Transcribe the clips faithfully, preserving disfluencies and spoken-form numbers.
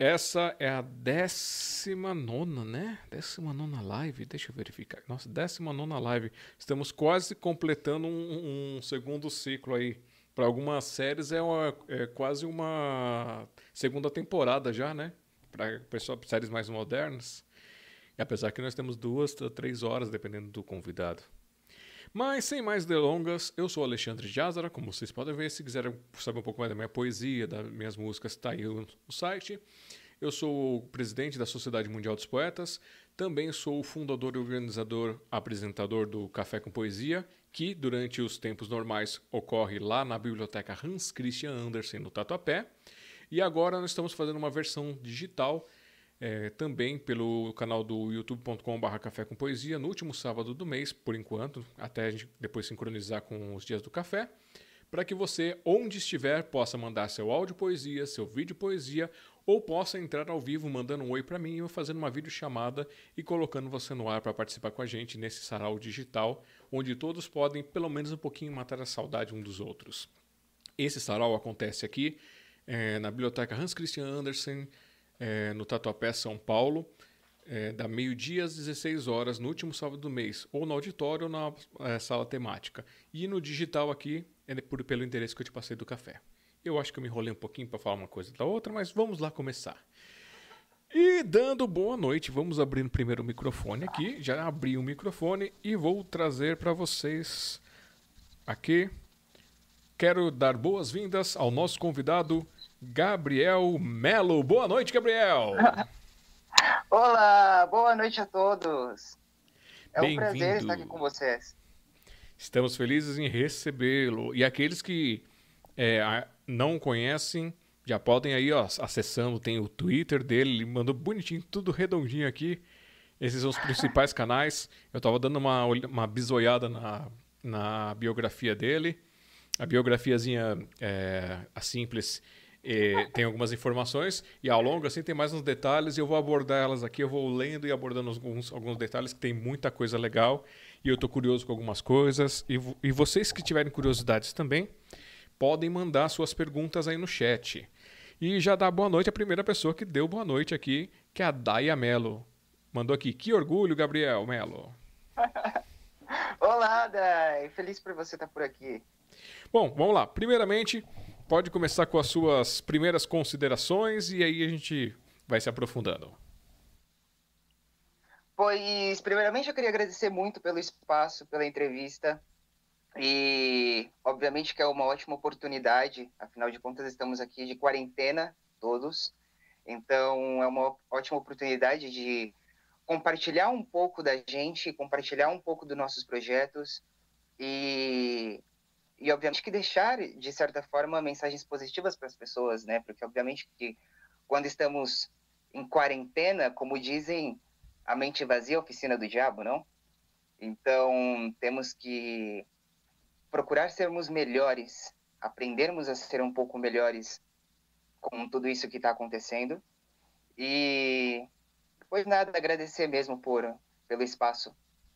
Essa é a décima nona, né? Décima nona live, deixa eu verificar. Nossa, décima nona live. Estamos quase completando um, um segundo ciclo aí. Para algumas séries é, uma, é quase uma segunda temporada já, né? Para séries mais modernas. E apesar que nós temos duas, três horas, dependendo do convidado. Mas, sem mais delongas, eu sou Alexandre Jazara, como vocês podem ver. Se quiserem saber um pouco mais da minha poesia, das minhas músicas, está aí no site. Eu sou o presidente da Sociedade Mundial dos Poetas. Também sou o fundador e organizador, apresentador do Café com Poesia, que, durante os tempos normais, ocorre lá na Biblioteca Hans Christian Andersen, no Tatuapé. E agora nós estamos fazendo uma versão digital, É, também pelo canal do youtube ponto com barra café com poesia, no último sábado do mês, por enquanto, até a gente depois sincronizar com os dias do café, para que você, onde estiver, possa mandar seu áudio poesia, seu vídeo poesia, ou possa entrar ao vivo mandando um oi para mim, ou fazendo uma videochamada e colocando você no ar para participar com a gente nesse sarau digital, onde todos podem, pelo menos um pouquinho, matar a saudade um dos outros. Esse sarau acontece aqui, é, na Biblioteca Hans Christian Andersen, É, no Tatuapé, São Paulo, é, da meio-dia às dezesseis horas, no último sábado do mês, ou no auditório ou na é, sala temática. E no digital aqui, é por, pelo endereço que eu te passei do café. Eu acho que eu me enrolei um pouquinho para falar uma coisa da outra, mas vamos lá começar. E dando boa noite, vamos abrir primeiro o microfone aqui. Já abri o microfone e vou trazer para vocês aqui. Quero dar boas-vindas ao nosso convidado, Gabriel Melo. Boa noite, Gabriel. Olá, boa noite a todos. É um prazer estar aqui com vocês. Estamos felizes em recebê-lo. E aqueles que é, não conhecem, já podem aí, ó, acessando, tem o Twitter dele, ele mandou bonitinho, tudo redondinho aqui. Esses são os principais canais. Eu estava dando uma, uma bisoiada na, na biografia dele. A biografiazinha, é, a simples, é, tem algumas informações, e ao longo assim tem mais uns detalhes, e eu vou abordar elas aqui, eu vou lendo e abordando alguns, alguns detalhes, que tem muita coisa legal, e eu estou curioso com algumas coisas, e, e vocês que tiverem curiosidades também, podem mandar suas perguntas aí no chat. E já dá boa noite a primeira pessoa que deu boa noite aqui, que é a Daya Melo. Mandou aqui, que orgulho, Gabriel Melo. Olá, Day, feliz por você estar por aqui. Bom, vamos lá. Primeiramente, pode começar com as suas primeiras considerações e aí a gente vai se aprofundando. Pois, primeiramente, eu queria agradecer muito pelo espaço, pela entrevista. E, obviamente, que é uma ótima oportunidade. Afinal de contas, estamos aqui de quarentena, todos. Então, é uma ótima oportunidade de compartilhar um pouco da gente, compartilhar um pouco dos nossos projetos e... E, obviamente, que deixar, de certa forma, mensagens positivas para as pessoas, né? Porque, obviamente, que quando estamos em quarentena, como dizem, a mente vazia é a oficina do diabo, não? Então, temos que procurar sermos melhores, aprendermos a ser um pouco melhores com tudo isso que está acontecendo. E, pois nada, agradecer mesmo por, pelo espaço.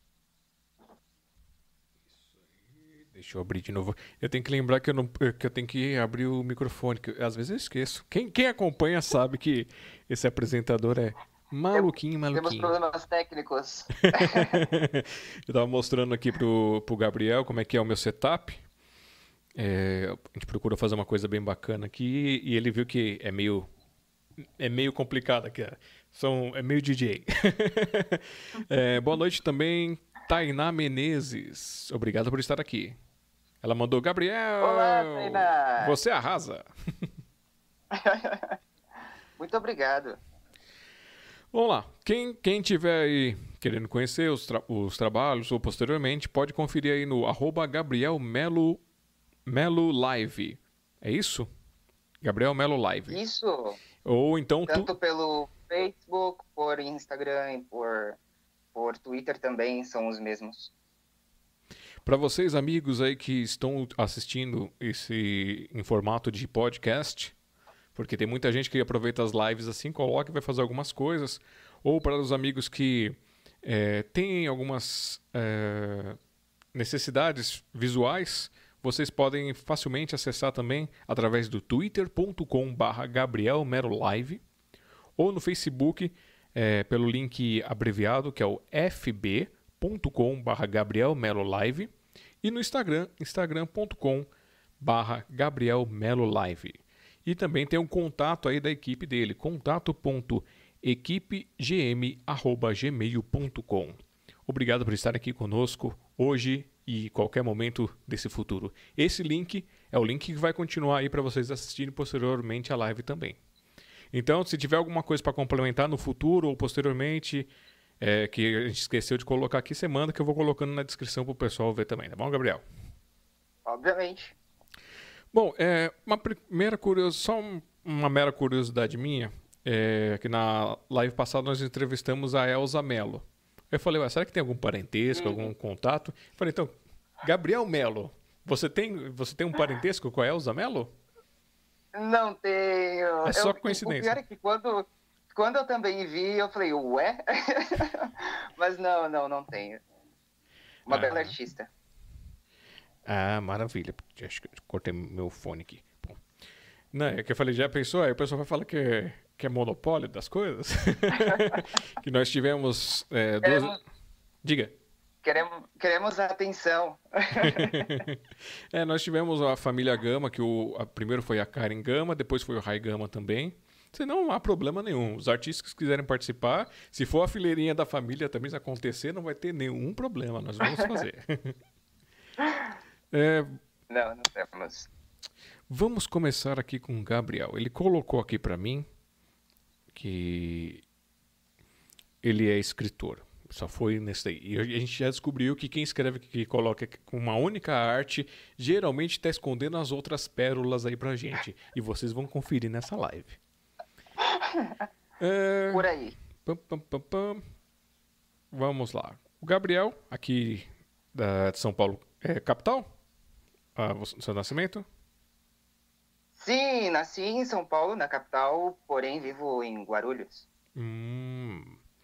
Deixa eu abrir de novo. Eu tenho que lembrar que eu, não, que eu tenho que abrir o microfone, que às vezes eu esqueço. Quem, quem acompanha sabe que esse apresentador é maluquinho, maluquinho. Temos problemas técnicos. Eu tava mostrando aqui pro, pro Gabriel como é que é o meu setup. É, a gente procurou fazer uma coisa bem bacana aqui e ele viu que é meio, é meio complicado aqui. São, é meio D J. É, boa noite também, Tainá Menezes. Obrigado por estar aqui. Ela mandou, Gabriel, Olá, Tainá. Você arrasa. Muito obrigado. Vamos lá. Quem, quem tiver aí querendo conhecer os, tra os trabalhos ou posteriormente, pode conferir aí no arroba Gabriel Melo, Melo Live. É isso? Gabriel Melo Live. Isso. Ou então... Tanto tu... pelo Facebook, por Instagram e por, por Twitter também são os mesmos. Para vocês, amigos aí que estão assistindo esse em formato de podcast, porque tem muita gente que aproveita as lives assim, coloca e vai fazer algumas coisas, ou para os amigos que é, têm algumas é, necessidades visuais, vocês podem facilmente acessar também através do twitter ponto com barra Gabriel Melo Live, ou no Facebook, é, pelo link abreviado, que é o f b ponto com barra Gabriel Melo Live, e no Instagram, instagram ponto com barra Gabriel Melo Live. E também tem um contato aí da equipe dele, contato ponto equipegm arroba gmail ponto com. Obrigado por estar aqui conosco hoje e qualquer momento desse futuro. Esse link é o link que vai continuar aí para vocês assistirem posteriormente a live também. Então, se tiver alguma coisa para complementar no futuro ou posteriormente, é, que a gente esqueceu de colocar aqui, você manda que eu vou colocando na descrição para o pessoal ver também, tá bom, Gabriel? Obviamente. Bom, é, uma primeira curiosidade, só uma mera curiosidade minha, é que na live passada nós entrevistamos a Elza Mello. Eu falei, ué, será que tem algum parentesco, algum contato? Eu falei, então, Gabriel Mello, você tem, você tem um parentesco com a Elza Mello? Não tenho. É só eu, coincidência. O pior é que quando, quando eu também vi, eu falei, ué? Mas não, não, não tenho. Uma ah. bela artista. Ah, maravilha. Acho que eu cortei meu fone aqui. Bom, não, é que eu falei, já pensou? Aí o pessoal vai falar que é, que é monopólio das coisas. Que nós tivemos é, duas... Queremos... Diga. Queremos, queremos atenção. É, nós tivemos a família Gama, que o a, primeiro foi a Karen Gama, depois foi o Rai Gama também. Senão não há problema nenhum. Os artistas que quiserem participar, se for a fileirinha da família também se acontecer, não vai ter nenhum problema. Nós vamos fazer. É, não, não temos. Vamos começar aqui com o Gabriel. Ele colocou aqui para mim que ele é escritor. Só foi nesse daí. E a gente já descobriu que quem escreve, que coloca com uma única arte, geralmente está escondendo as outras pérolas aí pra gente. E vocês vão conferir nessa live. É... Por aí. Pam, pam, pam, pam. Vamos lá. O Gabriel, aqui da, de São Paulo, é capital? Ah, o seu nascimento? Sim, nasci em São Paulo, na capital, porém vivo em Guarulhos. Hum.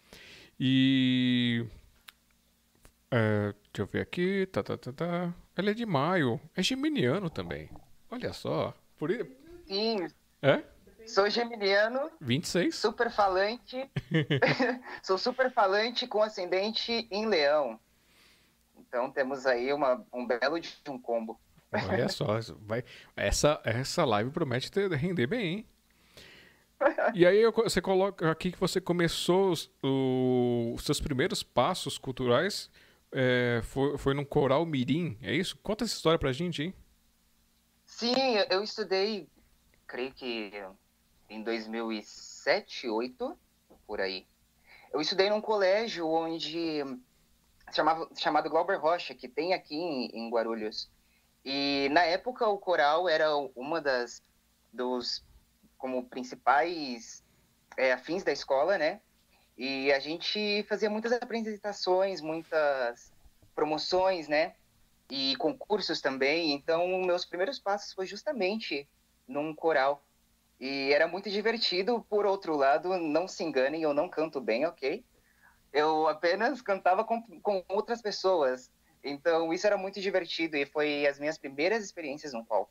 E... É, deixa eu ver aqui. Tá, tá, tá, tá. Ele é de maio. É geminiano também. Olha só. Por... Sim. É? Sou geminiano. vinte e seis. Super falante. Sou super falante com ascendente em leão. Então temos aí uma, um belo de um combo. Olha só, vai, essa, essa live promete ter, render bem, hein? E aí você coloca aqui que você começou os, o, os seus primeiros passos culturais é, foi, foi num coral mirim, é isso? Conta essa história pra gente, hein? Sim, eu estudei, creio que em dois mil e sete, dois mil e oito, por aí. Eu estudei num colégio onde chamava, chamado Glauber Rocha, que tem aqui em, em Guarulhos. E na época o coral era uma das dos como principais é, afins da escola, né? E a gente fazia muitas apresentações, muitas promoções, né? E concursos também. Então, meus primeiros passos foi justamente num coral. E era muito divertido. Por outro lado, não se enganem, eu não canto bem, ok? Eu apenas cantava com, com outras pessoas. Então, isso era muito divertido e foi as minhas primeiras experiências no palco.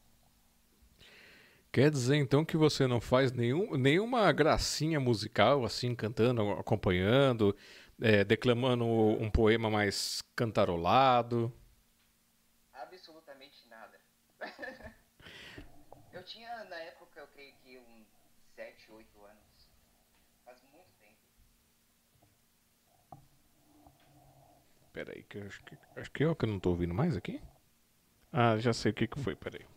Quer dizer, então, que você não faz nenhum, nenhuma gracinha musical, assim, cantando, acompanhando, é, declamando um poema mais cantarolado? Absolutamente nada. Eu tinha, na época, eu creio que uns sete, oito anos. Faz muito tempo. Peraí, que eu acho que, acho que eu que não tô ouvindo mais aqui. Ah, já sei o que que foi, peraí.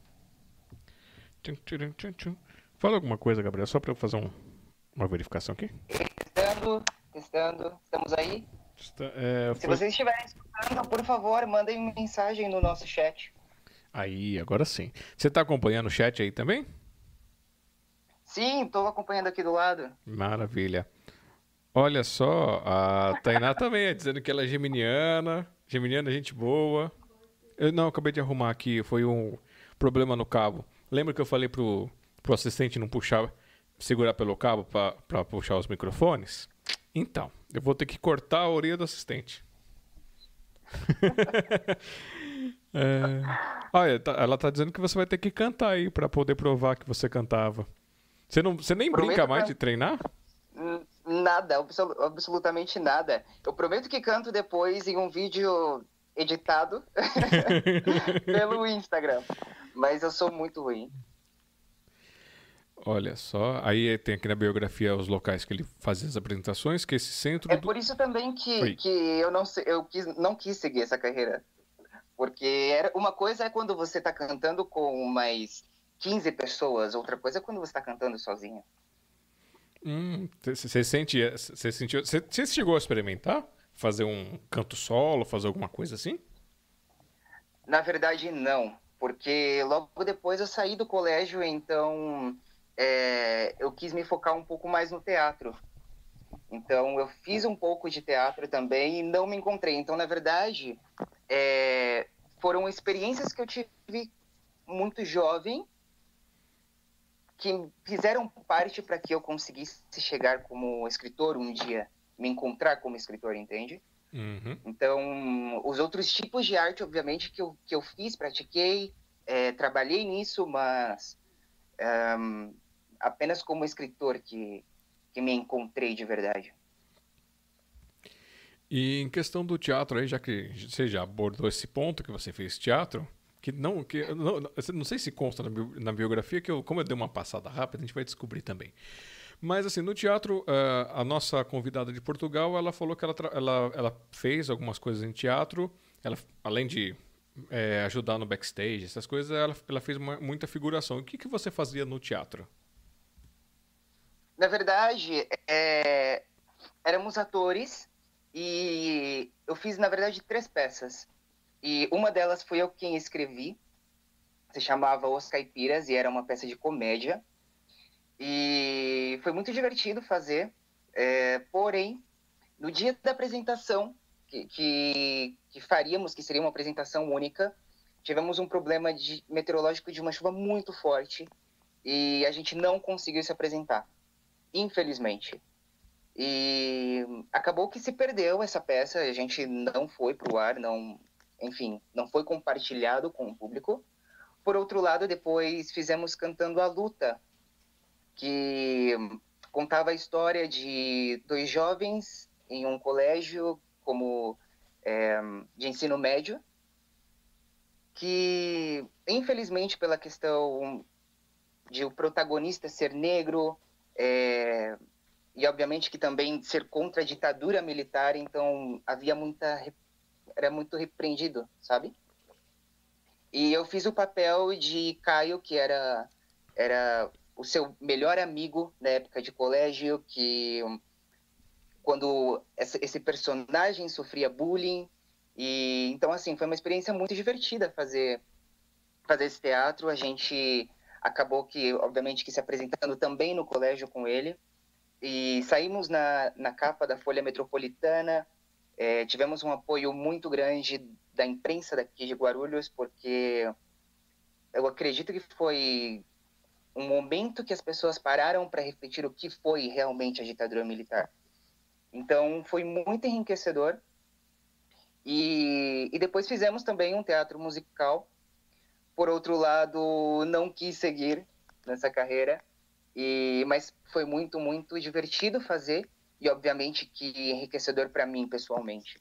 Fala alguma coisa, Gabriel, só para eu fazer um, uma verificação aqui. Testando, testando, estamos aí? Está, é, Se foi... vocês estiverem escutando, por favor, mandem uma mensagem no nosso chat. Aí, agora sim. Você está acompanhando o chat aí também? Sim, estou acompanhando aqui do lado. Maravilha. Olha só, a Tainá também é dizendo que ela é geminiana. Geminiana, gente boa. Eu não, acabei de arrumar aqui, foi um problema no cabo. Lembra que eu falei pro, pro assistente não puxar, segurar pelo cabo para puxar os microfones? Então, eu vou ter que cortar a orelha do assistente. é... Olha, tá, ela tá dizendo que você vai ter que cantar aí para poder provar que você cantava. Você, não, você nem Prometo brinca mais can... de treinar? Nada, absol absolutamente nada. Eu prometo que canto depois em um vídeo editado pelo Instagram, mas eu sou muito ruim. Olha só, aí tem aqui na biografia os locais que ele fazia as apresentações, que esse centro É do... por isso também que, Oi. que eu, não, eu quis, não quis seguir essa carreira. Porque era, uma coisa é quando você está cantando com mais quinze pessoas, outra coisa é quando você está cantando sozinho. Hum, você sente, você sentiu, você chegou a experimentar? Fazer um canto solo, fazer alguma coisa assim? Na verdade, não. Porque logo depois eu saí do colégio, então é, eu quis me focar um pouco mais no teatro. Então, eu fiz um pouco de teatro também e não me encontrei. Então, na verdade, é, foram experiências que eu tive muito jovem que fizeram parte para que eu conseguisse chegar como escritor um dia, me encontrar como escritor, entende? Uhum. Então, os outros tipos de arte, obviamente, que eu, que eu fiz, pratiquei, é, trabalhei nisso, mas um, apenas como escritor que, que me encontrei de verdade. E em questão do teatro aí, já que você já abordou esse ponto que você fez teatro, que não, que não, não sei se consta na, bi- na biografia, que eu, como eu dei uma passada rápida, a gente vai descobrir também. Mas assim, no teatro, uh, a nossa convidada de Portugal, ela falou que ela, ela, ela fez algumas coisas em teatro, ela, além de é, ajudar no backstage, essas coisas, ela, ela fez uma, muita figuração. O que, que você fazia no teatro? Na verdade, é, éramos atores e eu fiz, na verdade, três peças. E uma delas foi eu quem escrevi, se chamava Os Caipiras e era uma peça de comédia. E foi muito divertido fazer, é, porém, no dia da apresentação, que, que, que faríamos, que seria uma apresentação única, tivemos um problema de, meteorológico de uma chuva muito forte e a gente não conseguiu se apresentar, infelizmente. E acabou que se perdeu essa peça, a gente não foi para o ar, não, enfim, não foi compartilhado com o público. Por outro lado, depois fizemos Cantando a Luta, que contava a história de dois jovens em um colégio como é, de ensino médio, que infelizmente pela questão de o protagonista ser negro, é, e obviamente que também ser contra a ditadura militar, então havia muita, era muito repreendido, sabe? E eu fiz o papel de Caio, que era, era o seu melhor amigo na época de colégio, que quando esse personagem sofria bullying, e então assim, foi uma experiência muito divertida fazer, fazer esse teatro, a gente acabou que, obviamente, que se apresentando também no colégio com ele, e saímos na, na capa da Folha Metropolitana, é, tivemos um apoio muito grande da imprensa daqui de Guarulhos, porque eu acredito que foi um momento que as pessoas pararam para refletir o que foi realmente a ditadura militar. Então, foi muito enriquecedor. E, e depois fizemos também um teatro musical. Por outro lado, não quis seguir nessa carreira, e, mas foi muito, muito divertido fazer e, obviamente, que enriquecedor para mim pessoalmente.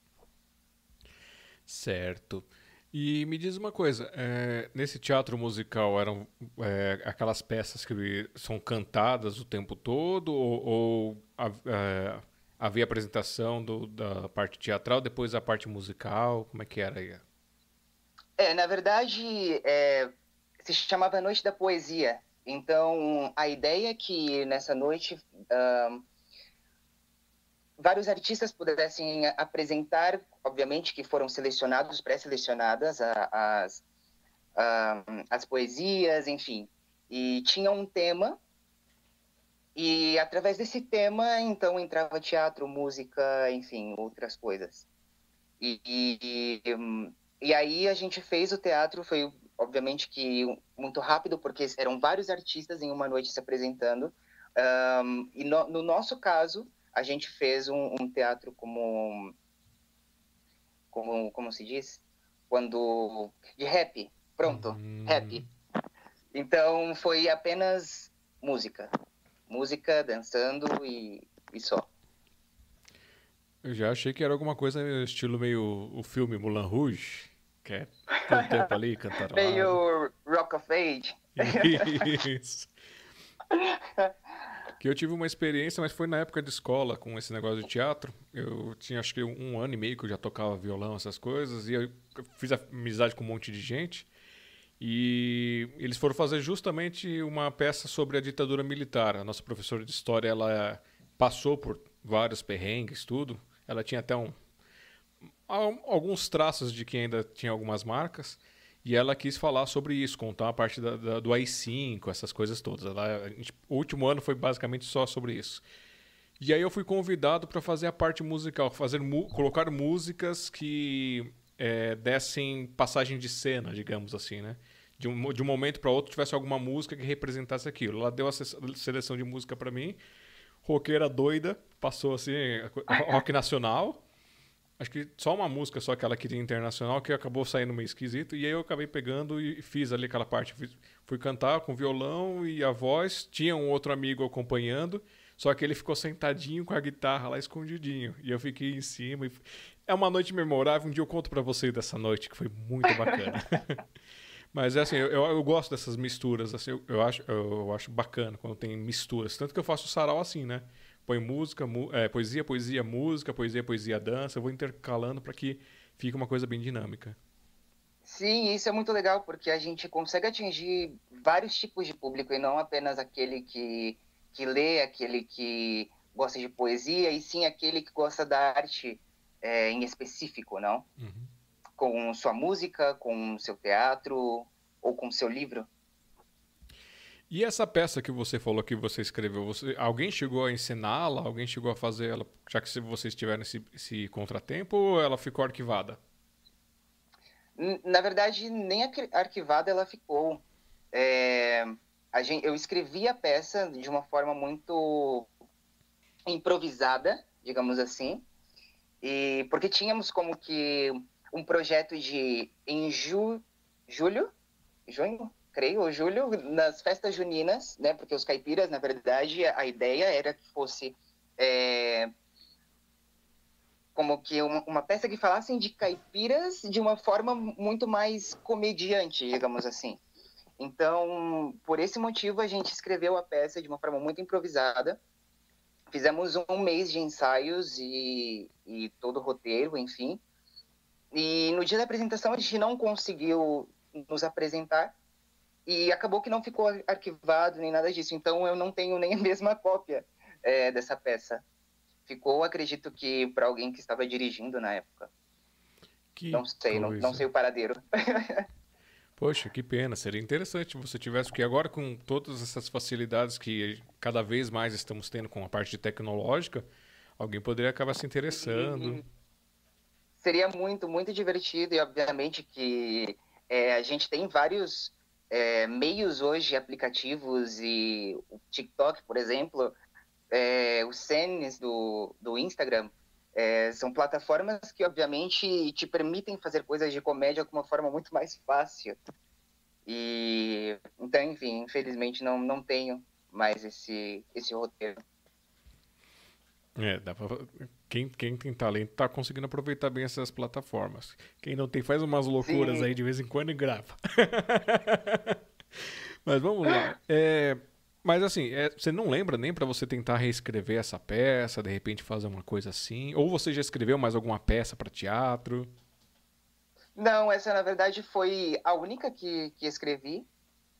Certo. E me diz uma coisa, é, nesse teatro musical eram é, aquelas peças que são cantadas o tempo todo ou, ou é, havia apresentação do, da parte teatral, depois a parte musical? Como é que era aí? É, na verdade, é, se chamava Noite da Poesia. Então, a ideia é que nessa noite uh, vários artistas pudessem apresentar, obviamente que foram selecionados, pré-selecionadas as, as poesias, enfim. E tinha um tema, e através desse tema, então, entrava teatro, música, enfim, outras coisas. E, e, e aí a gente fez o teatro, foi obviamente que muito rápido, porque eram vários artistas em uma noite se apresentando. Um, e no, no nosso caso, a gente fez um, um teatro como, como, como se diz? Quando... de rap, pronto, Hum, rap. Então foi apenas música. música, dançando e, e só. Eu já achei que era alguma coisa estilo meio o filme Moulin Rouge, que é todo tempo ali, cantarolado. Meio Rock of Age. Isso. Que eu tive uma experiência, mas foi na época de escola com esse negócio de teatro. Eu tinha acho que um ano e meio que eu já tocava violão, essas coisas, e eu fiz amizade com um monte de gente. E eles foram fazer justamente uma peça sobre a ditadura militar. A nossa professora de história, ela passou por vários perrengues, tudo. Ela tinha até um, alguns traços de que ainda tinha algumas marcas. E ela quis falar sobre isso, contar a parte da, da, do A I cinco, essas coisas todas. Ela, a gente, o último ano foi basicamente só sobre isso. E aí eu fui convidado para fazer a parte musical, fazer colocar músicas que é, dessem passagem de cena, digamos assim, né? De um, de um momento para outro tivesse alguma música que representasse aquilo. Ela deu a seleção de música para mim, roqueira doida, passou assim, rock nacional. Acho que só uma música só que ela queria internacional, que acabou saindo meio esquisito. E aí eu acabei pegando e fiz ali aquela parte. Fui cantar com violão e a voz. Tinha um outro amigo acompanhando, só que ele ficou sentadinho com a guitarra lá escondidinho. E eu fiquei em cima. E... É uma noite memorável. Um dia eu conto pra vocês dessa noite, que foi muito bacana. Mas é assim, eu, eu gosto dessas misturas. Assim, eu, eu, acho, eu acho bacana quando tem misturas. Tanto que eu faço sarau assim, né? Põe música, mu é, poesia, poesia, música, poesia, poesia, dança. Eu vou intercalando para que fique uma coisa bem dinâmica. Sim, isso é muito legal, porque a gente consegue atingir vários tipos de público e não apenas aquele que, que lê, aquele que gosta de poesia, e sim aquele que gosta da arte é, em específico, não? Uhum. Com sua música, com seu teatro ou com seu livro. E essa peça que você falou que você escreveu, você, alguém chegou a ensiná-la? Alguém chegou a fazer ela, já que vocês tiveram esse, esse contratempo, ou ela ficou arquivada? Na verdade, nem arquivada ela ficou. É, a gente, eu escrevi a peça de uma forma muito improvisada, digamos assim, e porque tínhamos como que um projeto de em ju, julho, junho, creio, ou julho, nas festas juninas, né? Porque os caipiras, na verdade, a ideia era que fosse é, como que uma, uma peça que falassem de caipiras de uma forma muito mais comediante, digamos assim. Então, por esse motivo, a gente escreveu a peça de uma forma muito improvisada. Fizemos um mês de ensaios e, e todo o roteiro, enfim. E no dia da apresentação, a gente não conseguiu nos apresentar e acabou que não ficou arquivado nem nada disso. Então, eu não tenho nem a mesma cópia é, dessa peça. Ficou, acredito que, para alguém que estava dirigindo na época. Que não sei, não, não sei o paradeiro. Poxa, que pena. Seria interessante se você tivesse, porque agora com todas essas facilidades que cada vez mais estamos tendo com a parte tecnológica, alguém poderia acabar se interessando. E seria muito, muito divertido e obviamente que é, a gente tem vários é, meios hoje, aplicativos e o TikTok, por exemplo, é, os Scenes do, do Instagram, é, são plataformas que obviamente te permitem fazer coisas de comédia de uma forma muito mais fácil. E então, enfim, infelizmente não, não tenho mais esse, esse roteiro. É, dá pra... quem, quem tem talento tá conseguindo aproveitar bem essas plataformas. Quem não tem faz umas loucuras Sim. aí de vez em quando e grava. Mas vamos lá. É... Mas assim, é... você não lembra nem pra você tentar reescrever essa peça, de repente fazer uma coisa assim? Ou você já escreveu mais alguma peça pra teatro? Não, essa na verdade foi a única que, que escrevi.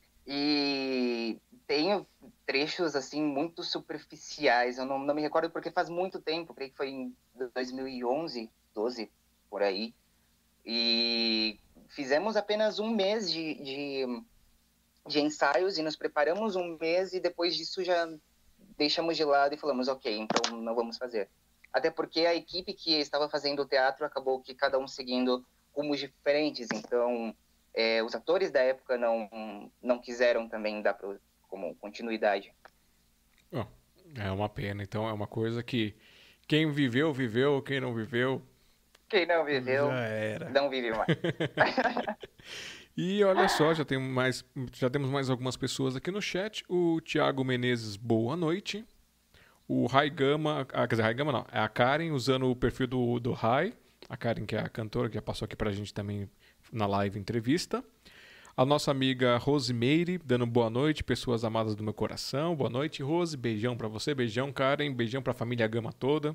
E tenho trechos assim muito superficiais. Eu não, não me recordo porque faz muito tempo, creio que foi em dois mil e onze, doze, por aí. E fizemos apenas um mês de, de, de ensaios e nos preparamos um mês e depois disso já deixamos de lado e falamos, ok, então não vamos fazer. Até porque a equipe que estava fazendo o teatro acabou que cada um seguindo rumos diferentes, então é, os atores da época não, não quiseram também dar pro, como continuidade. Oh, é uma pena. Então é uma coisa que quem viveu, viveu. Quem não viveu, Quem não já viveu, era. não vive mais. E olha só, já temos mais, já temos mais algumas pessoas aqui no chat. O Thiago Menezes, boa noite. O Rai Gama, ah, quer dizer, Rai Gama não, é a Karen usando o perfil do, do Rai. A Karen, que é a cantora, que já passou aqui pra gente também na live entrevista. A nossa amiga Rosemeire, dando boa noite, pessoas amadas do meu coração. Boa noite, Rose. Beijão pra você, beijão, Karen. Beijão pra família Gama toda.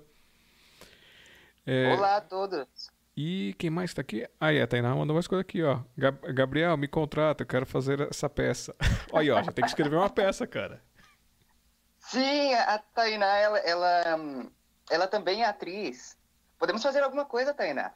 É, Olá a todos. e quem mais tá aqui? Ah, é, a Tainá mandou mais coisa aqui, ó. Gab- Gabriel, me contrata, eu quero fazer essa peça. Olha aí, ó, já tem que escrever uma peça, cara. Sim, a Tainá, ela, ela, hum, ela também é atriz. Podemos fazer alguma coisa, Tainá?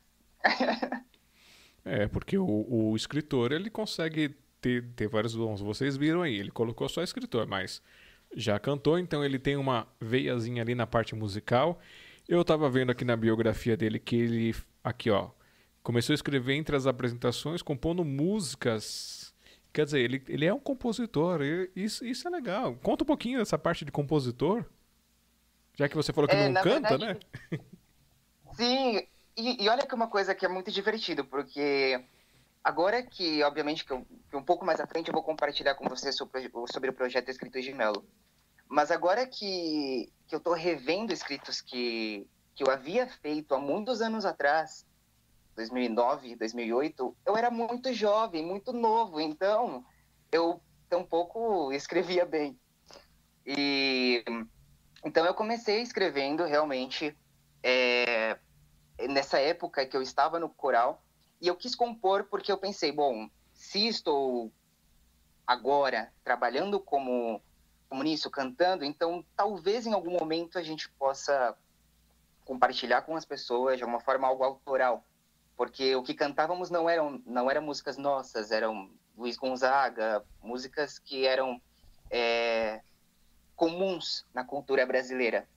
É, porque o, o escritor, ele consegue ter, ter vários dons. Vocês viram aí, ele colocou só escritor, mas já cantou, então ele tem uma veiazinha ali na parte musical. Eu tava vendo aqui na biografia dele que ele, aqui ó, começou a escrever entre as apresentações, compondo músicas. Quer dizer, ele, ele é um compositor, e isso, isso é legal. Conta um pouquinho dessa parte de compositor, já que você falou que É, não na canta, verdade, né? sim. E, e olha que uma coisa que é muito divertido, porque agora que, obviamente, que, eu, que um pouco mais à frente eu vou compartilhar com você sobre, sobre o projeto Escritos de Melo. Mas agora que, que eu estou revendo escritos que, que eu havia feito há muitos anos atrás, dois mil e nove, dois mil e oito, eu era muito jovem, muito novo, então eu tampouco escrevia bem. E então eu comecei escrevendo realmente é, nessa época que eu estava no coral, e eu quis compor porque eu pensei, bom, se estou agora trabalhando como, como nisso, cantando, então talvez em algum momento a gente possa compartilhar com as pessoas de uma forma algo autoral, porque o que cantávamos não eram não eram músicas nossas, eram Luiz Gonzaga, músicas que eram é, comuns na cultura brasileira.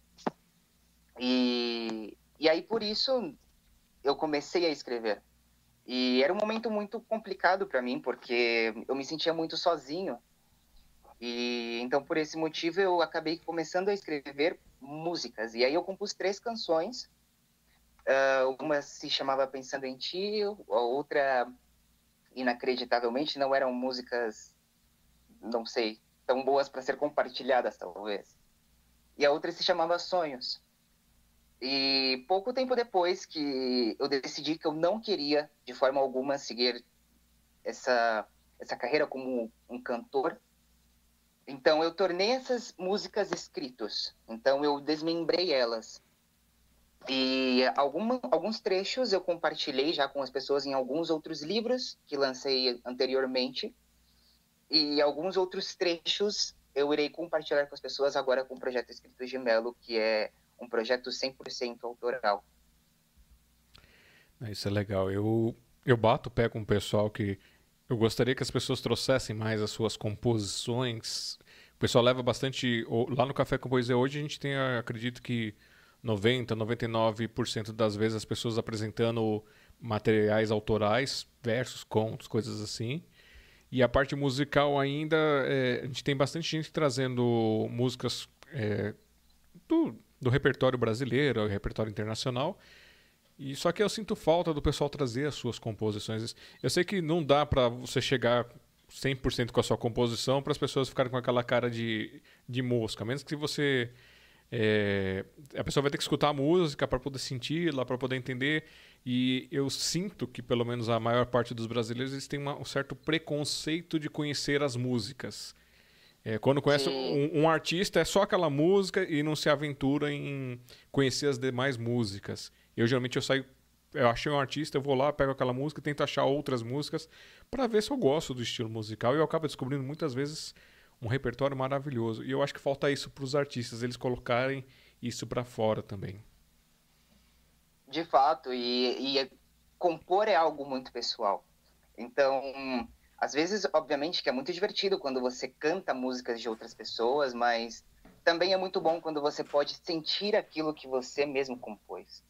E, e aí por isso eu comecei a escrever. E era um momento muito complicado para mim, porque eu me sentia muito sozinho. E então, por esse motivo, eu acabei começando a escrever músicas. E aí eu compus três canções. Uh, uma se chamava Pensando em Ti, a outra, inacreditavelmente, não eram músicas, não sei, tão boas para ser compartilhadas, talvez. E a outra se chamava Sonhos. E pouco tempo depois que eu decidi que eu não queria, de forma alguma, seguir essa, essa carreira como um cantor, então eu tornei essas músicas escritos. Então eu desmembrei elas. E alguma, alguns trechos eu compartilhei já com as pessoas em alguns outros livros que lancei anteriormente. E alguns outros trechos eu irei compartilhar com as pessoas agora com o projeto Escritos de Melo, que é um projeto cem por cento autoral. Isso é legal. Eu, eu bato o pé com o pessoal que eu gostaria que as pessoas trouxessem mais as suas composições. O pessoal leva bastante. Lá no Café com Poesia hoje a gente tem, acredito que noventa, noventa e nove por cento das vezes as pessoas apresentando materiais autorais, versos, contos, coisas assim. E a parte musical ainda, é, a gente tem bastante gente trazendo músicas é, do, do repertório brasileiro, repertório internacional. E só que eu sinto falta do pessoal trazer as suas composições. Eu sei que não dá pra você chegar cem por cento com a sua composição para as pessoas ficarem com aquela cara de, de mosca. A menos que você... É, a pessoa vai ter que escutar a música para poder sentir-la, para poder entender. E eu sinto que, pelo menos a maior parte dos brasileiros, eles têm uma, um certo preconceito de conhecer as músicas. É, quando conhece Sim. um, um artista, é só aquela música e não se aventura em conhecer as demais músicas. Eu geralmente eu saio, eu achei um artista, eu vou lá, pego aquela música, tento achar outras músicas para ver se eu gosto do estilo musical e eu acabo descobrindo muitas vezes um repertório maravilhoso. E eu acho que falta isso para os artistas, eles colocarem isso para fora também. De fato, e, e compor é algo muito pessoal. Então, às vezes, obviamente, que é muito divertido quando você canta músicas de outras pessoas, mas também é muito bom quando você pode sentir aquilo que você mesmo compôs.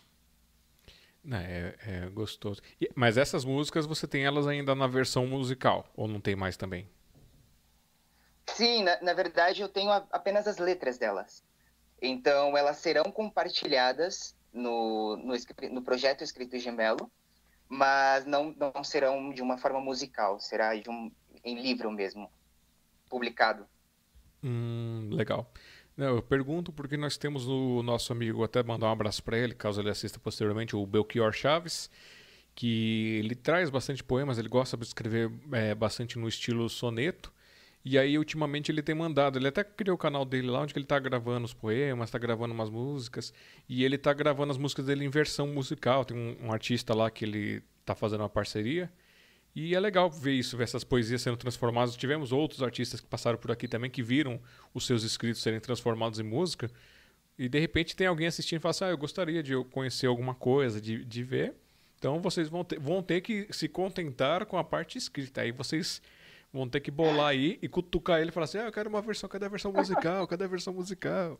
É, é gostoso. E, mas essas músicas você tem elas ainda na versão musical, ou não tem mais também? Sim, na, na verdade, eu tenho a, apenas as letras delas. Então, elas serão compartilhadas no, no, no projeto Escrito Gemelo, mas não, não serão de uma forma musical, será de um, em livro mesmo, publicado. Hum, legal. Não, eu pergunto porque nós temos o nosso amigo, até mandar um abraço para ele, caso ele assista posteriormente, o Belchior Chaves, que ele traz bastante poemas, ele gosta de escrever é, bastante no estilo soneto. E aí, ultimamente, ele tem mandado. Ele até criou o canal dele lá, onde ele tá gravando os poemas, tá gravando umas músicas. E ele tá gravando as músicas dele em versão musical. Tem um, um artista lá que ele tá fazendo uma parceria. E é legal ver isso, ver essas poesias sendo transformadas. Tivemos outros artistas que passaram por aqui também, que viram os seus escritos serem transformados em música. E de repente tem alguém assistindo e fala assim: ah, eu gostaria de conhecer alguma coisa, de, de ver. Então vocês vão ter, vão ter que se contentar com a parte escrita. Aí vocês vão ter que bolar aí e cutucar ele e falar assim: ah, eu quero uma versão, cadê a versão musical? Cadê a versão musical?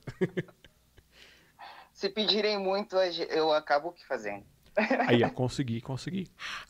Se pedirem muito, eu acabo que fazendo. Aí, ó, consegui, consegui.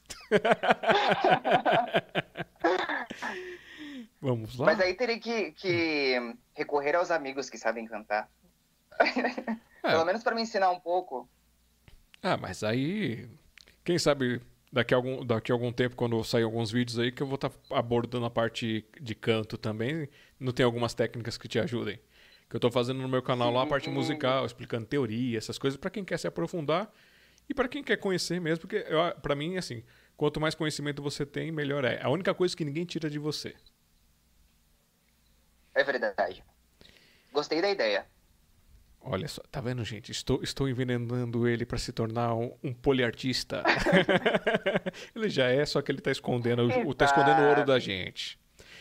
Vamos Mas lá? aí teria que, que recorrer aos amigos que sabem cantar. É, Pelo menos para me ensinar um pouco. ah, mas aí, quem sabe daqui a algum, daqui a algum tempo, quando sair alguns vídeos aí, que eu vou estar abordando a parte de canto também, não tem algumas técnicas que te ajudem. Que eu tô fazendo no meu canal lá a parte Sim. musical, explicando teoria, essas coisas, para quem quer se aprofundar e para quem quer conhecer mesmo, porque eu, para mim, assim, quanto mais conhecimento você tem, melhor é. A única coisa que ninguém tira de você. É verdade. Gostei da ideia. Olha só, tá vendo, gente? Estou, estou envenenando ele para se tornar um, um poliartista. Ele já é, só que ele tá escondendo, Quem o- tá escondendo o ouro da sabe? gente.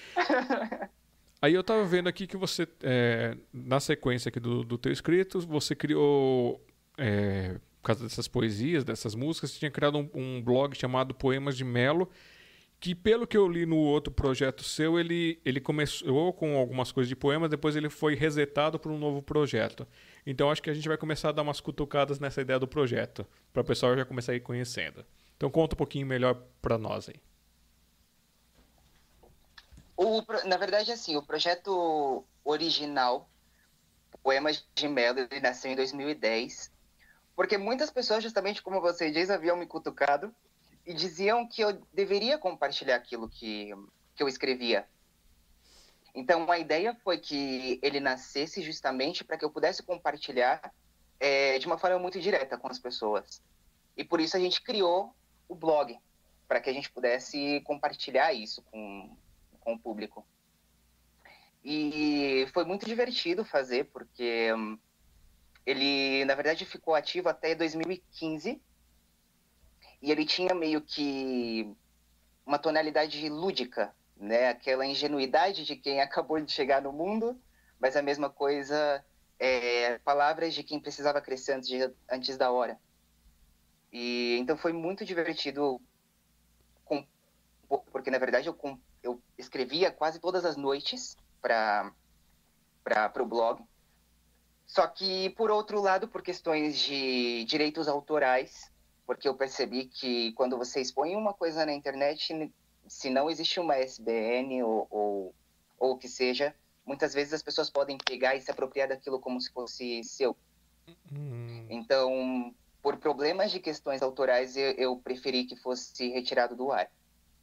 Aí eu tava vendo aqui que você, é, na sequência aqui do, do teu escrito, você criou, é, por causa dessas poesias, dessas músicas, você tinha criado um, um blog chamado Poemas de Melo, que pelo que eu li no outro projeto seu, ele, ele começou com algumas coisas de poemas, depois ele foi resetado por um novo projeto. Então acho que a gente vai começar a dar umas cutucadas nessa ideia do projeto, para o pessoal já começar a ir conhecendo. Então conta um pouquinho melhor para nós aí. O, pro- na verdade, assim, o projeto original, Poemas de Melo, ele nasceu em dois mil e dez, porque muitas pessoas, justamente como você diz, haviam me cutucado e diziam que eu deveria compartilhar aquilo que, que eu escrevia. Então, a ideia foi que ele nascesse justamente para que eu pudesse compartilhar é, de uma forma muito direta com as pessoas. E por isso a gente criou o blog, para que a gente pudesse compartilhar isso com, com o público. E foi muito divertido fazer, porque hum, ele, na verdade, ficou ativo até dois mil e quinze, e ele tinha meio que uma tonalidade lúdica, né? Aquela ingenuidade de quem acabou de chegar no mundo, mas a mesma coisa, é, palavras de quem precisava crescer antes, de, antes da hora. E então foi muito divertido, com, porque na verdade eu, eu escrevia quase todas as noites para para o blog. Só que, por outro lado, por questões de direitos autorais, porque eu percebi que quando você expõe uma coisa na internet, se não existe uma I S B N ou, ou, ou o que seja, muitas vezes as pessoas podem pegar e se apropriar daquilo como se fosse seu. Hum, Então, por problemas de questões autorais, eu, eu preferi que fosse retirado do ar.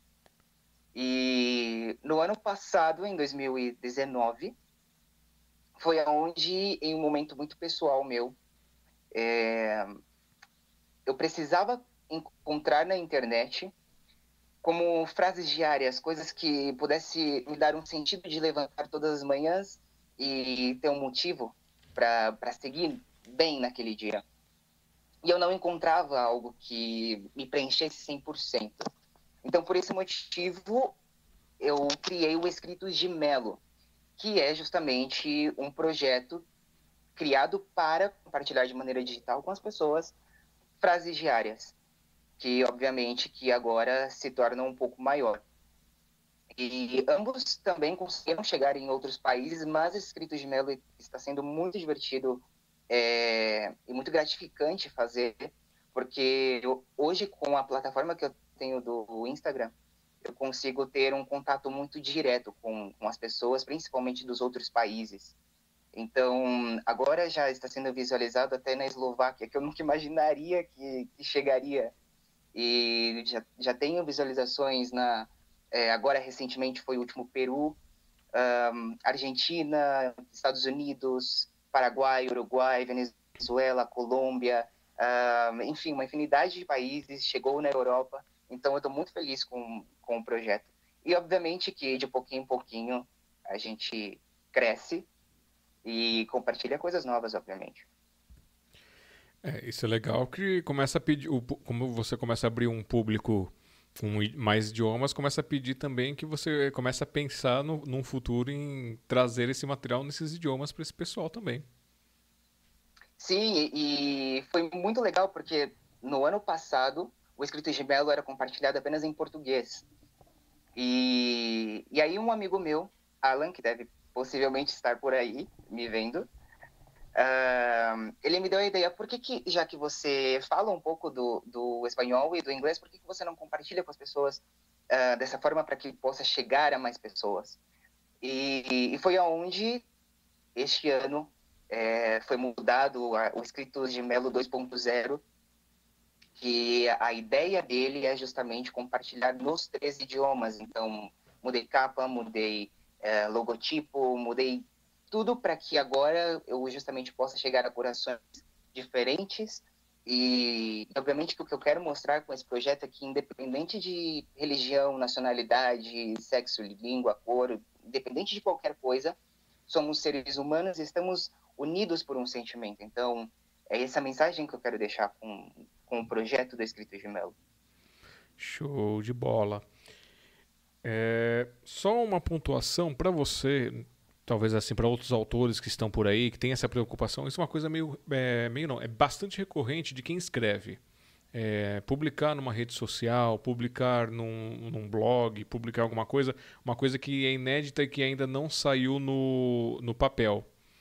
E no ano passado, em dois mil e dezenove, foi onde, em um momento muito pessoal meu, é, eu precisava encontrar na internet como frases diárias, coisas que pudesse me dar um sentido de levantar todas as manhãs e ter um motivo para seguir bem naquele dia. E eu não encontrava algo que me preenchesse cem por cento. Então, por esse motivo, eu criei o Escritos de Melo, que é justamente um projeto criado para compartilhar de maneira digital com as pessoas frases diárias, que obviamente que agora se tornam um pouco maior. E ambos também conseguiram chegar em outros países, mas Escritos de Melo está sendo muito divertido é, e muito gratificante fazer, porque eu, hoje com a plataforma que eu tenho do Instagram, eu consigo ter um contato muito direto com, com as pessoas, principalmente dos outros países. Então, agora já está sendo visualizado até na Eslováquia, que eu nunca imaginaria que, que chegaria. e já, já tenho visualizações na... É, agora, recentemente, foi o último Peru, um, Argentina, Estados Unidos, Paraguai, Uruguai, Venezuela, Colômbia, um, enfim, uma infinidade de países, chegou na Europa. Então, eu estou muito feliz com, com o projeto. E, obviamente, que de pouquinho em pouquinho a gente cresce e compartilha coisas novas, obviamente. É, isso é legal que começa a pedir, o, como você começa a abrir um público com mais idiomas, começa a pedir também que você comece a pensar no, num futuro em trazer esse material nesses idiomas para esse pessoal também. Sim, e foi muito legal porque no ano passado o Escrito de Melo era compartilhado apenas em português. E, e aí um amigo meu, Alan, que deve possivelmente estar por aí me vendo, uh, ele me deu a ideia, por que, que já que você fala um pouco do, do espanhol e do inglês, por que, que você não compartilha com as pessoas uh, dessa forma para que possa chegar a mais pessoas? E, e foi aonde este ano é, foi mudado a, o Escrito de Melo dois ponto zero, que a ideia dele é justamente compartilhar nos três idiomas. Então, mudei capa, mudei é, logotipo, mudei tudo para que agora eu justamente possa chegar a corações diferentes. E, obviamente, que o que eu quero mostrar com esse projeto é que, independente de religião, nacionalidade, sexo, língua, cor, independente de qualquer coisa, somos seres humanos e estamos unidos por um sentimento. Então, é essa mensagem que eu quero deixar com, com o projeto do Escrito de Melo. Show de bola. É, só uma pontuação para você, talvez assim, para outros autores que estão por aí, que têm essa preocupação. Isso é uma coisa meio, é, meio não, é bastante recorrente de quem escreve. É, publicar numa rede social, publicar num, num blog, publicar alguma coisa, uma coisa que é inédita e que ainda não saiu no, no papel.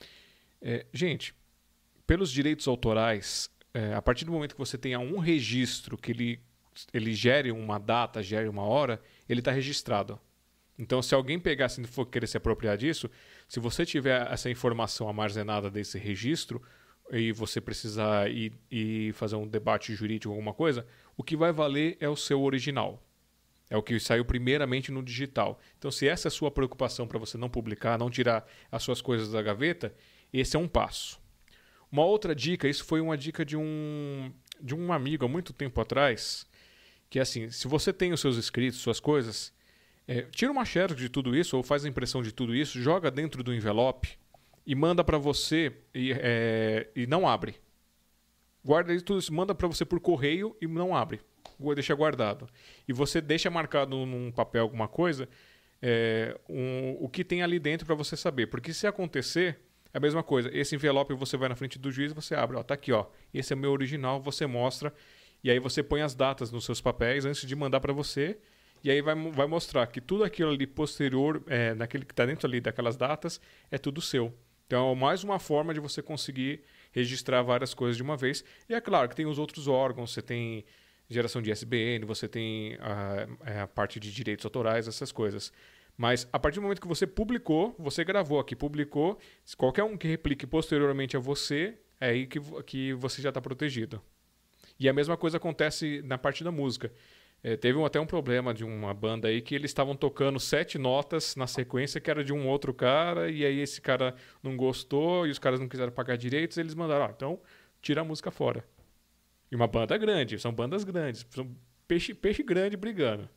É, gente, pelos direitos autorais, é, a partir do momento que você tenha um registro que ele, ele gere uma data, gere uma hora, ele está registrado. Então, se alguém pegar, se for querer se apropriar disso, se você tiver essa informação armazenada desse registro e você precisar ir, ir fazer um debate jurídico ou alguma coisa, o que vai valer é o seu original. É o que saiu primeiramente no digital. Então, se essa é a sua preocupação para você não publicar, não tirar as suas coisas da gaveta, esse é um passo. Uma outra dica, isso foi uma dica de um, de um amigo há muito tempo atrás, que é assim, se você tem os seus escritos, suas coisas, é, tira uma xerox de tudo isso, ou faz a impressão de tudo isso, joga dentro do envelope e manda para você e, é, e não abre. Guarda isso tudo, manda para você por correio e não abre. Deixa guardado. E você deixa marcado num papel alguma coisa, é, um, o que tem ali dentro para você saber. Porque se acontecer, é a mesma coisa. Esse envelope você vai na frente do juiz, você abre, ó, tá aqui, ó. Esse é o meu original, você mostra. E aí você põe as datas nos seus papéis antes de mandar para você. E aí vai, vai mostrar que tudo aquilo ali posterior, é, naquele que está dentro ali daquelas datas, é tudo seu. Então é mais uma forma de você conseguir registrar várias coisas de uma vez. E é claro que tem os outros órgãos, você tem geração de I S B N, você tem a, a parte de direitos autorais, essas coisas. Mas a partir do momento que você publicou, você gravou aqui, publicou, se qualquer um que replique posteriormente a você, é aí que, que você já está protegido. E a mesma coisa acontece na parte da música. É, teve um, até um problema de uma banda aí que eles estavam tocando sete notas na sequência que era de um outro cara, e aí esse cara não gostou e os caras não quiseram pagar direitos, eles mandaram, ah, então tira a música fora. E uma banda grande, são bandas grandes, são peixe, peixe grande brigando.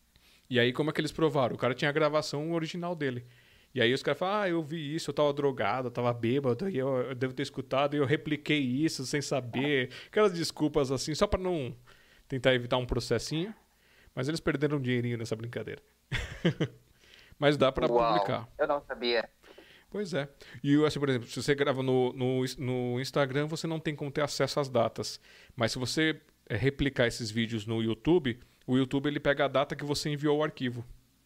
E aí como é que eles provaram? O cara tinha a gravação original dele. E aí os caras falaram, ah, eu vi isso, eu tava drogado, eu tava bêbado, e eu, eu devo ter escutado, e eu repliquei isso sem saber. Aquelas desculpas assim, só pra não tentar evitar um processinho. Mas eles perderam um dinheirinho nessa brincadeira. Mas dá pra Uau, publicar. Eu não sabia. Pois é. E assim, por exemplo, se você grava no, no, no Instagram, você não tem como ter acesso às datas. Mas se você é, replicar esses vídeos no YouTube, o YouTube ele pega a data que você enviou o arquivo.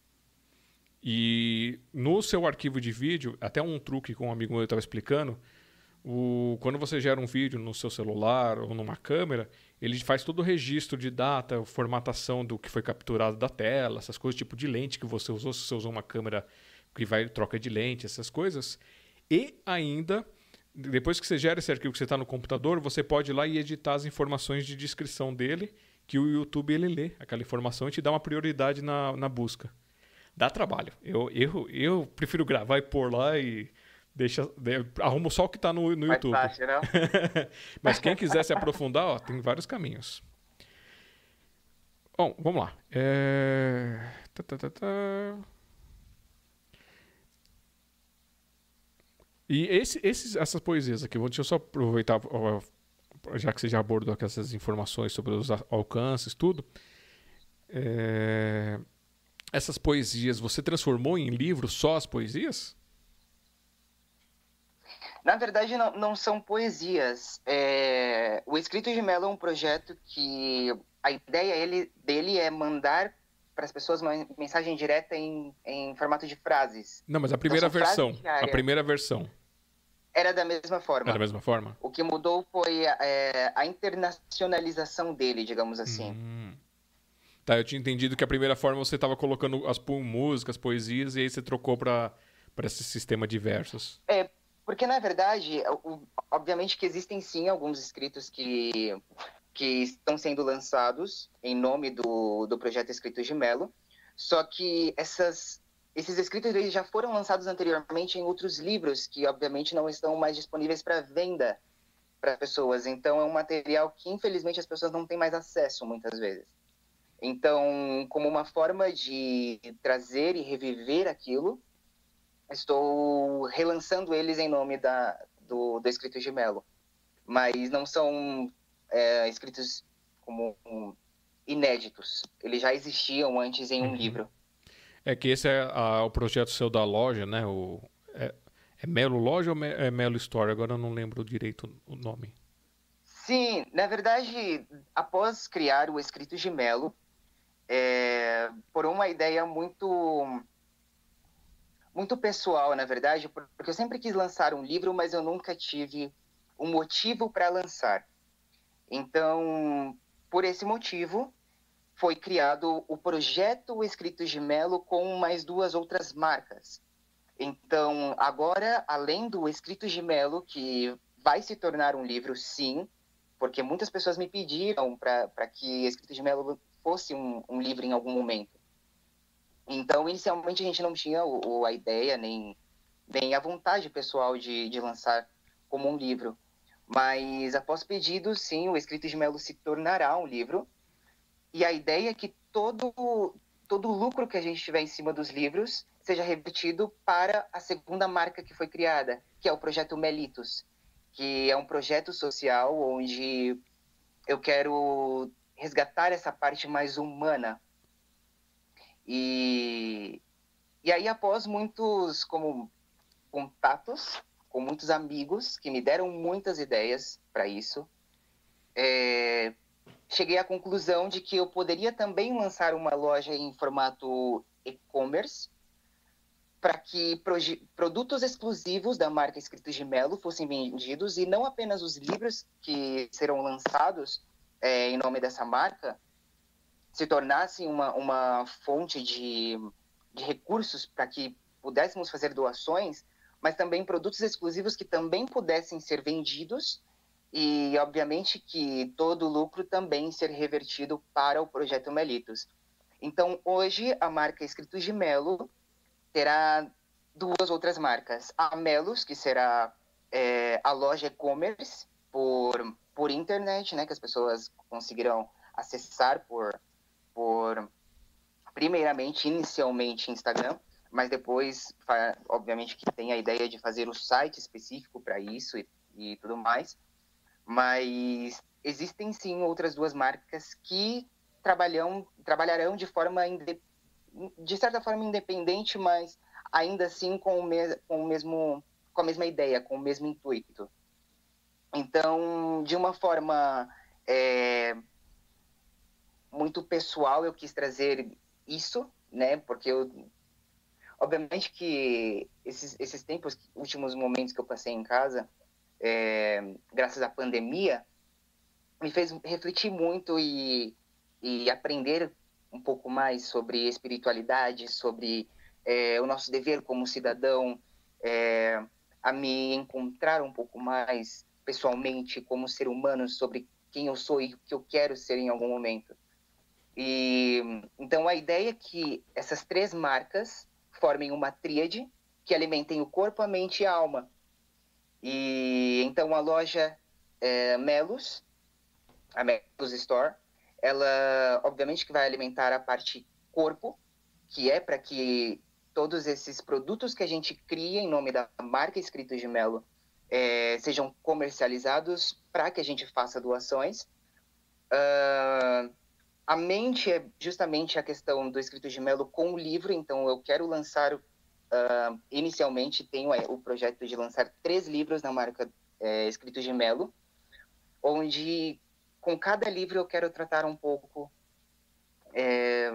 E no seu arquivo de vídeo, até um truque que um amigo meu estava explicando, o, quando você gera um vídeo no seu celular ou numa câmera, ele faz todo o registro de data, formatação do que foi capturado da tela, essas coisas, tipo de lente que você usou, se você usou uma câmera que vai troca de lente, essas coisas. E ainda, depois que você gera esse arquivo que você está no computador, você pode ir lá e editar as informações de descrição dele, que o YouTube ele lê aquela informação e te dá uma prioridade na, na busca. Dá trabalho. Eu, eu, eu prefiro gravar e pôr lá e deixa, de, arrumo só o que está no, no Mais YouTube. fácil, não? Mas quem quiser se aprofundar, ó, tem vários caminhos. Bom, vamos lá. É... Tá, tá, tá, tá. E esse, esses, essas poesias aqui, deixa eu só aproveitar, já que você já abordou aqui essas informações sobre os alcances, tudo. É... Essas poesias, você transformou em livro só as poesias? Na verdade, não, não são poesias. É... O Escrito de Melo é um projeto que a ideia ele, dele é mandar para as pessoas uma mensagem direta em, em formato de frases. Não, mas a primeira então, versão. A primeira versão. Era da mesma forma. Era da mesma forma? O que mudou foi é, a internacionalização dele, digamos assim. Hum. Tá, eu tinha entendido que a primeira forma você estava colocando as músicas, poesias, e aí você trocou para esse sistema de versos. É, porque na verdade, o, obviamente que existem sim alguns escritos que, que estão sendo lançados em nome do, do projeto Escritos de Melo, só que essas, esses escritos eles já foram lançados anteriormente em outros livros que obviamente não estão mais disponíveis para venda para pessoas. Então é um material que infelizmente as pessoas não têm mais acesso muitas vezes. Então, como uma forma de trazer e reviver aquilo, estou relançando eles em nome da, do, do Escritos de Melo. Mas não são é, escritos como um, inéditos. Eles já existiam antes em um uhum. livro. É que esse é a, o projeto seu da loja, né? O, é, é Melo Loja ou é Melo Store? Agora eu não lembro direito o nome. Sim, na verdade, após criar o Escritos de Melo, é, por uma ideia muito muito pessoal, na verdade, porque eu sempre quis lançar um livro, mas eu nunca tive um motivo para lançar. Então, por esse motivo, foi criado o projeto Escritos de Melo com mais duas outras marcas. Então, agora, além do Escritos de Melo, que vai se tornar um livro, sim, porque muitas pessoas me pediram para que Escritos de Melo fosse um, um livro em algum momento. Então, inicialmente, a gente não tinha o, o, a ideia, nem, nem a vontade pessoal de, de lançar como um livro. Mas, após pedido, sim, o Escritos de Melo se tornará um livro. E a ideia é que todo, todo o lucro que a gente tiver em cima dos livros seja revertido para a segunda marca que foi criada, que é o Projeto Melitos, que é um projeto social onde eu quero resgatar essa parte mais humana. E, e aí, após muitos como contatos com muitos amigos que me deram muitas ideias para isso, é, cheguei à conclusão de que eu poderia também lançar uma loja em formato e-commerce para que produtos exclusivos da marca Escritos de Melo fossem vendidos e não apenas os livros que serão lançados é, em nome dessa marca se tornassem uma, uma fonte de, de recursos para que pudéssemos fazer doações, mas também produtos exclusivos que também pudessem ser vendidos e, obviamente, que todo o lucro também ser revertido para o Projeto Melitos. Então, hoje, a marca Escritos de Melo terá duas outras marcas. A Melos, que será é, a loja e-commerce por, por internet, né, que as pessoas conseguirão acessar por, por, primeiramente, inicialmente, Instagram, mas depois, obviamente, que tem a ideia de fazer o site específico para isso e, e tudo mais. Mas existem sim outras duas marcas que trabalham, trabalharão de forma de certa forma independente, mas ainda assim com o, me com o mesmo com a mesma ideia, com o mesmo intuito. Então, de uma forma é, muito pessoal, eu quis trazer isso, né? Porque eu, obviamente que esses, esses tempos, últimos momentos que eu passei em casa, É, graças à pandemia, me fez refletir muito e, e aprender um pouco mais sobre espiritualidade, sobre é, o nosso dever como cidadão, é, a me encontrar um pouco mais pessoalmente como ser humano, sobre quem eu sou e o que eu quero ser em algum momento. E então a ideia é que essas três marcas formem uma tríade que alimentem o corpo, a mente e a alma. E então a loja é, Melos, a Melos Store, ela obviamente que vai alimentar a parte corpo, que é para que todos esses produtos que a gente cria em nome da marca Escritos de Melo é, sejam comercializados para que a gente faça doações. Uh, a mente é justamente a questão do Escritos de Melo com o livro, então eu quero lançar, uh, inicialmente tenho o projeto de lançar três livros na marca é, Escritos de Melo, onde com cada livro eu quero tratar um pouco é,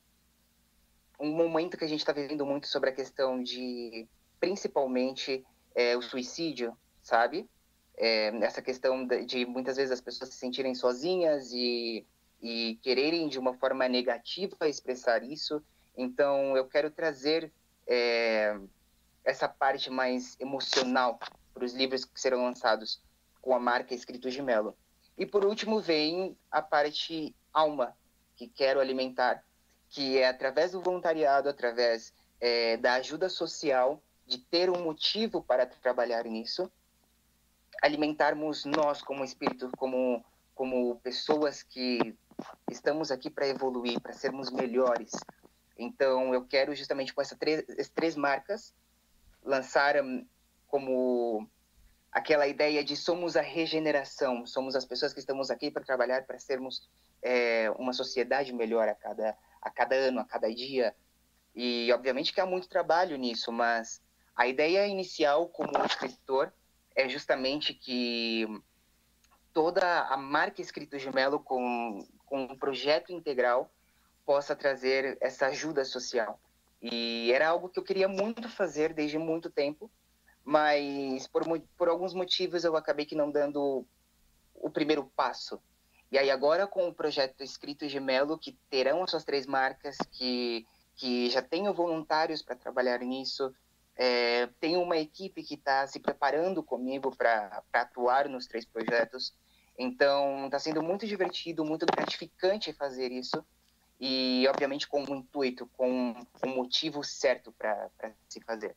um momento que a gente está vivendo muito sobre a questão de, principalmente, é, o suicídio, sabe? É, essa questão de, de muitas vezes as pessoas se sentirem sozinhas e, e quererem de uma forma negativa expressar isso. Então, eu quero trazer é, essa parte mais emocional para os livros que serão lançados com a marca Escritos de Melo. E, por último, vem a parte alma, que quero alimentar, que é através do voluntariado, através é, da ajuda social, de ter um motivo para trabalhar nisso, alimentarmos nós como espírito, como, como pessoas que estamos aqui para evoluir, para sermos melhores. Então, eu quero justamente com essas três, essas três marcas lançar como aquela ideia de somos a regeneração, somos as pessoas que estamos aqui para trabalhar para sermos é, uma sociedade melhor a cada, a cada ano, a cada dia. E, obviamente, que há muito trabalho nisso, mas a ideia inicial como escritor é justamente que toda a marca Escritos de Melo com, com um projeto integral possa trazer essa ajuda social. E era algo que eu queria muito fazer desde muito tempo, mas por, por alguns motivos eu acabei que não dando o primeiro passo. E aí agora com o projeto Escritos de Melo, que terão as suas três marcas, que, que já tenho voluntários para trabalhar nisso, é, tenho uma equipe que está se preparando comigo para atuar nos três projetos. Então está sendo muito divertido, muito gratificante fazer isso. E obviamente com um intuito, com um motivo certo para se fazer.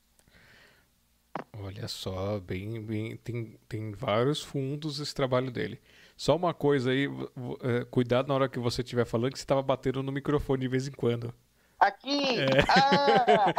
Olha só, bem, bem tem, tem vários fundos esse trabalho dele. Só uma coisa aí, é, cuidado na hora que você estiver falando que você estava batendo no microfone de vez em quando. Aqui! É. Ah!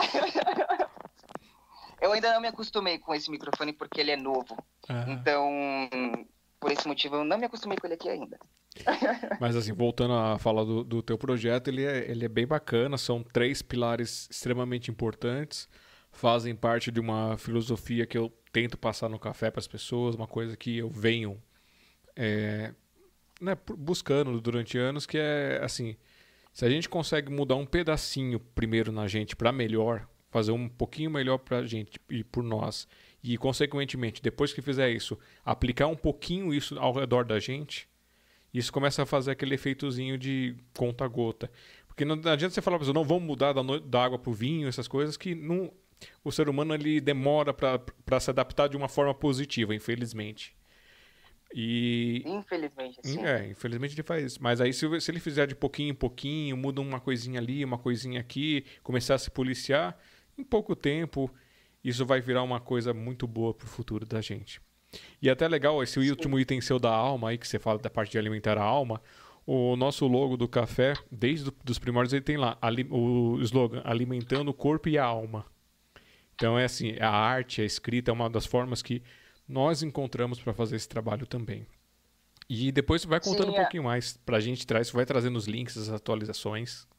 Eu ainda não me acostumei com esse microfone porque ele é novo. Ah. Então, por esse motivo, eu não me acostumei com ele aqui ainda. Mas assim, voltando a falar do, do teu projeto, ele é, ele é bem bacana, são três pilares extremamente importantes, fazem parte de uma filosofia que eu tento passar no café para as pessoas, uma coisa que eu venho é, né, buscando durante anos, que é assim, se a gente consegue mudar um pedacinho primeiro na gente para melhor, fazer um pouquinho melhor para a gente e por nós, e consequentemente, depois que fizer isso, aplicar um pouquinho isso ao redor da gente, isso começa a fazer aquele efeitozinho de conta-gota. Porque não adianta você falar para a pessoa, não, vamos mudar da, no... da água para o vinho, essas coisas, que não... o ser humano ele demora para se adaptar de uma forma positiva, infelizmente. E... Infelizmente, sim. É, infelizmente ele faz isso. Mas aí se, se ele fizer de pouquinho em pouquinho, muda uma coisinha ali, uma coisinha aqui, começar a se policiar, em pouco tempo, isso vai virar uma coisa muito boa para o futuro da gente. E até legal, esse Sim. último item seu da alma aí, que você fala da parte de alimentar a alma, o nosso logo do café, desde os primórdios, ele tem lá ali, o slogan, alimentando o corpo e a alma. Então é assim, a arte, a escrita é uma das formas que nós encontramos para fazer esse trabalho também. E depois você vai contando Sim, um pouquinho é. mais pra gente, traz, vai trazendo os links, as atualizações.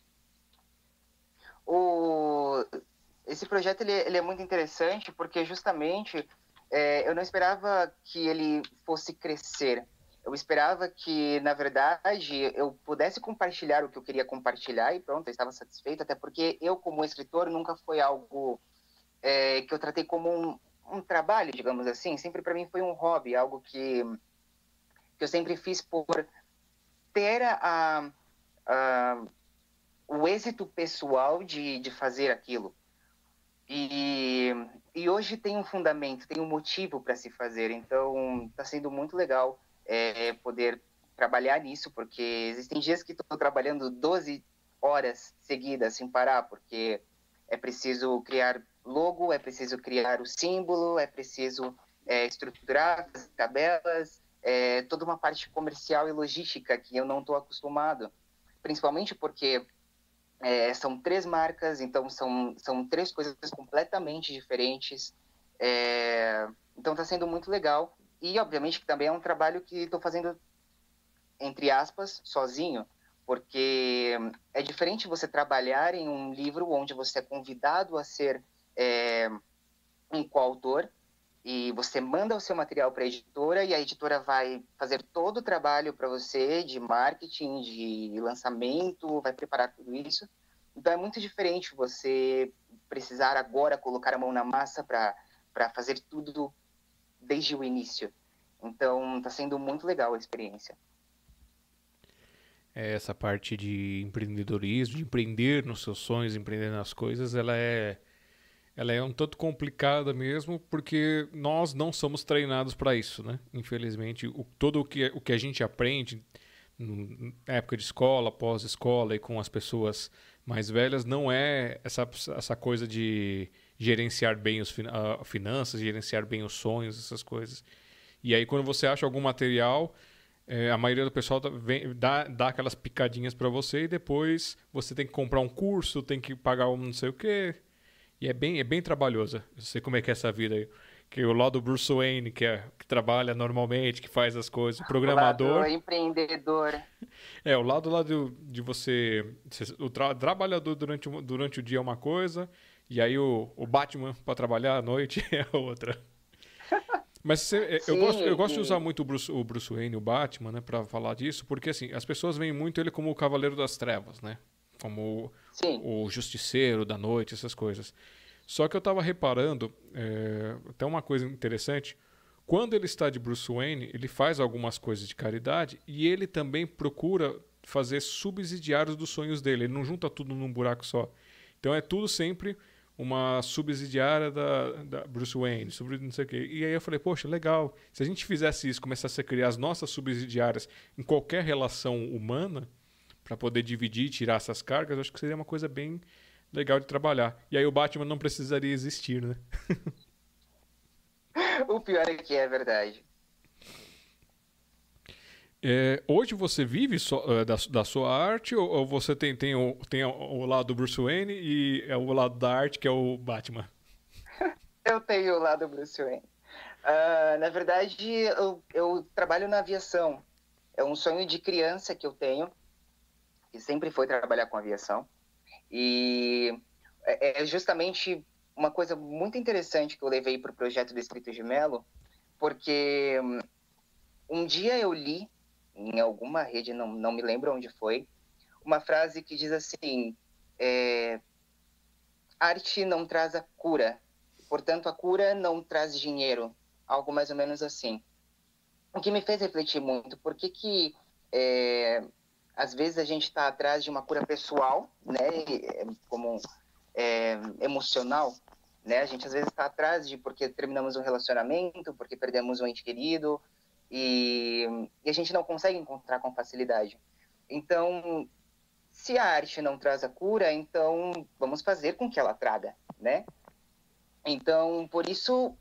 O... Esse projeto ele, ele é muito interessante porque justamente é, eu não esperava que ele fosse crescer. Eu esperava que, na verdade, eu pudesse compartilhar o que eu queria compartilhar e pronto, eu estava satisfeito, até porque eu, como escritor, nunca foi algo é, que eu tratei como um, um trabalho, digamos assim. Sempre para mim foi um hobby, algo que, que eu sempre fiz por ter a, a, o êxito pessoal de, de fazer aquilo. E, e hoje tem um fundamento, tem um motivo para se fazer, então está sendo muito legal é, poder trabalhar nisso, porque existem dias que estou trabalhando doze horas seguidas sem parar, porque é preciso criar logo, é preciso criar o símbolo, é preciso é, estruturar as tabelas, é, toda uma parte comercial e logística que eu não estou acostumado, principalmente porque é, são três marcas, então são, são três coisas completamente diferentes, é, então está sendo muito legal, e obviamente que também é um trabalho que estou fazendo, entre aspas, sozinho, porque é diferente você trabalhar em um livro onde você é convidado a ser é, um coautor, e você manda o seu material para a editora, e a editora vai fazer todo o trabalho para você de marketing, de lançamento, vai preparar tudo isso. Então é muito diferente você precisar agora colocar a mão na massa para para fazer tudo desde o início. Então está sendo muito legal a experiência. É, essa parte de empreendedorismo, de empreender nos seus sonhos, empreender nas coisas, ela é, ela é um tanto complicada mesmo, porque nós não somos treinados para isso, né? Infelizmente, o, todo o que, o que a gente aprende na época de escola, pós-escola e com as pessoas mais velhas, não é essa, essa coisa de gerenciar bem as uh, finanças, gerenciar bem os sonhos, essas coisas. E aí, quando você acha algum material, é, a maioria do pessoal tá, vem, dá, dá aquelas picadinhas para você e depois você tem que comprar um curso, tem que pagar um não sei o quê. E é bem, é bem trabalhoso. Eu sei como é que é essa vida aí. Que o lado do Bruce Wayne, que, é, que trabalha normalmente, que faz as coisas, o programador... O lado empreendedor. É, o lado lá do, de você... O tra, trabalhador durante, durante o dia é uma coisa, e aí o, o Batman para trabalhar à noite é outra. Mas você, Sim, eu, gosto, eu gosto e... de usar muito o Bruce, o Bruce Wayne, o Batman, né, para falar disso, porque assim, as pessoas veem muito ele como o Cavaleiro das Trevas, né? Como o, o Justiceiro da Noite, essas coisas. Só que eu estava reparando, é, até uma coisa interessante, quando ele está de Bruce Wayne, ele faz algumas coisas de caridade e ele também procura fazer subsidiários dos sonhos dele. Ele não junta tudo num buraco só. Então é tudo sempre uma subsidiária da, da Bruce Wayne, sobre não sei o quê. E aí eu falei, poxa, legal. Se a gente fizesse isso, começasse a criar as nossas subsidiárias em qualquer relação humana, para poder dividir e tirar essas cargas, eu acho que seria uma coisa bem legal de trabalhar. E aí o Batman não precisaria existir, né? O pior é que é verdade. É, hoje você vive so, uh, da, da sua arte ou, ou você tem, tem, o, tem o lado do Bruce Wayne e é o lado da arte que é o Batman? Eu tenho o lado Bruce Wayne. Uh, na verdade, eu, eu trabalho na aviação. É um sonho de criança que eu tenho, que sempre foi trabalhar com aviação. E é, é justamente uma coisa muito interessante que eu levei para o projeto do Escrito de Melo, porque um dia eu li em alguma rede, não, não me lembro onde foi, uma frase que diz assim, é, arte não traz a cura, portanto a cura não traz dinheiro, algo mais ou menos assim. O que me fez refletir muito, por que que é, às vezes a gente está atrás de uma cura pessoal, né, como é, emocional, né, a gente às vezes está atrás de porque terminamos um relacionamento, porque perdemos um ente querido, e, e a gente não consegue encontrar com facilidade. Então, se a arte não traz a cura, então vamos fazer com que ela traga, né? Então, por isso,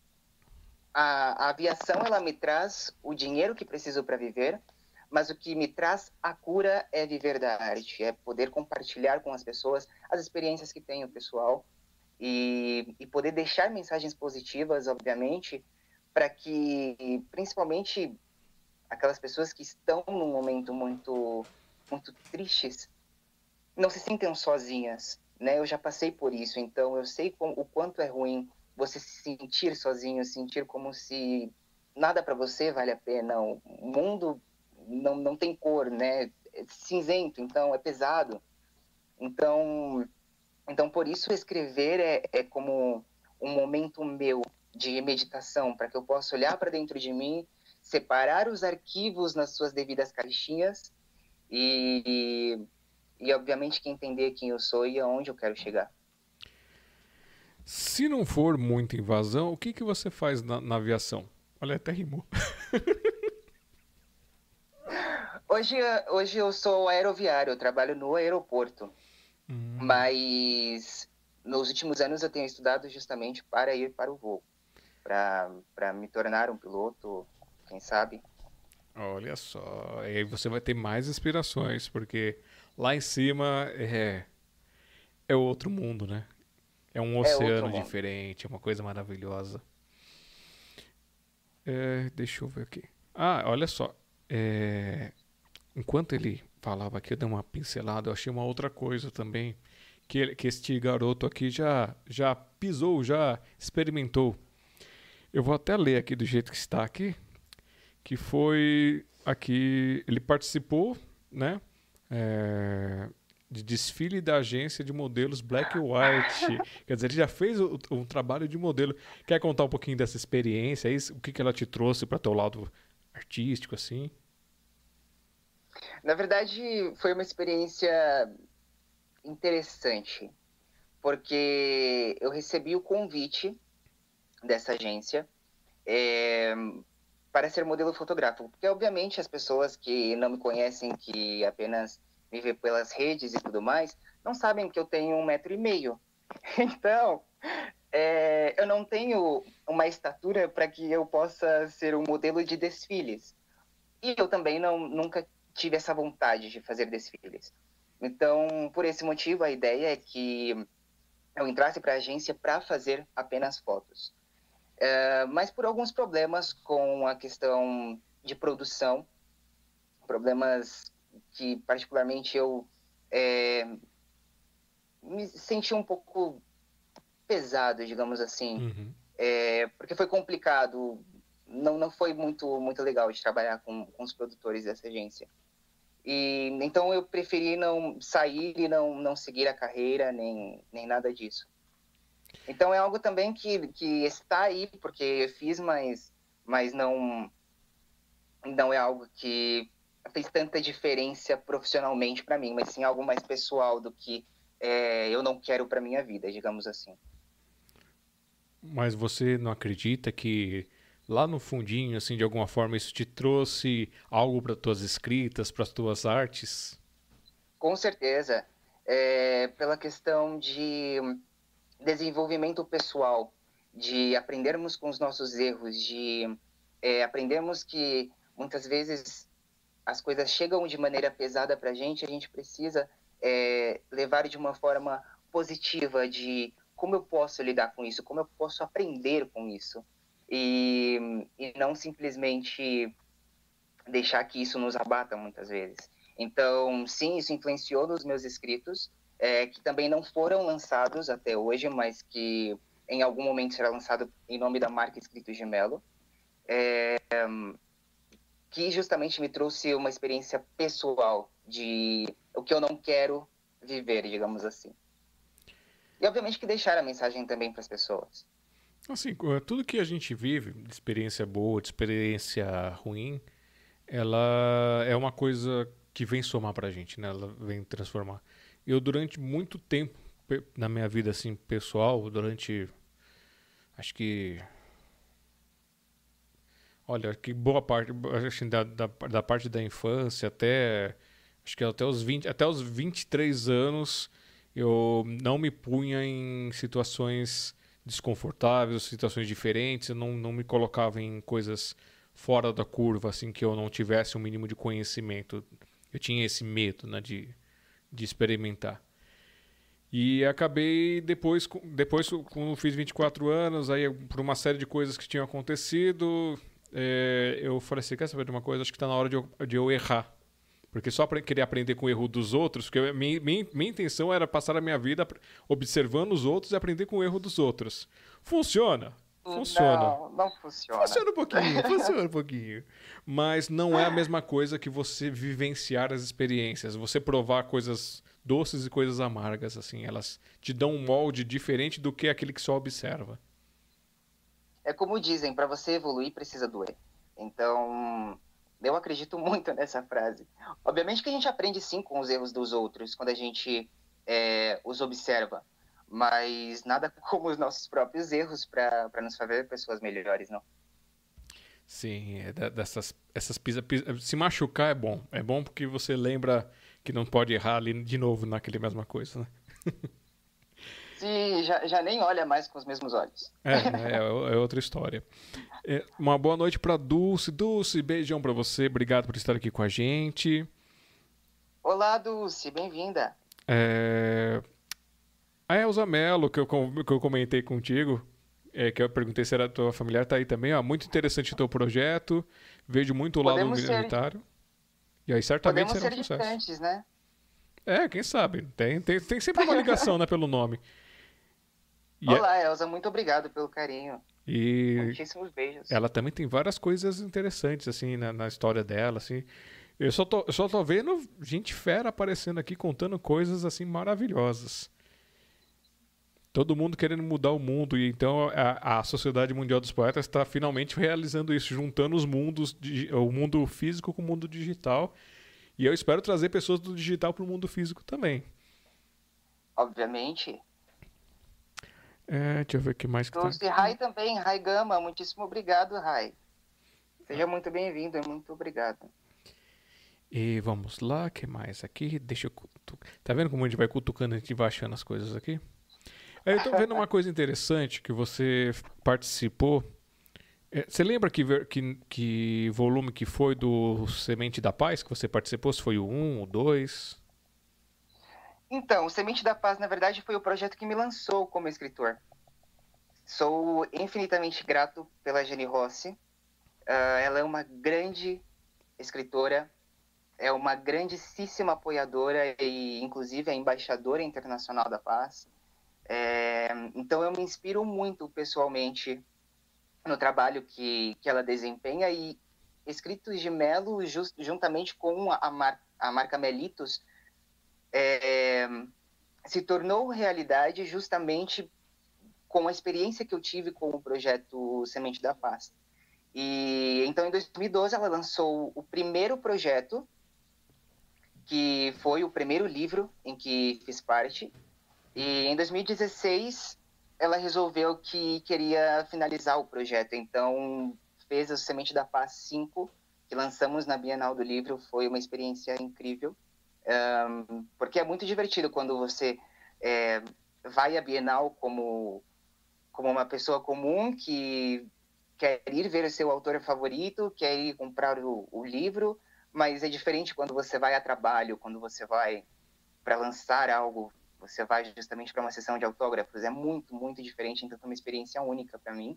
a, a aviação, ela me traz o dinheiro que preciso para viver, mas o que me traz a cura é viver da arte, é poder compartilhar com as pessoas as experiências que tenho, pessoal, e, e poder deixar mensagens positivas, obviamente, para que, principalmente, aquelas pessoas que estão num momento muito, muito tristes, não se sintam sozinhas, né? Eu já passei por isso, então eu sei com, o quanto é ruim você se sentir sozinho, sentir como se nada para você vale a pena, o mundo não, não tem cor, né? É cinzento, então é pesado. Então, então por isso escrever é, é como um momento meu de meditação, para que eu possa olhar para dentro de mim, separar os arquivos nas suas devidas caixinhas e, e, e obviamente, que entender quem eu sou e aonde eu quero chegar. Se não for muita invasão, o que, que você faz na, na aviação? Olha, até rimou. Hoje, hoje eu sou aeroviário, eu trabalho no aeroporto, Hum, mas nos últimos anos eu tenho estudado justamente para ir para o voo, para para me tornar um piloto, quem sabe. olha só. E aí você vai ter mais inspirações, porque lá em cima é, é outro mundo, né? É um É outro oceano mundo. diferente, é uma coisa maravilhosa. É, deixa eu ver aqui. Ah, olha só. É, enquanto ele falava aqui, eu dei uma pincelada, eu achei uma outra coisa também. Que, ele- que este garoto aqui já, já pisou, já experimentou. Eu vou até ler aqui do jeito que está aqui, que foi aqui, ele participou, né, é, de desfile da agência de modelos Black White. Quer dizer, ele já fez o- um trabalho de modelo. Quer contar um pouquinho dessa experiência? É isso? O que, que ela te trouxe para teu lado artístico, assim? Na verdade, foi uma experiência interessante, porque eu recebi o convite dessa agência é, para ser modelo fotográfico. Porque, obviamente, as pessoas que não me conhecem, que apenas me vê pelas redes e tudo mais, não sabem que eu tenho um metro e meio. Então, é, eu não tenho uma estatura para que eu possa ser um modelo de desfiles. E eu também não, nunca tive essa vontade de fazer desfiles. Então, por esse motivo, a ideia é que eu entrasse para a agência para fazer apenas fotos. É, mas por alguns problemas com a questão de produção, problemas que particularmente eu é, me senti um pouco pesado, digamos assim, Uhum. é, porque foi complicado, não, não foi muito, muito legal de trabalhar com, com os produtores dessa agência. E então eu preferi não sair e não, não seguir a carreira, nem, nem nada disso. Então é algo também que, que está aí, porque eu fiz, mas, mas não, não é algo que fez tanta diferença profissionalmente para mim, mas sim algo mais pessoal do que é, eu não quero para minha vida, digamos assim. Mas você não acredita que lá no fundinho, assim, de alguma forma, isso te trouxe algo para tuas escritas, para tuas artes? Com certeza, é, pela questão de desenvolvimento pessoal, de aprendermos com os nossos erros, de é, aprendermos que muitas vezes as coisas chegam de maneira pesada para a gente, a gente precisa é, levar de uma forma positiva, de como eu posso lidar com isso, como eu posso aprender com isso. E, e não simplesmente deixar que isso nos abata muitas vezes. Então, sim, isso influenciou nos meus escritos, é, que também não foram lançados até hoje, mas que em algum momento será lançado em nome da marca Escritos de Melo, é, que justamente me trouxe uma experiência pessoal de o que eu não quero viver, digamos assim. E obviamente que deixar a mensagem também para as pessoas. Assim, eh, tudo que a gente vive, de experiência boa, de experiência ruim, ela é uma coisa que vem somar pra gente, né? Ela vem transformar. Eu, durante muito tempo pe- na minha vida, assim, pessoal, durante, acho que, olha, que boa parte, assim, da, da, da parte da infância até, acho que até os vinte até os vinte e três anos, eu não me punha em situações desconfortáveis, situações diferentes, eu não, não me colocava em coisas fora da curva, assim, que eu não tivesse um mínimo de conhecimento. Eu tinha esse medo, né, de, de experimentar. E acabei depois, depois quando eu fiz vinte e quatro anos, aí por uma série de coisas que tinham acontecido, é, eu falei assim, quer saber de uma coisa? Acho que está na hora de eu, de eu errar. Porque só para querer aprender com o erro dos outros, porque minha, minha, minha intenção era passar a minha vida observando os outros e aprender com o erro dos outros. Funciona? Funciona. Não, não funciona. Funciona um pouquinho, funciona um pouquinho. Mas não é a mesma coisa que você vivenciar as experiências, você provar coisas doces e coisas amargas, assim. Elas te dão um molde diferente do que aquele que só observa. É como dizem, para você evoluir precisa doer. Então, eu acredito muito nessa frase. Obviamente que a gente aprende sim com os erros dos outros, quando a gente é, os observa, mas nada como os nossos próprios erros para nos fazer pessoas melhores, não? Sim, é da- dessas essas pisa, pisa- se machucar é bom. É bom porque você lembra que não pode errar ali de novo naquele mesma coisa, né? Se já, já nem olha mais com os mesmos olhos. É, né? É, é outra história. É, uma boa noite pra Dulce. Dulce, beijão pra você. Obrigado por estar aqui com a gente. Olá, Dulce, bem-vinda. É, a Elza Mello, que eu, com- que eu comentei contigo, é, que eu perguntei se era tua familiar, tá aí também. Ó, muito interessante o teu projeto. Vejo muito o lado Podemos ser, humanitário. E aí certamente podemos será um ser sucesso. distantes, né? É, quem sabe? Tem, tem, tem sempre uma ligação, né, pelo nome. E, é- Olá, Elza, muito obrigado pelo carinho. e Muitíssimos beijos. ela também tem várias coisas interessantes, assim, na, na história dela, assim. Eu só tô, eu só tô vendo gente fera aparecendo aqui, contando coisas, assim, maravilhosas. Todo mundo querendo mudar o mundo, e então a, a Sociedade Mundial dos Poetas está finalmente realizando isso, juntando os mundos, digi- o mundo físico com o mundo digital. E eu espero trazer pessoas do digital para o mundo físico também. Obviamente. É, deixa eu ver o que mais que tá Dulce, aqui. Rai também, Rai Gama, muitíssimo obrigado, Rai. Seja muito bem-vindo e muito obrigado. E vamos lá, o que mais aqui? Deixa eu cutucar. Tá vendo como a gente vai cutucando, a gente vai achando as coisas aqui? Aí eu tô vendo uma coisa interessante que você participou. É, você lembra que, ver- que, que volume que foi do Semente da Paz que você participou? Se foi o um, o dois? Então, o Semente da Paz, na verdade, foi o projeto que me lançou como escritor. Sou infinitamente grato pela Jenny Rossi. Uh, ela é uma grande escritora, é uma grandíssima apoiadora e, inclusive, é embaixadora internacional da paz. É, então, eu me inspiro muito pessoalmente no trabalho que, que ela desempenha e Escritos de Melo, just, juntamente com a, mar, a marca Melitos, é, se tornou realidade justamente com a experiência que eu tive com o projeto Semente da Paz. E então, em dois mil e doze, ela lançou o primeiro projeto, que foi o primeiro livro em que fiz parte. E em dois mil e dezesseis, ela resolveu que queria finalizar o projeto. Então, fez o Semente da Paz cinco, que lançamos na Bienal do Livro. Foi uma experiência incrível, um, porque é muito divertido quando você é, vai à Bienal como, como uma pessoa comum que quer ir ver o seu autor favorito, quer ir comprar o, o livro, mas é diferente quando você vai a trabalho, quando você vai para lançar algo, você vai justamente para uma sessão de autógrafos. É muito, muito diferente, então foi uma experiência única para mim.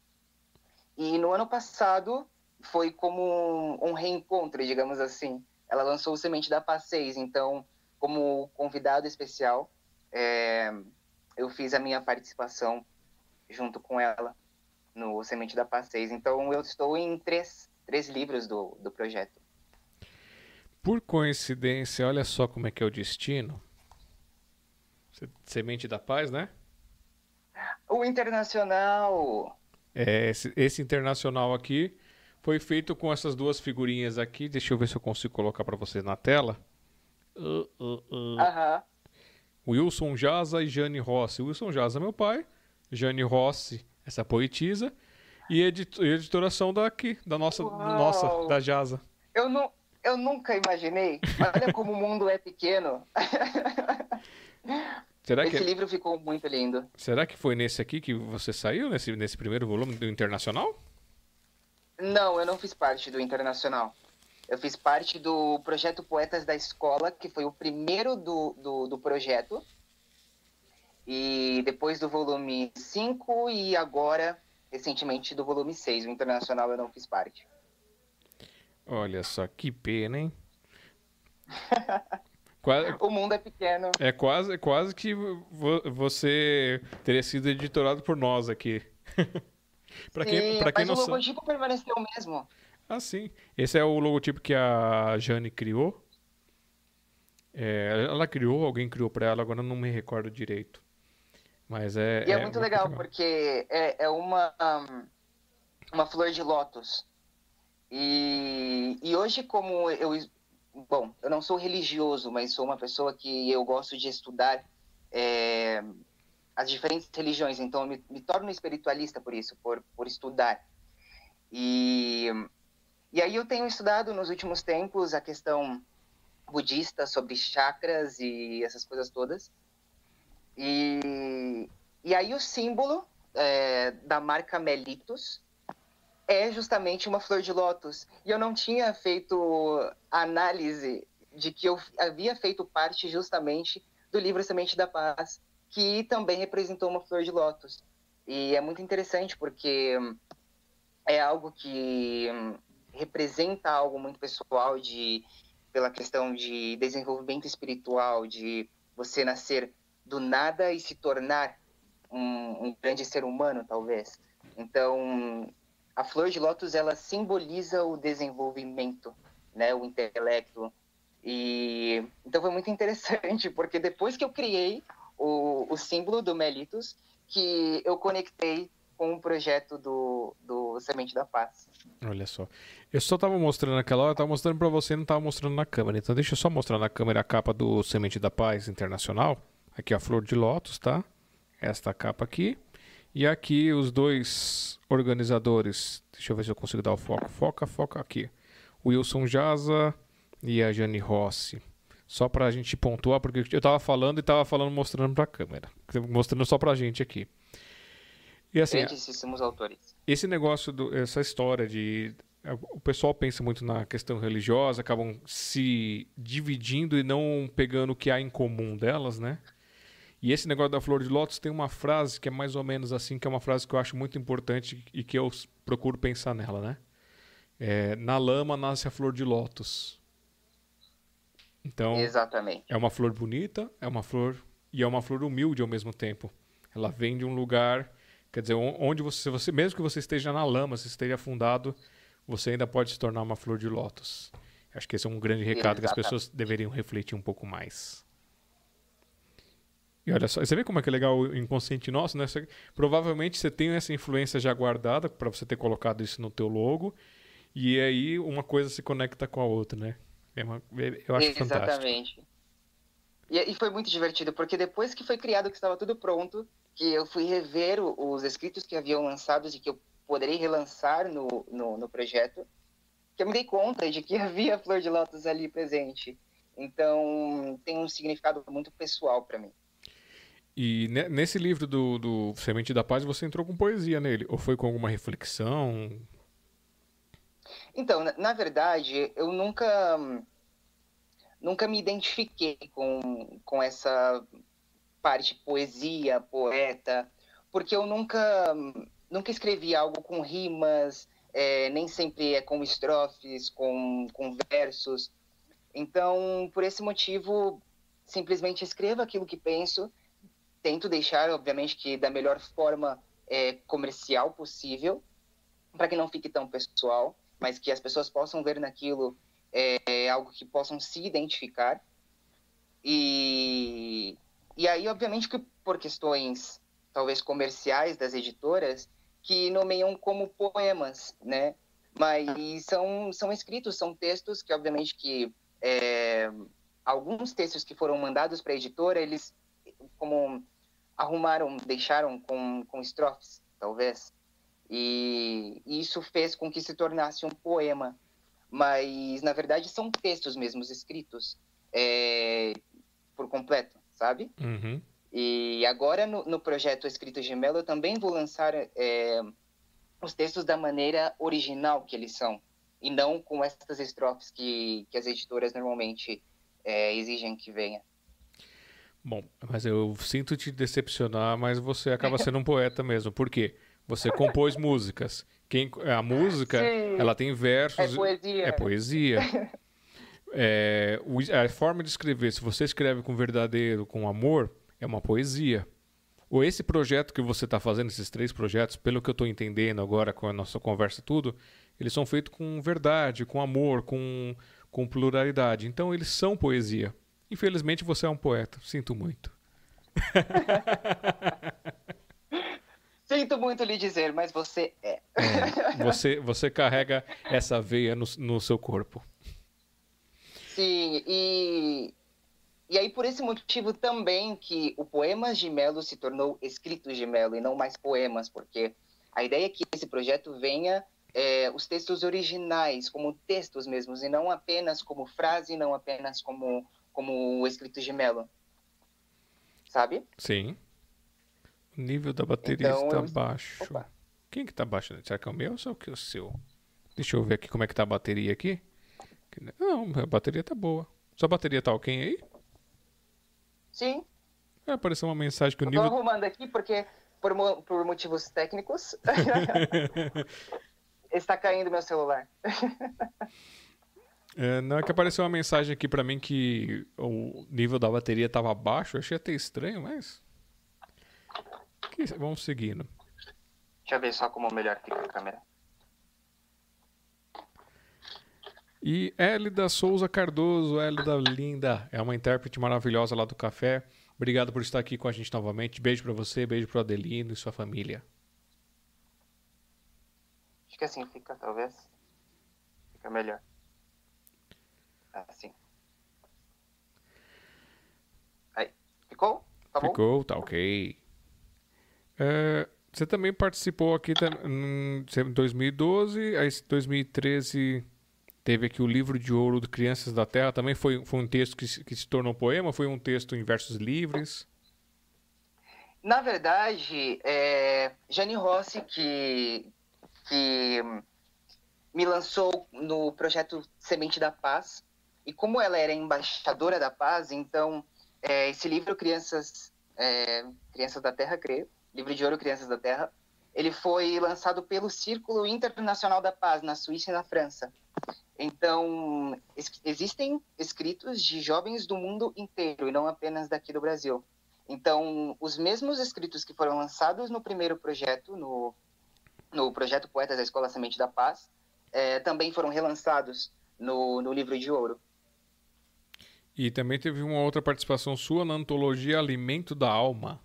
E no ano passado foi como um, um reencontro, digamos assim. Ela lançou o Semente da Paz seis, então, como convidado especial, é, eu fiz a minha participação junto com ela no Semente da Paz seis. Então, eu estou em três, três livros do, do projeto. Por coincidência, olha só como é que é o destino. Semente da Paz, né? O Internacional! É, esse, esse internacional aqui foi feito com essas duas figurinhas aqui. Deixa eu ver se eu consigo colocar para vocês na tela. Uh, uh, uh. Aham. Wilson Jaza e Jane Rossi. Wilson Jaza, meu pai. Jane Rossi, essa poetisa. E edit editoração daqui, da nossa, nossa, da Uau! Jaza. Eu, não, eu nunca imaginei. Olha como o mundo é pequeno. Será que, Esse é- livro ficou muito lindo. será que foi nesse aqui que você saiu, nesse, nesse primeiro volume do Internacional? Não, eu não fiz parte do Internacional. Eu fiz parte do projeto Poetas da Escola, que foi o primeiro do, do, do projeto. E depois do volume cinco e agora, recentemente, do volume seis. O Internacional eu não fiz parte. Olha só, que pena, hein? Qua- O mundo é pequeno. É quase, é quase que vo- você teria sido editorado por nós aqui. Pra quem, Sim, pra quem mas o não sabe. logotipo permaneceu o mesmo. Ah, sim. Esse é o logotipo que a Jane criou. É, ela criou, alguém criou pra ela, agora eu não me recordo direito. Mas é, E é é muito uma coisa legal, legal. porque é, é uma, um, uma flor de lótus. E, e hoje, como eu... Bom, eu não sou religioso, mas sou uma pessoa que eu gosto de estudar é, as diferentes religiões. Então, eu me, me torno espiritualista por isso, por, por estudar. E, e aí eu tenho estudado nos últimos tempos a questão budista sobre chakras e essas coisas todas. E, e aí o símbolo é, da marca Melitus é justamente uma flor de lótus. E eu não tinha feito análise de que eu havia feito parte justamente do livro Semente da Paz, que também representou uma flor de lótus. E é muito interessante porque é algo que representa algo muito pessoal de, pela questão de desenvolvimento espiritual, de você nascer do nada e se tornar um, um grande ser humano, talvez. Então, a flor de lótus, ela simboliza o desenvolvimento, né, o intelecto. E então foi muito interessante, porque depois que eu criei o, o símbolo do Melitus, que eu conectei com o projeto do, do Semente da Paz. Olha só. Eu só tava mostrando naquela hora, eu tava mostrando pra você, não tava mostrando na câmera. Então deixa eu só mostrar na câmera a capa do Semente da Paz Internacional. Aqui a flor de lótus, tá? Esta capa aqui. E aqui os dois organizadores. Deixa eu ver se eu consigo dar o foco. Foca, foca aqui. Wilson Jaza e a Jane Rossi. Só pra gente pontuar, porque eu tava falando e tava falando mostrando pra câmera. Mostrando só pra gente aqui. E assim, grandíssimos autores. Esse negócio, do, essa história de... O pessoal pensa muito na questão religiosa, acabam se dividindo e não pegando o que há em comum delas, né? E esse negócio da flor de lótus tem uma frase que é mais ou menos assim, que é uma frase que eu acho muito importante e que eu procuro pensar nela, né? É, na lama nasce a flor de lótus. Então, exatamente. É uma flor bonita, é uma flor... E é uma flor humilde ao mesmo tempo. Ela vem de um lugar... Quer dizer, onde você, você, mesmo que você esteja na lama, se esteja afundado, você ainda pode se tornar uma flor de lótus. Acho que esse é um grande recado. Exatamente. Que as pessoas deveriam refletir um pouco mais. E olha só, você vê como é que é legal o inconsciente nosso, né? Você, provavelmente você tem essa influência já guardada para você ter colocado isso no teu logo, e aí uma coisa se conecta com a outra, né? É uma, eu acho exatamente. fantástico. Exatamente. E, e foi muito divertido, porque depois que foi criado, que estava tudo pronto, que eu fui rever os escritos que haviam lançados e que eu poderei relançar no, no, no projeto, que eu me dei conta de que havia a flor de lótus ali presente. Então, tem um significado muito pessoal para mim. E nesse livro do, do Semente da Paz, você entrou com poesia nele? Ou foi com alguma reflexão? Então, na, na verdade, eu nunca, nunca me identifiquei com, com essa... parte poesia, poeta, porque eu nunca, nunca escrevi algo com rimas, é, nem sempre é com estrofes, com, com versos. Então, por esse motivo, simplesmente escrevo aquilo que penso, tento deixar, obviamente, que da melhor forma é, comercial possível, para que não fique tão pessoal, mas que as pessoas possam ver naquilo é, algo que possam se identificar. E... E aí, obviamente, que por questões, talvez, comerciais das editoras, que nomeiam como poemas, né? Mas são, são escritos, são textos que, obviamente, que... É, alguns textos que foram mandados para a editora, eles, como, arrumaram, deixaram com, com estrofes, talvez. E, e isso fez com que se tornasse um poema. Mas, na verdade, são textos mesmos, escritos é, por completo. Sabe? Uhum. E agora no, no projeto Escritos de Melo eu também vou lançar é, os textos da maneira original que eles são, e não com essas estrofes que, que as editoras normalmente é, exigem que venha. Bom, mas eu sinto te decepcionar, mas você acaba sendo um poeta mesmo. Por quê? Você compôs músicas. Quem, a música, Sim, ela tem versos... é poesia. É poesia. É, a forma de escrever, se você escreve com verdadeiro, com amor, é uma poesia. Ou esse projeto que você está fazendo, esses três projetos, pelo que eu estou entendendo agora com a nossa conversa tudo, eles são feitos com verdade, com amor, com, com pluralidade. Então eles são poesia. Infelizmente você é um poeta. Sinto muito. Sinto muito lhe dizer, mas você é. é você, você carrega essa veia no, no seu corpo. Sim, e, e aí por esse motivo também que o Poemas de Melo se tornou Escritos de Melo e não mais poemas, porque a ideia é que esse projeto venha é, os textos originais como textos mesmos, e não apenas como frase, não apenas como, como o escrito de Mello, sabe? Sim. O nível da bateria Então está eu... baixo. Opa. Quem que tá baixo? Será que é o meu ou é o que é o seu? Deixa eu ver aqui como é que tá a bateria aqui. Não, a bateria tá boa. Sua bateria tá ok aí? Sim, É, apareceu uma mensagem que o eu tô nível. arrumando aqui porque, por, mo- por motivos técnicos, está caindo meu celular. É, não, é que apareceu uma mensagem aqui pra mim que o nível da bateria tava baixo. Eu achei até estranho, mas. que- Vamos seguindo. Deixa eu ver só como melhor fica a câmera. E Hélida Souza Cardoso, Hélida linda, é uma intérprete maravilhosa lá do café. Obrigado por estar aqui com a gente novamente. Beijo pra você, beijo pro Adelino e sua família. Acho que assim fica, talvez. Fica melhor. Assim. Aí. Ficou? Tá bom? Ficou, tá ok. É, você também participou aqui tam- em dois mil e doze, aí em dois mil e treze teve aqui o livro de ouro de Crianças da Terra. Também foi, foi um texto que se, que se tornou poema, foi um texto em versos livres. Na verdade, é Jane Rossi que, que me lançou no projeto Semente da Paz. E como ela era embaixadora da paz, então é, esse livro, Crianças, é, Crianças da Terra, creio, Livro de Ouro Crianças da Terra, ele foi lançado pelo Círculo Internacional da Paz, na Suíça e na França. Então, es- existem escritos de jovens do mundo inteiro, e não apenas daqui do Brasil. Então, os mesmos escritos que foram lançados no primeiro projeto, no, no projeto Poetas da Escola Semente da Paz, é, também foram relançados no, no Livro de Ouro. E também teve uma outra participação sua na antologia Alimento da Alma.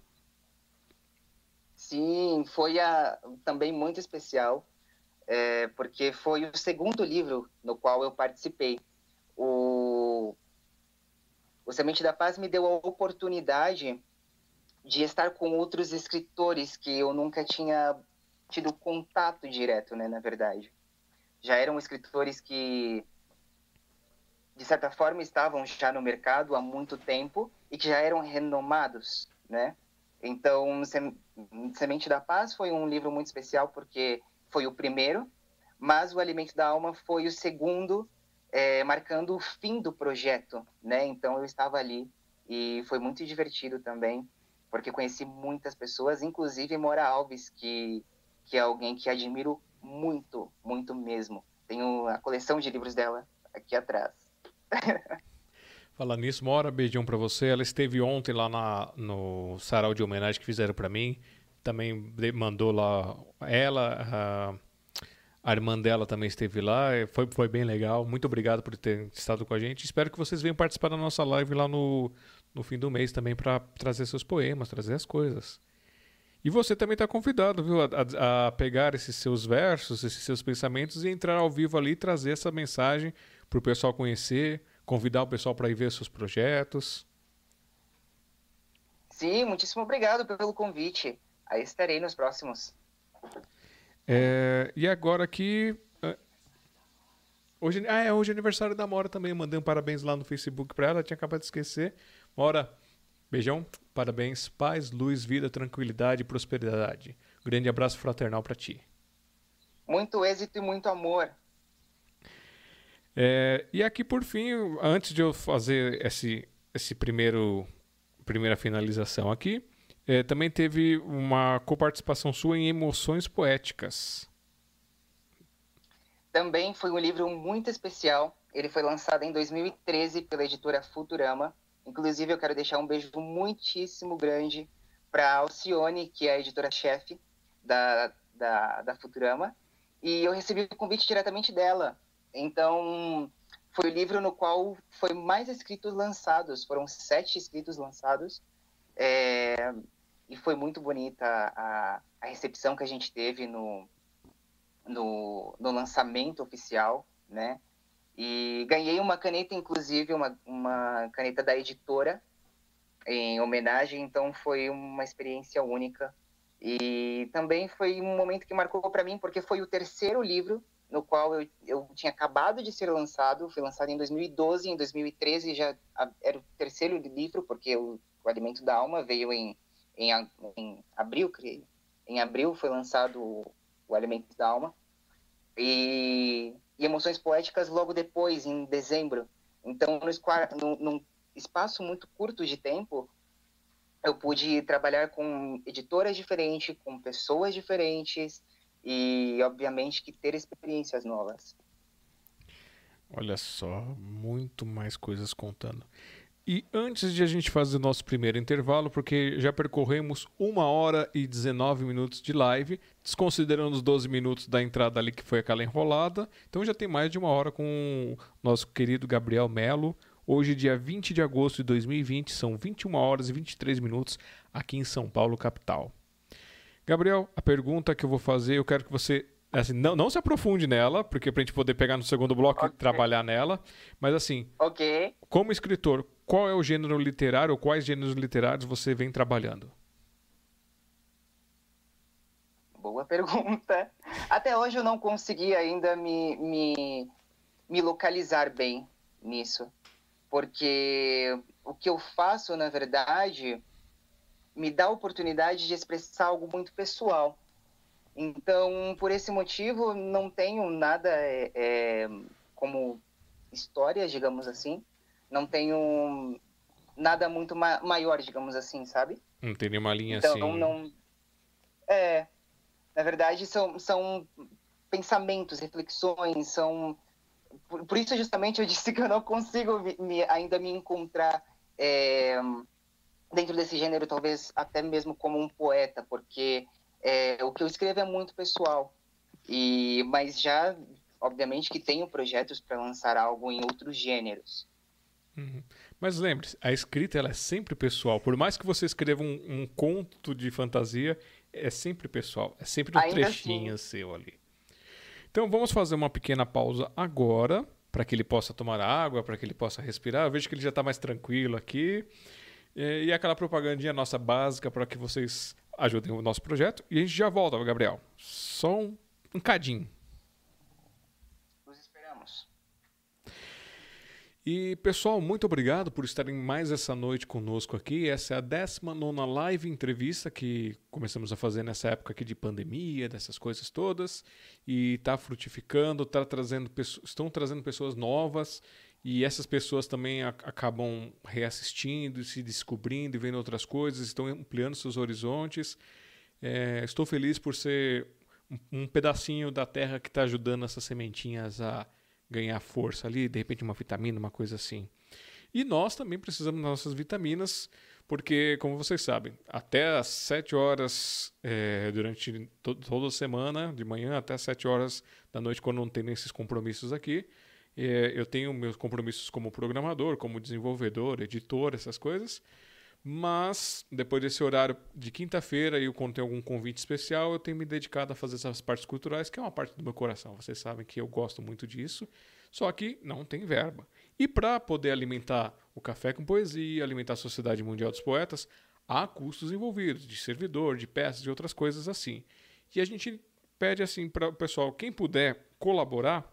Sim, foi a, também muito especial, é, porque foi o segundo livro no qual eu participei. O, o Semente da Paz me deu a oportunidade de estar com outros escritores que eu nunca tinha tido contato direto, né, na verdade. Já eram escritores que, de certa forma, estavam já no mercado há muito tempo e que já eram renomados, né? Então, Semente da Paz foi um livro muito especial porque foi o primeiro, mas o Alimento da Alma foi o segundo, é, marcando o fim do projeto, né? Então, eu estava ali e foi muito divertido também, porque conheci muitas pessoas, inclusive Mora Alves, que, que é alguém que admiro muito, muito mesmo. Tenho a coleção de livros dela aqui atrás. Falar nisso, uma hora, beijão pra você. Ela esteve ontem lá na, no sarau de homenagem que fizeram pra mim. Também de- mandou lá ela, a, a irmã dela também esteve lá. e Foi, foi bem legal. Muito obrigado por ter estado com a gente. Espero que vocês venham participar da nossa live lá no, no fim do mês também para trazer seus poemas, trazer as coisas. E você também está convidado, viu, a, a- a pegar esses seus versos, esses seus pensamentos e entrar ao vivo ali e trazer essa mensagem para o pessoal conhecer, convidar o pessoal para ir ver seus projetos. Sim, muitíssimo obrigado pelo convite. Aí estarei nos próximos. É, e agora aqui. é, Hoje, ah, é hoje é aniversário da Mora também. Eu mandei um parabéns lá no Facebook para ela, tinha acabado de esquecer. Mora, beijão, parabéns, paz, luz, vida, tranquilidade e prosperidade. Grande abraço fraternal para ti. Muito êxito e muito amor. É, e aqui por fim, antes de eu fazer esse, esse primeiro primeira finalização aqui, é, também teve uma coparticipação sua em Emoções Poéticas. Também foi um livro muito especial. Ele foi lançado em dois mil e treze pela editora Futurama. Inclusive, eu quero deixar um beijo muitíssimo grande para a Alcione, que é a editora-chefe da, da, da Futurama. E eu recebi o convite diretamente dela. Então, foi o livro no qual foi mais escritos lançados. Foram sete escritos lançados. É, e foi muito bonita a, a recepção que a gente teve no, no, no lançamento oficial, né? E ganhei uma caneta, inclusive, uma, uma caneta da editora, em homenagem, então foi uma experiência única. E também foi um momento que marcou para mim, porque foi o terceiro livro no qual eu, eu tinha acabado de ser lançado, foi lançado em dois mil e doze, em dois mil e treze já era o terceiro livro, porque o, o Alimento da Alma veio em, em, em abril, creio. Em abril foi lançado o, o Alimento da Alma, e, e Emoções Poéticas logo depois, em dezembro. Então, no, num espaço muito curto de tempo, eu pude trabalhar com editoras diferentes, com pessoas diferentes e, obviamente, que ter experiências novas. Olha só, muito mais coisas contando. E antes de a gente fazer o nosso primeiro intervalo, porque já percorremos uma hora e dezenove minutos de live, desconsiderando os doze minutos da entrada ali que foi aquela enrolada, então já tem mais de uma hora com o nosso querido Gabriel Melo. Hoje, dia vinte de agosto de dois mil e vinte, são vinte e uma horas e vinte e três minutos aqui em São Paulo, capital. Gabriel, a pergunta que eu vou fazer, eu quero que você assim, não, não se aprofunde nela, porque pra gente poder pegar no segundo bloco Okay. e trabalhar nela, mas assim, okay. Como escritor, qual é o gênero literário ou quais gêneros literários você vem trabalhando? Boa pergunta. Até hoje eu não consegui ainda me, me, me localizar bem nisso. Porque o que eu faço, na verdade, me dá a oportunidade de expressar algo muito pessoal. Então, por esse motivo, não tenho nada é, é, como história, digamos assim. Não tenho nada muito ma- maior, digamos assim, sabe? Não tem nenhuma linha então, assim... não... É, na verdade, são, são pensamentos, reflexões, são... Por, por isso, justamente, eu disse que eu não consigo me, me, ainda me encontrar é, dentro desse gênero, talvez até mesmo como um poeta, porque é, o que eu escrevo é muito pessoal. E, mas já, obviamente, que tenho projetos para lançar algo em outros gêneros. Uhum. Mas lembre-se, a escrita ela é sempre pessoal. Por mais que você escreva um, um conto de fantasia, é sempre pessoal. É sempre um Ainda trechinho assim. seu ali. Então vamos fazer uma pequena pausa agora, para que ele possa tomar água, para que ele possa respirar. Eu vejo que ele já está mais tranquilo aqui. E aquela propagandinha nossa básica para que vocês ajudem o nosso projeto. E a gente já volta, Gabriel. Só um, um cadinho. Nos esperamos. E, pessoal, muito obrigado por estarem mais essa noite conosco aqui. Essa é a décima nona live entrevista que começamos a fazer nessa época aqui de pandemia, dessas coisas todas. E está frutificando, tá trazendo, estão trazendo pessoas novas. E essas pessoas também a, acabam reassistindo, se descobrindo e vendo outras coisas, estão ampliando seus horizontes. É, estou feliz por ser um, um pedacinho da terra que está ajudando essas sementinhas a ganhar força ali, de repente uma vitamina, uma coisa assim. E nós também precisamos das nossas vitaminas, porque, como vocês sabem, até às sete horas, é, durante to toda a semana, de manhã até às sete horas da noite, quando não tem esses compromissos aqui, é, eu tenho meus compromissos como programador, como desenvolvedor, editor, essas coisas. Mas, depois desse horário de quinta-feira e quando tem algum convite especial, eu tenho me dedicado a fazer essas partes culturais, que é uma parte do meu coração. Vocês sabem que eu gosto muito disso, só que não tem verba. E para poder alimentar o Café com Poesia, alimentar a Sociedade Mundial dos Poetas, há custos envolvidos, de servidor, de peças, de outras coisas assim. E a gente pede assim para o pessoal, quem puder colaborar,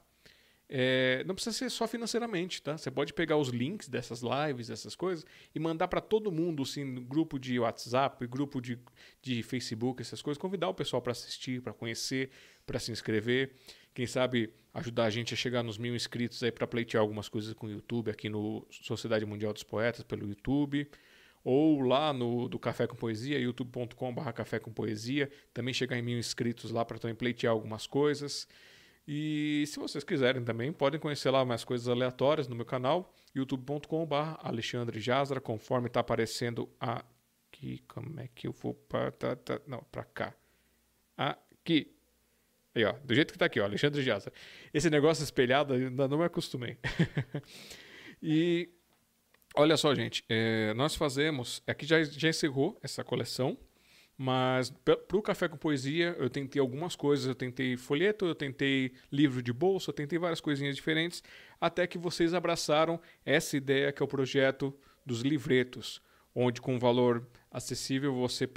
É, não precisa ser só financeiramente, tá? Você pode pegar os links dessas lives, dessas coisas, e mandar para todo mundo, assim, no grupo de WhatsApp, grupo de, de Facebook, essas coisas, convidar o pessoal para assistir, para conhecer, para se inscrever. Quem sabe ajudar a gente a chegar nos mil inscritos aí para pleitear algumas coisas com o YouTube, aqui no Sociedade Mundial dos Poetas, pelo YouTube. Ou lá no do Café com Poesia, youtube ponto com barra Café com Poesia, também chegar em mil inscritos lá para também pleitear algumas coisas. E se vocês quiserem também, podem conhecer lá mais coisas aleatórias no meu canal, youtube ponto com barra Alexandre Jazra, conforme está aparecendo aqui. Como é que eu vou para... Tá, tá, não, para cá. Aqui. Aí, ó, do jeito que está aqui, ó, Alexandre Jazra. Esse negócio espelhado ainda não me acostumei. E olha só, gente, é, nós fazemos... Aqui já, já encerrou essa coleção. Mas para o Café com Poesia eu tentei algumas coisas, eu tentei folheto, eu tentei livro de bolsa, eu tentei várias coisinhas diferentes, até que vocês abraçaram essa ideia que é o projeto dos livretos, onde com valor acessível você pode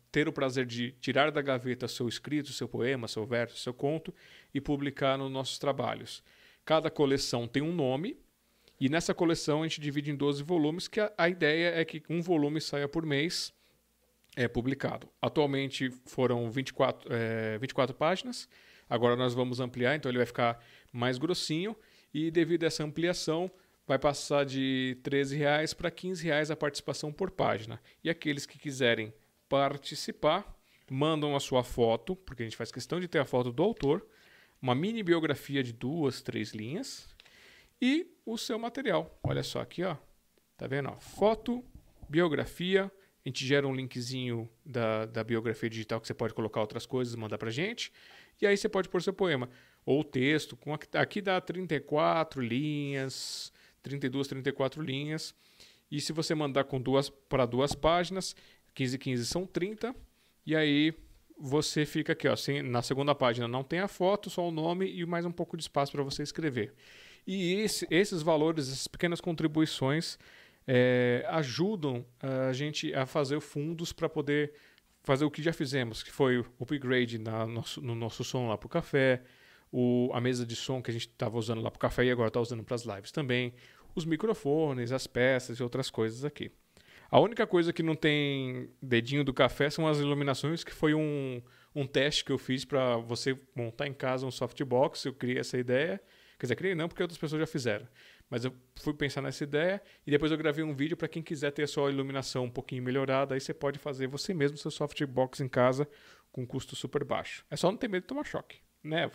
ter o prazer de tirar da gaveta seu escrito, seu poema, seu verso, seu conto e publicar nos nossos trabalhos. Cada coleção tem um nome e nessa coleção a gente divide em doze volumes, que a, a ideia é que um volume saia por mês é publicado. Atualmente foram vinte e quatro, é, vinte e quatro páginas, agora nós vamos ampliar, então ele vai ficar mais grossinho e devido a essa ampliação vai passar de treze reais para quinze reais a participação por página. E aqueles que quiserem participar, mandam a sua foto, porque a gente faz questão de ter a foto do autor, uma mini biografia de duas, três linhas e o seu material. Olha só aqui, ó. Tá vendo? Ó? Foto, biografia, a gente gera um linkzinho da, da biografia digital que você pode colocar outras coisas e mandar pra gente. E aí você pode pôr seu poema. Ou texto, com aqui dá trinta e quatro linhas, trinta e duas, trinta e quatro linhas. E se você mandar com duas para duas páginas, quinze, quinze são trinta. E aí você fica aqui, ó, assim, na segunda página não tem a foto, só o nome e mais um pouco de espaço para você escrever. E esse, esses valores, essas pequenas contribuições é, ajudam a gente a fazer fundos para poder fazer o que já fizemos, que foi o upgrade na nosso, no nosso som lá para o café, o, a mesa de som que a gente estava usando lá para o café e agora está usando para as lives também, os microfones, as peças e outras coisas aqui. A única coisa que não tem dedinho do café são as iluminações, que foi um, um teste que eu fiz para você montar em casa um softbox. Eu criei essa ideia. Quer dizer, criei não, porque outras pessoas já fizeram. Mas eu fui pensar nessa ideia e depois eu gravei um vídeo para quem quiser ter a sua iluminação um pouquinho melhorada. Aí você pode fazer você mesmo seu softbox em casa com custo super baixo. É só não ter medo de tomar choque. Neva.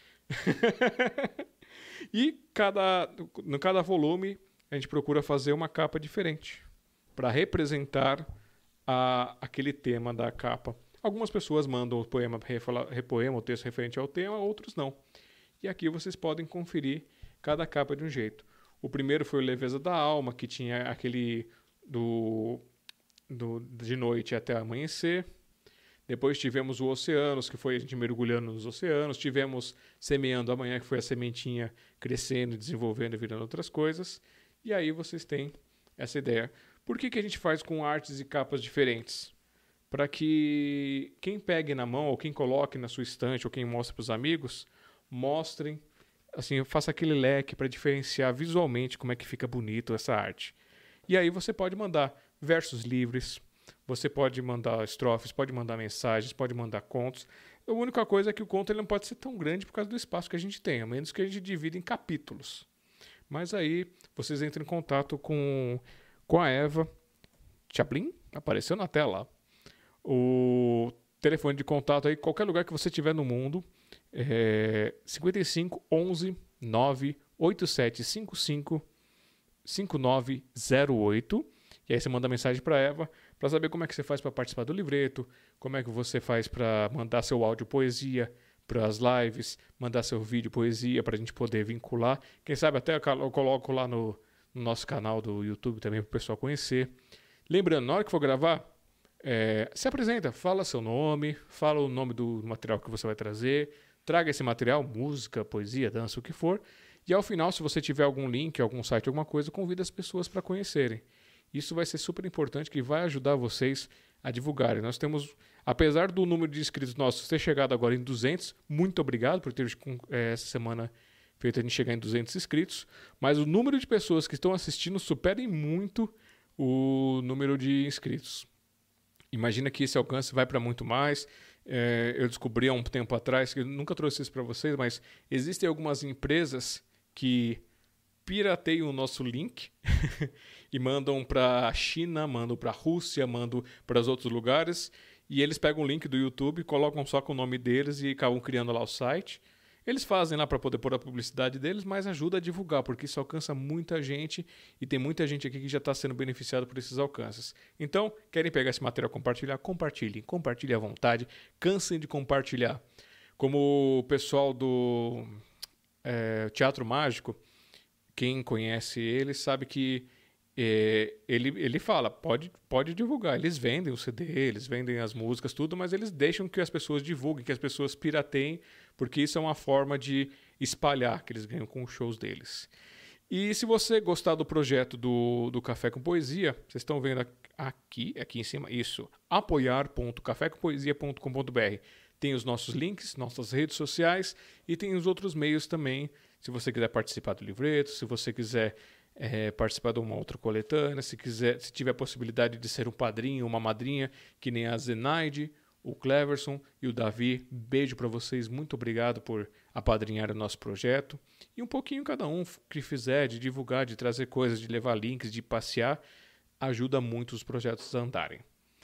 E cada, no cada volume a gente procura fazer uma capa diferente para representar a, aquele tema da capa. Algumas pessoas mandam o poema, repoema, o texto referente ao tema, outros não. E aqui vocês podem conferir cada capa de um jeito. O primeiro foi o Leveza da Alma, que tinha aquele do, do, de noite até amanhecer. Depois tivemos o Oceanos, que foi a gente mergulhando nos oceanos. Tivemos Semeando Amanhã, que foi a sementinha crescendo, desenvolvendo e virando outras coisas. E aí vocês têm essa ideia. Por que que a gente faz com artes e capas diferentes? Para que quem pegue na mão, ou quem coloque na sua estante, ou quem mostre para os amigos, mostrem, assim, faça aquele leque para diferenciar visualmente como é que fica bonito essa arte. E aí você pode mandar versos livres, você pode mandar estrofes, pode mandar mensagens, pode mandar contos. A única coisa é que o conto ele não pode ser tão grande por causa do espaço que a gente tem, a menos que a gente divida em capítulos. Mas aí vocês entram em contato com... com a Eva Chaplin, apareceu na tela. O telefone de contato aí, qualquer lugar que você estiver no mundo, é cinquenta e cinco, onze, nove, oito sete cinco cinco, cinco nove zero oito. E aí você manda mensagem para a Eva para saber como é que você faz para participar do livreto, como é que você faz para mandar seu áudio poesia para as lives, mandar seu vídeo poesia para a gente poder vincular. Quem sabe até eu coloco lá no no nosso canal do YouTube também para o pessoal conhecer. Lembrando, na hora que for gravar, é, se apresenta, fala seu nome, fala o nome do material que você vai trazer, traga esse material, música, poesia, dança, o que for, e ao final, se você tiver algum link, algum site, alguma coisa, convida as pessoas para conhecerem. Isso vai ser super importante, que vai ajudar vocês a divulgarem. Nós temos, apesar do número de inscritos nossos ter chegado agora em duzentos, muito obrigado por ter é, essa semana feito a gente chegar em duzentos inscritos, mas o número de pessoas que estão assistindo supera muito o número de inscritos. Imagina que esse alcance vai para muito mais. É, eu descobri há um tempo atrás, que eu nunca trouxe isso para vocês, mas existem algumas empresas que pirateiam o nosso link e mandam para a China, mandam para a Rússia, mandam para os outros lugares, e eles pegam o link do YouTube, colocam só com o nome deles e acabam criando lá o site. Eles fazem lá para poder pôr a publicidade deles, mas ajuda a divulgar, porque isso alcança muita gente e tem muita gente aqui que já está sendo beneficiado por esses alcances. Então, querem pegar esse material e compartilhar? Compartilhem, compartilhem à vontade, cansem de compartilhar. Como o pessoal do é, Teatro Mágico, quem conhece ele sabe que é, ele, ele fala, pode, pode divulgar, eles vendem o C D, eles vendem as músicas, tudo, mas eles deixam que as pessoas divulguem, que as pessoas pirateiem, porque isso é uma forma de espalhar que eles ganham com os shows deles. E se você gostar do projeto do, do Café com Poesia, vocês estão vendo aqui, aqui em cima, isso, apoiar ponto café com poesia ponto com ponto b r. Tem os nossos links, nossas redes sociais e tem os outros meios também. Se você quiser participar do livreto, se você quiser é, participar de uma outra coletânea, se quiser, se tiver a possibilidade de ser um padrinho, uma madrinha, que nem a Zenaide, o Cleverson e o Davi. Beijo para vocês, muito obrigado por apadrinhar o nosso projeto. E um pouquinho cada um que fizer, de divulgar, de trazer coisas, de levar links, de passear, ajuda muito os projetos a andarem.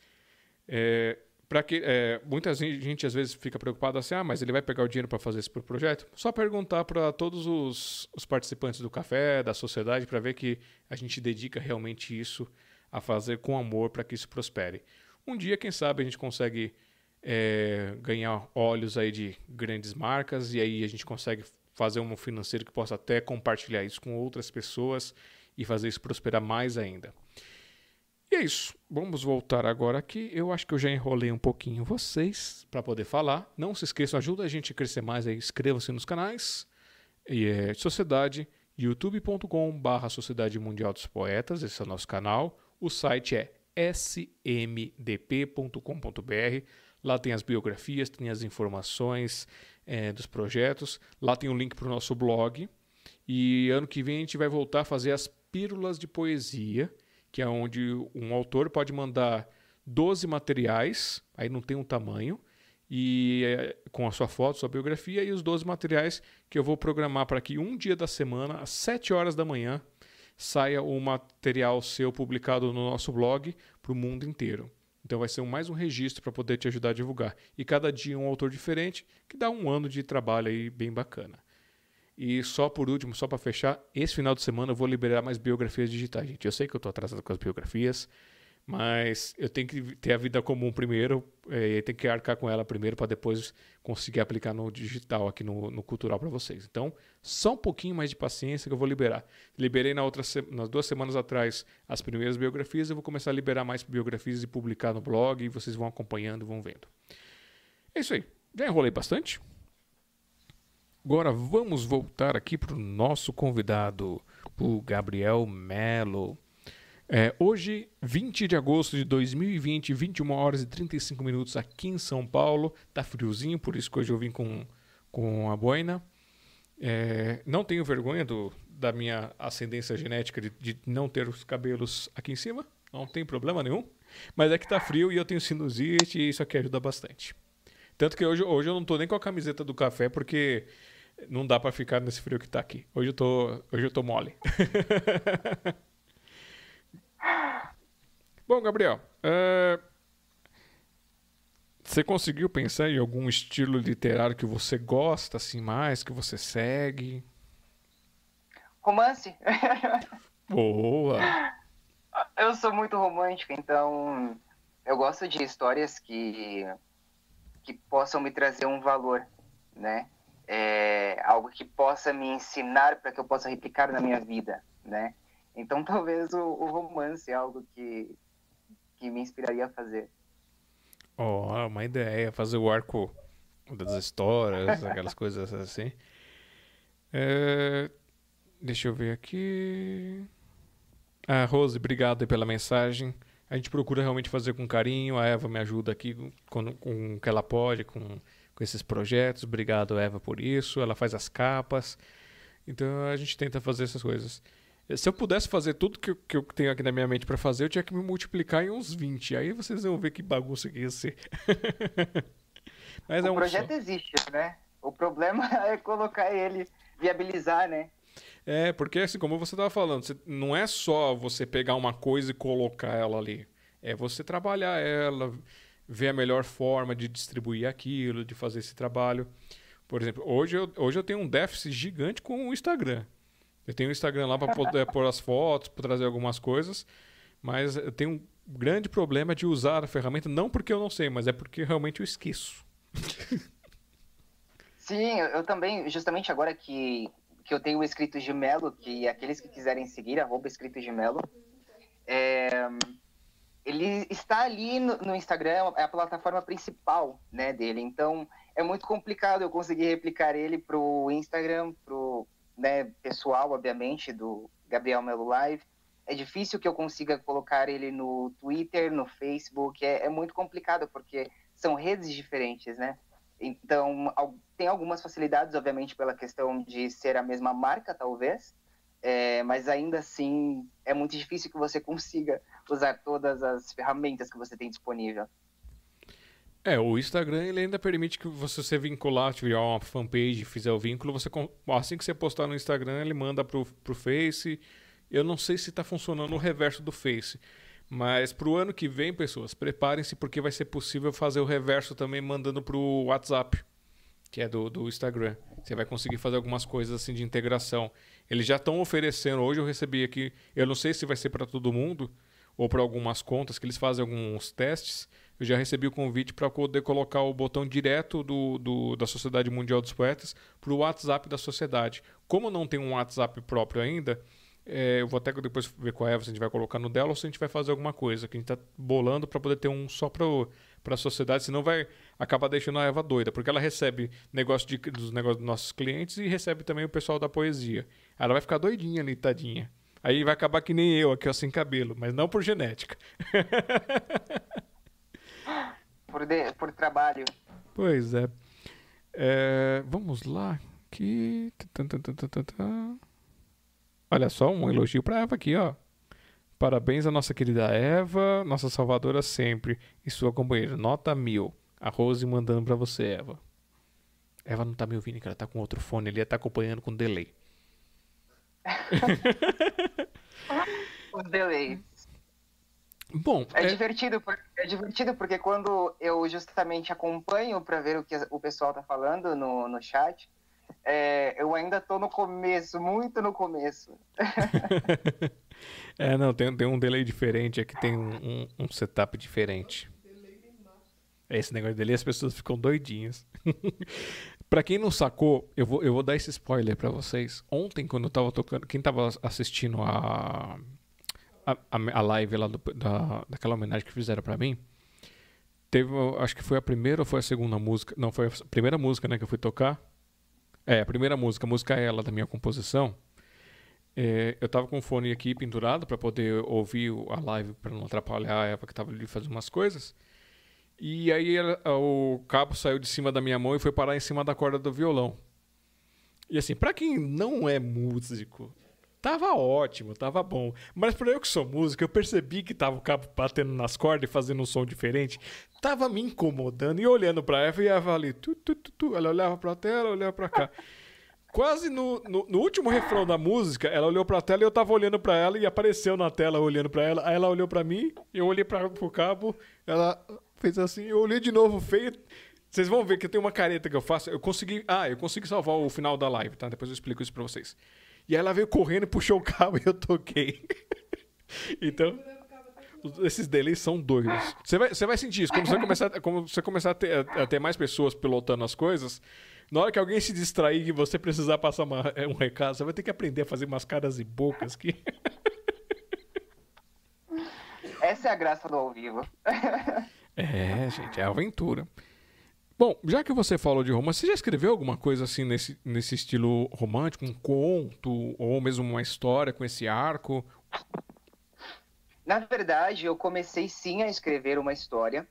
É, para que, é, muita gente às vezes fica preocupada assim, ah, mas ele vai pegar o dinheiro para fazer esse projeto? Só perguntar para todos os, os participantes do café, da sociedade, para ver que a gente dedica realmente isso a fazer com amor para que isso prospere. Um dia, quem sabe, a gente consegue é, ganhar olhos aí de grandes marcas e aí a gente consegue fazer um financeiro que possa até compartilhar isso com outras pessoas e fazer isso prosperar mais ainda. E é isso. Vamos voltar agora aqui. Eu acho que eu já enrolei um pouquinho vocês para poder falar. Não se esqueçam, ajuda a gente a crescer mais aí. Inscrevam-se nos canais. E é Sociedade, youtube ponto com barra Sociedade Mundial dos Poetas. Esse é o nosso canal. O site é s m d p ponto com ponto b r. Lá tem as biografias, tem as informações é, dos projetos. Lá tem o um link para o nosso blog. E ano que vem a gente vai voltar a fazer as pílulas de poesia, que é onde um autor pode mandar doze materiais, aí não tem um tamanho, e é, com a sua foto, sua biografia, e os doze materiais que eu vou programar para que um dia da semana, às sete horas da manhã, saia o material seu publicado no nosso blog para o mundo inteiro. Então vai ser mais um registro para poder te ajudar a divulgar. E cada dia um autor diferente, que dá um ano de trabalho aí bem bacana. E só por último, só para fechar, esse final de semana eu vou liberar mais biografias digitais, gente. Eu sei que eu estou atrasado com as biografias, mas eu tenho que ter a vida comum primeiro, é, tenho que arcar com ela primeiro para depois conseguir aplicar no digital aqui no, no cultural para vocês. Então, só um pouquinho mais de paciência que eu vou liberar. Liberei na outra, nas duas semanas atrás as primeiras biografias, eu vou começar a liberar mais biografias e publicar no blog, e vocês vão acompanhando e vão vendo. É isso aí. Já enrolei bastante? Agora vamos voltar aqui para o nosso convidado, o Gabriel Melo. É, hoje, vinte de agosto de dois mil e vinte, vinte e uma horas e trinta e cinco minutos aqui em São Paulo. Tá friozinho, por isso que hoje eu vim com, com a boina. É, não tenho vergonha do, da minha ascendência genética de, de não ter os cabelos aqui em cima. Não tem problema nenhum. Mas é que tá frio e eu tenho sinusite e isso aqui ajuda bastante. Tanto que hoje, hoje eu não tô nem com a camiseta do café, porque não dá para ficar nesse frio que tá aqui. Hoje eu tô, hoje eu tô mole. Bom, Gabriel, uh, você conseguiu pensar em algum estilo literário que você gosta assim mais, que você segue? Romance. Boa! Eu sou muito romântico, então eu gosto de histórias que que possam me trazer um valor, né? É, algo que possa me ensinar para que eu possa replicar na minha vida, né? Então talvez o, o romance é algo que, que me inspiraria a fazer. Ó, oh, uma ideia, fazer o arco das histórias, aquelas coisas assim. É, deixa eu ver aqui. Ah, Rose, obrigado aí pela mensagem. A gente procura realmente fazer com carinho. A Eva me ajuda aqui com, com o que ela pode, com, com esses projetos. Obrigado, Eva, por isso. Ela faz as capas. Então a gente tenta fazer essas coisas. Se eu pudesse fazer tudo que eu, que eu tenho aqui na minha mente para fazer, eu tinha que me multiplicar em uns vinte. Aí vocês vão ver que bagunça que ia ser. Mas o é um projeto só. existe, né? O problema é colocar ele, viabilizar, né? É, porque assim, como você estava falando, você, não é só você pegar uma coisa e colocar ela ali. É você trabalhar ela, ver a melhor forma de distribuir aquilo, de fazer esse trabalho. Por exemplo, hoje eu, hoje eu tenho um déficit gigante com o Instagram. Eu tenho o Instagram lá para poder pôr as fotos, para trazer algumas coisas, mas eu tenho um grande problema de usar a ferramenta, não porque eu não sei, mas é porque realmente eu esqueço. Sim, eu, eu também, justamente agora que, que eu tenho o Escritos de Melo, que aqueles que quiserem seguir, arroba Escritos de Melo, é, ele está ali no, no Instagram, é a plataforma principal, né, dele, então é muito complicado eu conseguir replicar ele pro Instagram, pro né, pessoal, obviamente, do Gabriel Melo Live. É difícil que eu consiga colocar ele no Twitter, no Facebook, é, é muito complicado, porque são redes diferentes, né? Então, tem algumas facilidades, obviamente, pela questão de ser a mesma marca, talvez, é, mas ainda assim é muito difícil que você consiga usar todas as ferramentas que você tem disponível. É, o Instagram ele ainda permite que você se vincular, tiver uma fanpage, fizer o vínculo, você assim que você postar no Instagram, ele manda pro, pro Face. Eu não sei se está funcionando o reverso do Face, mas pro ano que vem, pessoas, preparem-se porque vai ser possível fazer o reverso também mandando pro WhatsApp, que é do, do Instagram. Você vai conseguir fazer algumas coisas assim de integração. Eles já estão oferecendo, hoje eu recebi aqui, eu não sei se vai ser para todo mundo ou para algumas contas que eles fazem alguns testes. Eu já recebi o convite para poder colocar o botão direto do, do, da Sociedade Mundial dos Poetas para o WhatsApp da sociedade. Como não tem um WhatsApp próprio ainda, é, eu vou até depois ver com a Eva se a gente vai colocar no dela ou se a gente vai fazer alguma coisa, que a gente está bolando para poder ter um só para a sociedade, senão vai acabar deixando a Eva doida, porque ela recebe negócio de, dos negócios dos nossos clientes e recebe também o pessoal da poesia. Ela vai ficar doidinha ali, tadinha. Aí vai acabar que nem eu, aqui ó, sem cabelo, mas não por genética. Por, de, por trabalho. Pois é. é. Vamos lá. Aqui. Olha só, um elogio pra Eva aqui, ó. Parabéns à nossa querida Eva, nossa salvadora sempre, e sua companheira. Nota mil. A Rose mandando pra você, Eva. Eva não tá me ouvindo, que ela tá com outro fone, ele tá acompanhando com delay. Os delays. Bom, é, é... divertido, é divertido porque quando eu justamente acompanho para ver o que o pessoal tá falando no, no chat, é, eu ainda tô no começo, muito no começo. é, não, tem, tem um delay diferente, aqui tem um, um, um setup diferente. Esse negócio de delay, as pessoas ficam doidinhas. Pra quem não sacou, eu vou, eu vou dar esse spoiler pra vocês. Ontem, quando eu tava tocando, quem tava assistindo a... A, a live lá do, da, daquela homenagem que fizeram pra mim, teve, acho que foi a primeira ou foi a segunda música, não, foi a primeira música, né, que eu fui tocar, é, a primeira música, a música é ela, da minha composição, é, eu tava com o fone aqui pendurado pra poder ouvir a live, pra não atrapalhar a Eva que tava ali fazendo umas coisas, e aí ela, o cabo saiu de cima da minha mão e foi parar em cima da corda do violão. E assim, pra quem não é músico, tava ótimo, tava bom. Mas pra eu que sou músico, eu percebi que tava o cabo batendo nas cordas e fazendo um som diferente. Tava me incomodando e olhando pra Eva e a Eva ali. Tu, tu, tu, tu. Ela olhava pra tela, olhava pra cá. Quase no, no, no último refrão da música, ela olhou pra tela e eu tava olhando pra ela e apareceu na tela olhando pra ela. Aí ela olhou pra mim, eu olhei pra, pro cabo, ela fez assim, eu olhei de novo feio. Vocês vão ver que tem uma careta que eu faço. Eu consegui. Ah, eu consegui salvar o final da live, tá? Depois eu explico isso pra vocês. E aí ela veio correndo e puxou o cabo e eu toquei. Então, esses delays são doidos. Você vai, você vai sentir isso. Quando você começar, como você começar a, ter, a ter mais pessoas pilotando as coisas, na hora que alguém se distrair e você precisar passar uma, um recado, você vai ter que aprender a fazer umas caras e bocas que... Essa é a graça do ao vivo. É, gente, é aventura. Bom, já que você falou de romance, você já escreveu alguma coisa assim nesse, nesse estilo romântico? Um conto ou mesmo uma história com esse arco? Na verdade, eu comecei sim a escrever uma história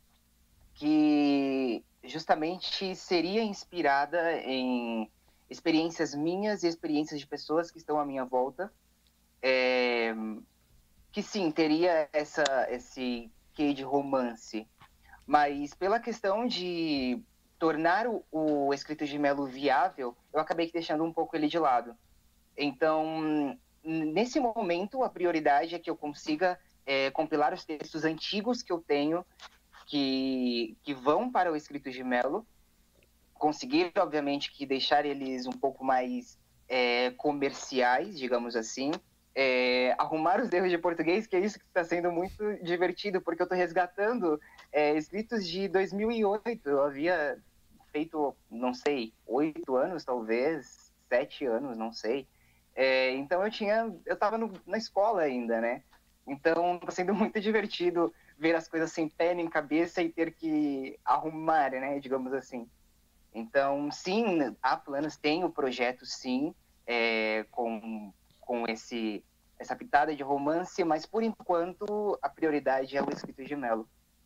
que justamente seria inspirada em experiências minhas e experiências de pessoas que estão à minha volta. É... Que sim, teria essa, esse quê de romance. Mas pela questão de tornar o, o Escritos de Melo viável, eu acabei deixando um pouco ele de lado. Então, nesse momento, a prioridade é que eu consiga é, compilar os textos antigos que eu tenho, que, que vão para o Escritos de Melo, conseguir, obviamente, que deixar eles um pouco mais é, comerciais, digamos assim, É, arrumar os erros de português, que é isso que está sendo muito divertido, porque eu estou resgatando é, escritos de dois mil e oito. Eu havia feito, não sei, oito anos, talvez, sete anos, não sei. É, então eu tinha, eu estava na escola ainda, né? Então está sendo muito divertido ver as coisas sem pé nem cabeça e ter que arrumar, né? Digamos assim. Então, sim, há planos, tem o projeto, sim. é, com, com esse, essa pitada de romance, mas por enquanto a prioridade é o Escritos de Melo.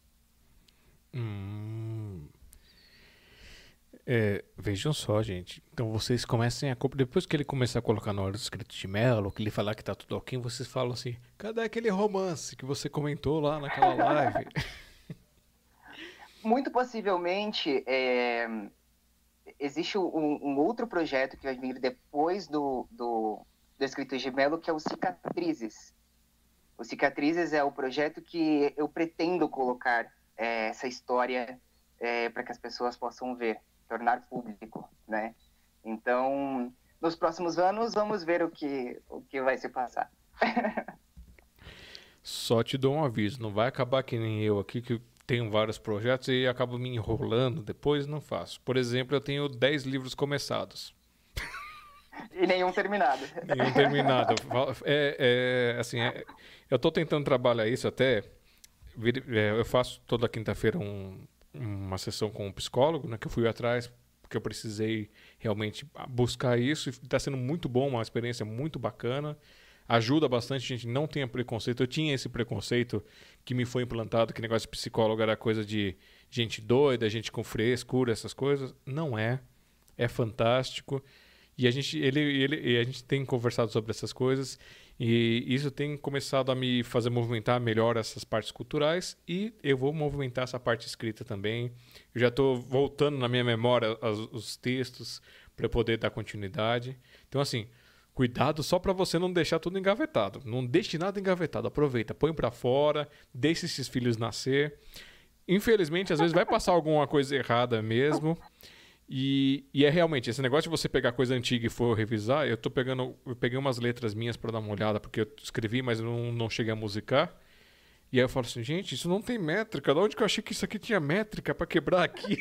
Hum. É, vejam só, gente. Então vocês comecem a. Depois que ele começar a colocar na hora do escrito de Melo, que ele falar que tá tudo ok, vocês falam assim: cadê aquele romance que você comentou lá naquela live? Muito possivelmente, é, existe um, um, outro projeto que vai vir depois do, do, do Escritos de Melo, que é o Cicatrizes. O Cicatrizes é o projeto que eu pretendo colocar é, essa história é, para que as pessoas possam ver, tornar público, né? Então, nos próximos anos, vamos ver o que, o que vai se passar. Só te dou um aviso, não vai acabar que nem eu aqui, que tenho vários projetos e acabo me enrolando, depois não faço. Por exemplo, eu tenho dez livros começados. E nenhum terminado. Nenhum terminado. É, é, assim, é, eu estou tentando trabalhar isso até. Eu faço toda quinta-feira um, uma sessão com um psicólogo, né, que eu fui atrás, porque eu precisei realmente buscar isso. E está sendo muito bom, uma experiência muito bacana. Ajuda bastante, a gente não tenha preconceito. Eu tinha esse preconceito que me foi implantado, que negócio de psicólogo era coisa de gente doida, gente com frescura, essas coisas. Não é. É fantástico. E a gente, ele, ele, a gente tem conversado sobre essas coisas e isso tem começado a me fazer movimentar melhor essas partes culturais e eu vou movimentar essa parte escrita também. Eu já estou voltando na minha memória as, os textos para poder dar continuidade. Então, assim, cuidado só para você não deixar tudo engavetado. Não deixe nada engavetado. Aproveita, põe para fora, deixe esses filhos nascer. Infelizmente, às vezes vai passar alguma coisa errada mesmo. E, e é realmente, esse negócio de você pegar coisa antiga e for revisar, eu tô pegando, eu peguei umas letras minhas para dar uma olhada, porque eu escrevi, mas não, não cheguei a musicar. E aí eu falo assim, gente, isso não tem métrica. De onde que eu achei que isso aqui tinha métrica para quebrar aqui?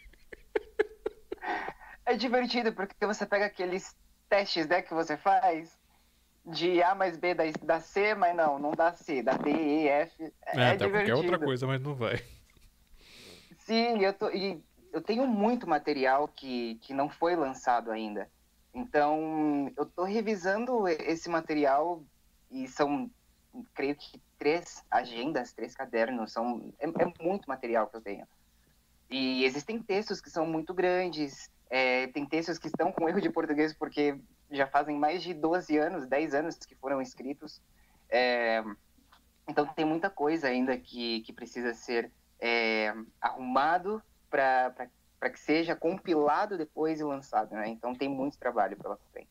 É divertido porque você pega aqueles testes, né, que você faz de A mais B dá C, mas não, não dá C, dá D, E, F. É, É, é dá qualquer outra divertido. coisa, mas não vai. Sim, eu, tô, e eu tenho muito material que, que não foi lançado ainda. Então, eu estou revisando esse material e são, creio que, três agendas, três cadernos. São, é, é muito material que eu tenho. E existem textos que são muito grandes, é, tem textos que estão com erro de português porque já fazem mais de doze anos, dez anos que foram escritos. É, então, tem muita coisa ainda que, que precisa ser é, arrumado para que seja compilado depois e lançado, né? Então, tem muito trabalho pela frente.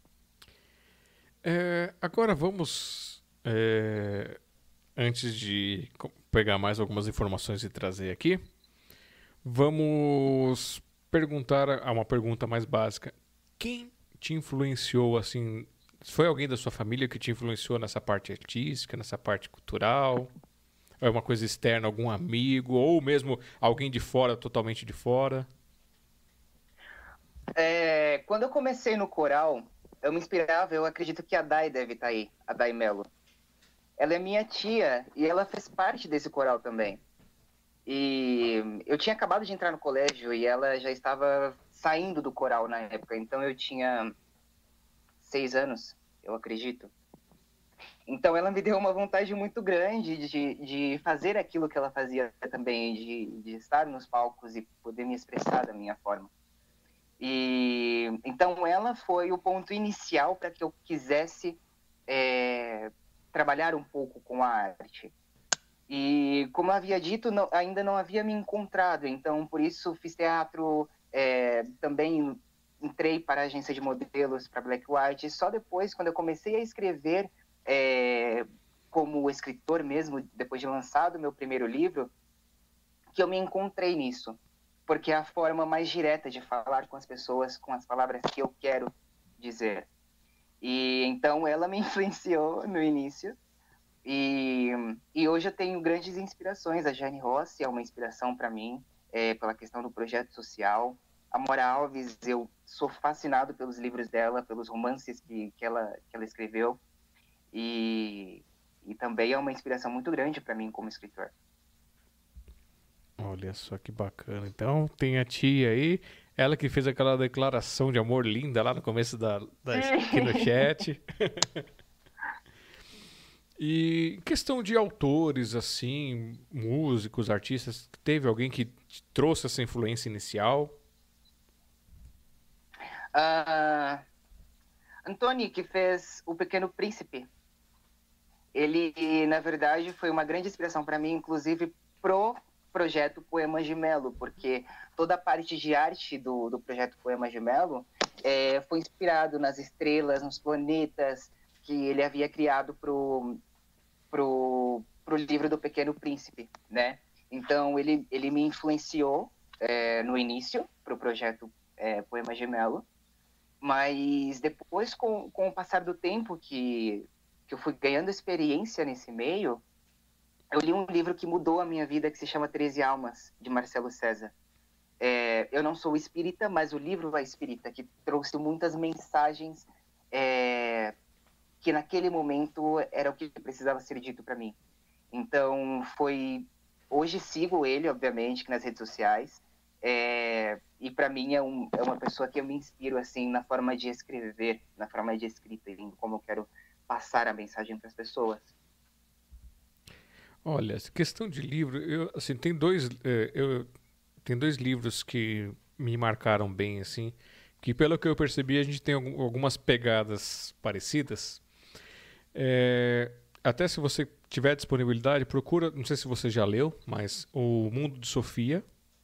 É, agora vamos, é, antes de pegar mais algumas informações e trazer aqui, vamos perguntar a uma pergunta mais básica. Quem te influenciou, assim, foi alguém da sua família que te influenciou nessa parte artística, nessa parte cultural? É uma coisa externa, algum amigo, ou mesmo alguém de fora, totalmente de fora? É, quando eu comecei no coral, eu me inspirava, eu acredito que a Dai deve estar aí, a Dai Melo. Ela é minha tia e ela fez parte desse coral também. E eu tinha acabado de entrar no colégio e ela já estava saindo do coral na época, então eu tinha seis anos, eu acredito. Então ela me deu uma vontade muito grande de, de fazer aquilo que ela fazia também, de, de estar nos palcos e poder me expressar da minha forma. E então ela foi o ponto inicial para que eu quisesse é, trabalhar um pouco com a arte. E como eu havia dito, não, ainda não havia me encontrado, então por isso fiz teatro, é, também entrei para a agência de modelos, para Black White, e só depois, quando eu comecei a escrever é, como escritor mesmo, depois de lançado meu primeiro livro, que eu me encontrei nisso, porque é a forma mais direta de falar com as pessoas, com as palavras que eu quero dizer. E então ela me influenciou no início, e, e hoje eu tenho grandes inspirações. A Jane Rossi é uma inspiração para mim, é, pela questão do projeto social. A Mora Alves, eu sou fascinado pelos livros dela, pelos romances que, que, ela, que ela escreveu. E, e também é uma inspiração muito grande para mim como escritor. Olha só que bacana. Então, tem a tia aí. Ela que fez aquela declaração de amor linda lá no começo da, da aqui no chat. E questão de autores, assim, músicos, artistas, teve alguém que te trouxe essa influência inicial? Uh, Antônio, que fez O Pequeno Príncipe. Ele, na verdade, foi uma grande inspiração para mim, inclusive pro projeto Poemas de Melo, porque toda a parte de arte do, do projeto Poemas de Melo é, foi inspirado nas estrelas, nos planetas que ele havia criado pro, pro, pro livro do Pequeno Príncipe, né? Então, ele, ele me influenciou é, no início pro projeto é, Poemas de Melo, mas depois, com, com o passar do tempo que, que eu fui ganhando experiência nesse meio, eu li um livro que mudou a minha vida, que se chama Treze Almas, de Marcelo César. É, eu não sou espírita, mas o livro é espírita, que trouxe muitas mensagens é, que naquele momento era o que precisava ser dito para mim. Então, foi... Hoje sigo ele, obviamente, que nas redes sociais, é, e para mim é, um, é uma pessoa que eu me inspiro assim na forma de escrever, na forma de escrita, em como eu quero passar a mensagem para as pessoas. Olha, essa questão de livro, eu, assim, tem dois, é, eu, tem dois livros que me marcaram bem, assim, que pelo que eu percebi a gente tem algumas pegadas parecidas. É, até se você tiver disponibilidade, procura, não sei se você já leu, mas O Mundo de Sofia.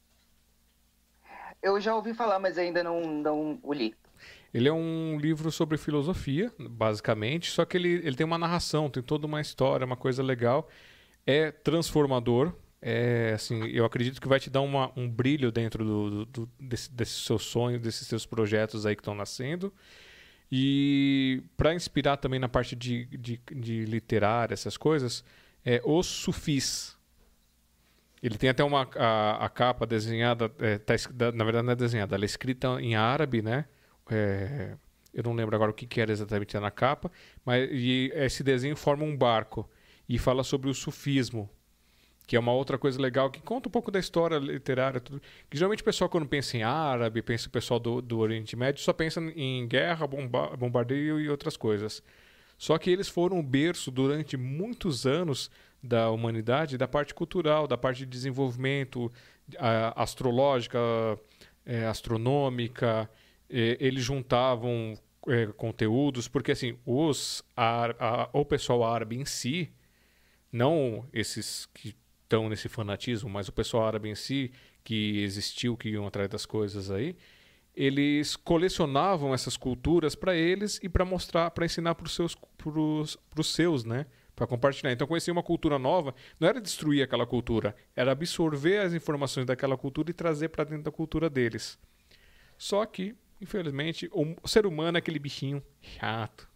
Eu já ouvi falar, mas ainda não, não o li. Ele é um livro sobre filosofia, basicamente, só que ele, ele tem uma narração, tem toda uma história, uma coisa legal. É transformador, é, assim, eu acredito que vai te dar uma, um brilho dentro do, do, do, desse, desse seu sonho, desses seus projetos aí que estão nascendo. E para inspirar também na parte de, de, de literária, essas coisas, é Os Sufis. Ele tem até uma a, a capa desenhada, é, tá, na verdade não é desenhada, ela é escrita em árabe, né? É, eu não lembro agora o que, que era exatamente na capa, mas e esse desenho forma um barco e fala sobre o sufismo, que é uma outra coisa legal, que conta um pouco da história literária. Tudo. Que, geralmente o pessoal, quando pensa em árabe, pensa o pessoal do, do Oriente Médio, só pensa em guerra, bomba, bombardeio e outras coisas. Só que eles foram o berço durante muitos anos da humanidade, da parte cultural, da parte de desenvolvimento a, astrológica, é, astronômica. É, eles juntavam é, conteúdos, porque assim, os, a, a, o pessoal árabe em si, não esses que estão nesse fanatismo, mas o pessoal árabe em si, que existiu, que iam atrás das coisas aí, eles colecionavam essas culturas para eles e para mostrar, para ensinar para os seus, pros, pros seus, né? Para compartilhar. Então, conhecer uma cultura nova não era destruir aquela cultura, era absorver as informações daquela cultura e trazer para dentro da cultura deles. Só que, infelizmente, o ser humano é aquele bichinho chato.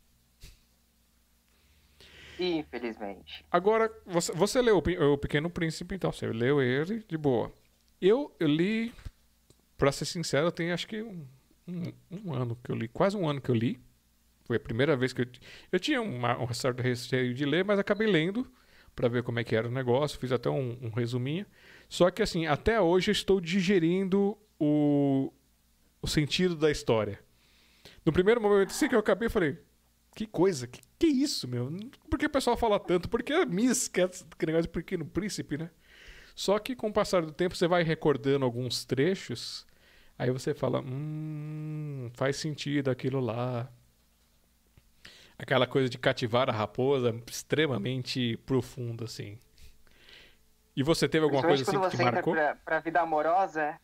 Infelizmente. Agora, você, você leu o Pequeno Príncipe, então, você leu ele de boa. Eu, eu li, pra ser sincero, eu tenho acho que um, um, um ano que eu li, quase um ano que eu li. Foi a primeira vez que eu... Eu tinha uma, um certo receio de ler, mas acabei lendo pra ver como é que era o negócio, fiz até um, um resuminho. Só que, assim, até hoje eu estou digerindo o, o sentido da história. No primeiro momento, assim que eu acabei, eu falei... Que coisa, que, que isso, meu? Por que o pessoal fala tanto? Por que a Miss quer que negócio de Pequeno Príncipe, né? Só que com o passar do tempo você vai recordando alguns trechos, aí você fala, hum, faz sentido aquilo lá. Aquela coisa de cativar a raposa extremamente profunda, assim. E você teve alguma coisa assim que te marcou? Pra, pra vida amorosa?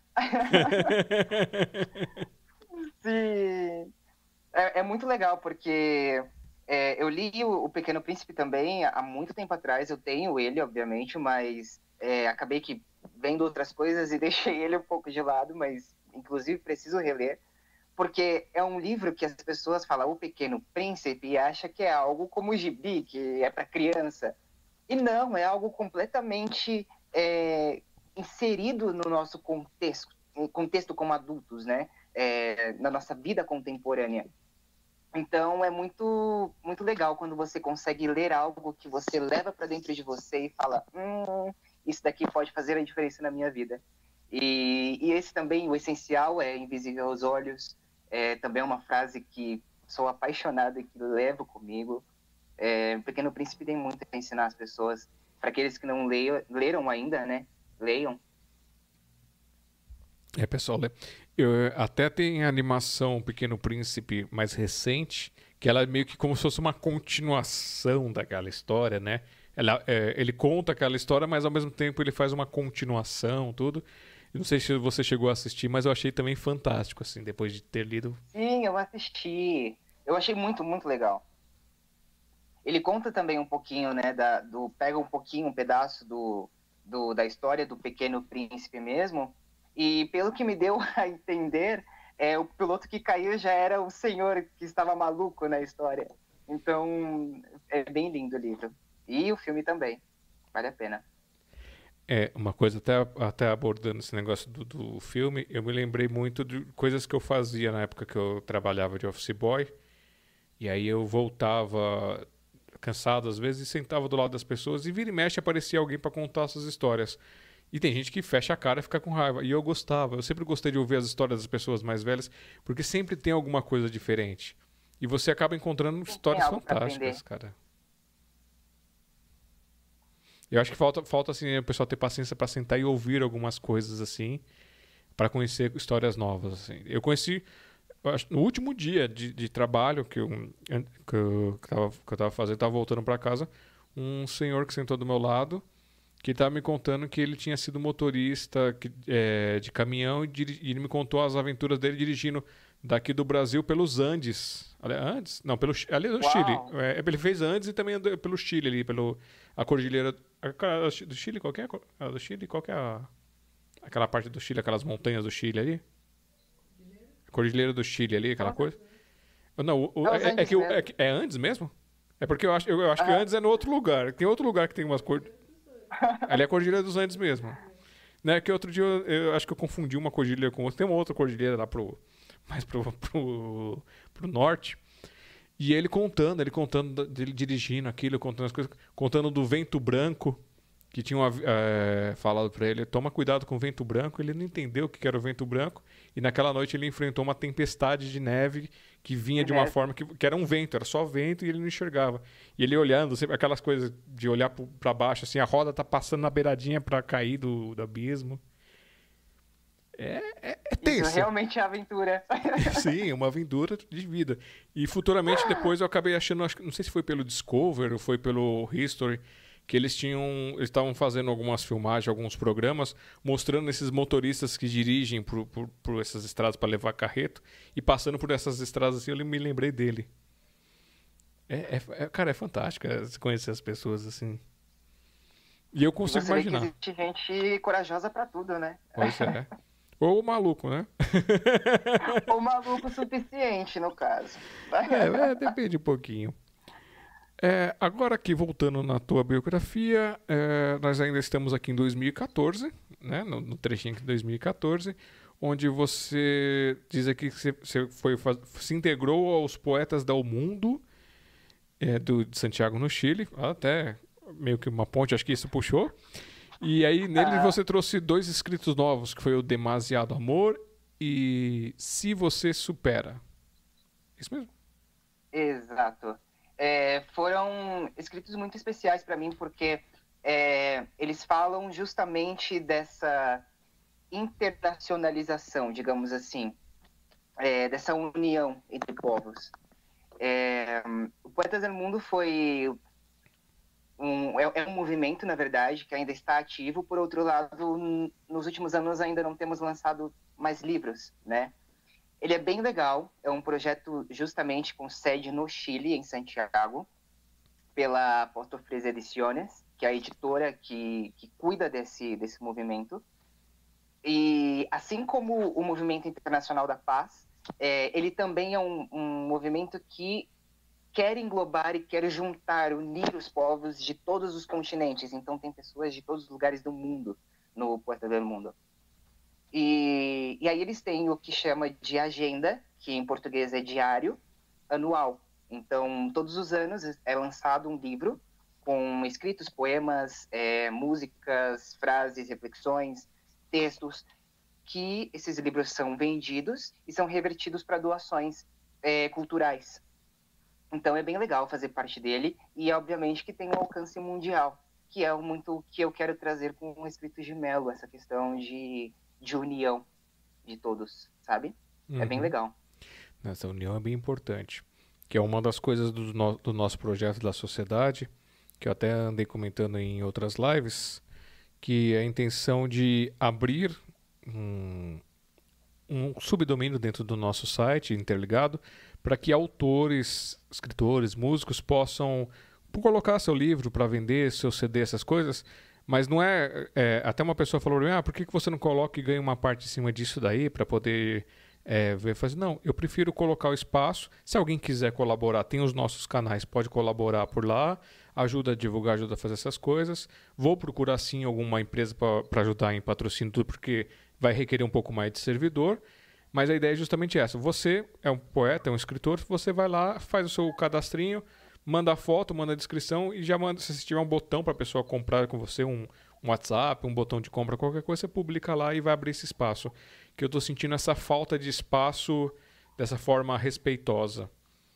Sim. É, é muito legal, porque é, eu li o, o Pequeno Príncipe também há muito tempo atrás. Eu tenho ele, obviamente, mas é, acabei que vendo outras coisas e deixei ele um pouco de lado, mas inclusive preciso reler, porque é um livro que as pessoas falam O Pequeno Príncipe e acham que é algo como o gibi, que é para criança. E não, é algo completamente é, inserido no nosso contexto, um contexto como adultos, né? É, na nossa vida contemporânea. Então é muito, muito legal quando você consegue ler algo que você leva para dentro de você e fala, hum, isso daqui pode fazer a diferença na minha vida. E, e esse também, o essencial é invisível aos olhos, é também uma frase que sou apaixonado e que levo comigo. É, o Pequeno Príncipe tem muito a ensinar as pessoas, para aqueles que não leiam, leram ainda, né? Leiam. É, pessoal, né? Eu, até tem a animação Pequeno Príncipe mais recente, que ela é meio que como se fosse uma continuação daquela história, né? Ela, é, ele conta aquela história, mas ao mesmo tempo ele faz uma continuação, tudo. Eu não sei se você chegou a assistir, mas eu achei também fantástico, assim, depois de ter lido. Sim, eu assisti. Eu achei muito, muito legal. Ele conta também um pouquinho, né, da, do, pega um pouquinho, um pedaço do, do, da história do Pequeno Príncipe mesmo, e pelo que me deu a entender, é, o piloto que caiu já era o senhor que estava maluco na história. Então, é bem lindo o livro. E o filme também. Vale a pena. É, uma coisa até, até abordando esse negócio do, do filme, eu me lembrei muito de coisas que eu fazia na época que eu trabalhava de office boy, e aí eu voltava cansado às vezes e sentava do lado das pessoas e vira e mexe aparecia alguém para contar essas histórias. E tem gente que fecha a cara e fica com raiva. E eu gostava, eu sempre gostei de ouvir as histórias das pessoas mais velhas, porque sempre tem alguma coisa diferente. E você acaba encontrando Tem histórias algo para aprender. fantásticas, cara. Eu acho que falta, falta assim, o pessoal ter paciência para sentar e ouvir algumas coisas assim, para conhecer histórias novas. Assim. Eu conheci, eu acho, no último dia de, de trabalho que eu, que eu, que tava, que eu tava fazendo, tava voltando para casa, um senhor que sentou do meu lado, que estava me contando que ele tinha sido motorista que, é, de caminhão e, diri- e ele me contou as aventuras dele dirigindo daqui do Brasil pelos Andes. Ali- Andes? Não, pelo, Chi- ali do Chile. Uau! É, ele fez Andes e também andou pelo Chile ali, pelo a cordilheira a, cara, do Chile, qual que é? A do Chile, qual que é a, aquela parte do Chile, aquelas montanhas do Chile ali? A cordilheira do Chile ali, aquela Nossa, coisa? Não, o- o- é os é, é Andes que, o- é, mesmo. que- é Andes mesmo? É porque eu acho, eu, eu acho que Aham. Andes é no outro lugar. Tem outro lugar que tem umas cor... Ali é a Cordilheira dos Andes mesmo. Né? Que outro dia eu, eu acho que eu confundi uma cordilheira com outra. Tem uma outra cordilheira lá pro, mais pro, pro, pro norte. E ele contando, ele contando dele dirigindo aquilo, contando as coisas, contando do vento branco, que tinham é, falado pra ele, toma cuidado com o vento branco. Ele não entendeu o que era o vento branco. E naquela noite ele enfrentou uma tempestade de neve que vinha De de uma neve. forma que, que era um vento, era só vento e ele não enxergava. E ele olhando, sempre aquelas coisas de olhar pro- pra baixo, assim, a roda tá passando na beiradinha pra cair do, do abismo. É, é, é Isso tenso. realmente é aventura. Sim, é uma aventura de vida. E futuramente depois eu acabei achando, acho que- não sei se foi pelo Discover ou foi pelo History, que eles tinham, eles estavam fazendo algumas filmagens, alguns programas, mostrando esses motoristas que dirigem por, por, por essas estradas para levar carreto e passando por essas estradas assim, eu me lembrei dele. É, é- é- cara, é fantástico é, você conhecer as pessoas assim. E eu E consigo você vê que imaginar. existe gente corajosa pra tudo, né? Pois é. Ou o maluco, né? Ou maluco o suficiente, no caso. É, é, depende um pouquinho. É, agora aqui, voltando na tua biografia, é, nós ainda estamos aqui em dois mil e quatorze, né, no, no trechinho aqui de dois mil e quatorze, onde você diz aqui que você, você foi, faz- se integrou aos Poetas do Mundo, é, do, de Santiago, no Chile, até meio que uma ponte, acho que isso puxou. E aí nele Ah, você trouxe dois escritos novos, que foi o Demasiado Amor e Se Você Supera. Isso mesmo? exato. É, foram escritos muito especiais para mim, porque é, eles falam justamente dessa internacionalização, digamos assim, é, dessa união entre povos. É, o Poetas do Mundo foi um, é, é um movimento, na verdade, que ainda está ativo. Por outro lado, n- nos últimos anos ainda não temos lançado mais livros, né? Ele é bem legal, é um projeto justamente com sede no Chile, em Santiago, pela Portofres Ediciones, que é a editora que, que cuida desse, desse movimento. E assim como o Movimento Internacional da Paz, é, ele também é um, um movimento que quer englobar e quer juntar, unir os povos de todos os continentes. Então tem pessoas de todos os lugares do mundo no Puerto del Mundo. E, e aí eles têm o que chama de agenda, que em português é diário, anual. Então, todos os anos é lançado um livro com escritos, poemas, é, músicas, frases, reflexões, textos. que esses livros são vendidos e são revertidos para doações é, culturais. Então é bem legal fazer parte dele e, obviamente, que tem um alcance mundial, que é muito o que eu quero trazer com o Escritos de Melo, essa questão de, de união de todos, sabe? Uhum. É bem legal. Essa união é bem importante, que é uma das coisas do, no, do nosso projeto da sociedade, que eu até andei comentando em outras lives, que é a intenção de abrir um, um subdomínio dentro do nosso site, interligado, para que autores, escritores, músicos possam colocar seu livro para vender, seu C D, essas coisas, mas não é, é... Até uma pessoa falou, ah, por que você não coloca e ganha uma parte em cima disso daí para poder é, ver? Fazer? Não, eu prefiro colocar o espaço. Se alguém quiser colaborar, tem os nossos canais, pode colaborar por lá, ajuda a divulgar, ajuda a fazer essas coisas. Vou procurar sim alguma empresa para ajudar em patrocínio, tudo, porque vai requerer um pouco mais de servidor. Mas a ideia é justamente essa. Você é um poeta, é um escritor, você vai lá, faz o seu cadastrinho, manda a foto, manda a descrição e já manda, se tiver um botão para a pessoa comprar com você, um, um WhatsApp, um botão de compra, qualquer coisa, você publica lá e vai abrir esse espaço. Que eu estou sentindo essa falta de espaço dessa forma respeitosa.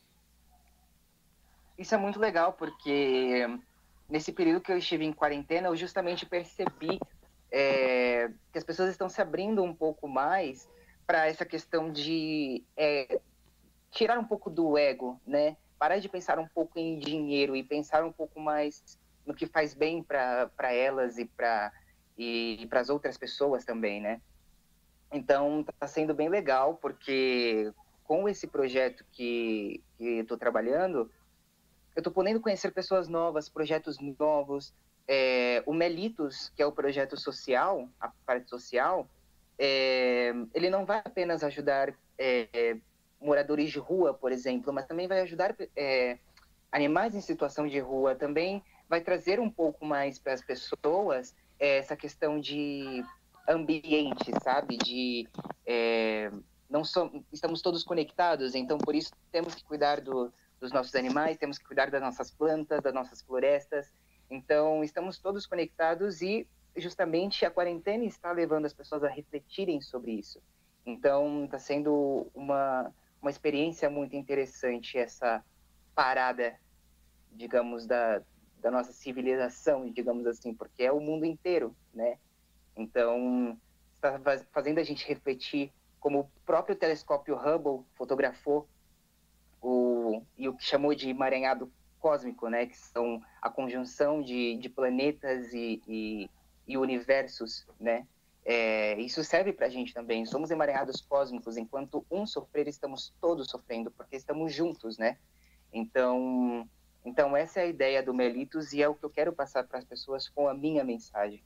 Isso é muito legal, porque nesse período que eu estive em quarentena, eu justamente percebi é, que as pessoas estão se abrindo um pouco mais para essa questão de é, tirar um pouco do ego, né? Parar de pensar um pouco em dinheiro e pensar um pouco mais no que faz bem para elas e para e para as outras pessoas também, né? Então, está sendo bem legal, porque com esse projeto que eu estou trabalhando, eu estou podendo conhecer pessoas novas, projetos novos. É, o Melitos, que é o projeto social, a parte social, é, ele não vai apenas ajudar é, moradores de rua, por exemplo, mas também vai ajudar é, animais em situação de rua, também vai trazer um pouco mais para as pessoas é, essa questão de ambiente, sabe? De é, não so, estamos todos conectados, então por isso temos que cuidar do, dos nossos animais, temos que cuidar das nossas plantas, das nossas florestas. Então estamos todos conectados e justamente a quarentena está levando as pessoas a refletirem sobre isso. Então está sendo uma uma experiência muito interessante essa parada, digamos, da, da nossa civilização, digamos assim, porque é o mundo inteiro, né? Então, está fazendo a gente refletir, como o próprio telescópio Hubble fotografou o, e o que chamou de emaranhado cósmico, né? Que são a conjunção de, de planetas e, e, e universos, né? É, isso serve para a gente também. Somos emaranhados cósmicos. Enquanto um sofrer, estamos todos sofrendo, porque estamos juntos, né? Então, então essa é a ideia do Melitos e é o que eu quero passar para as pessoas com a minha mensagem.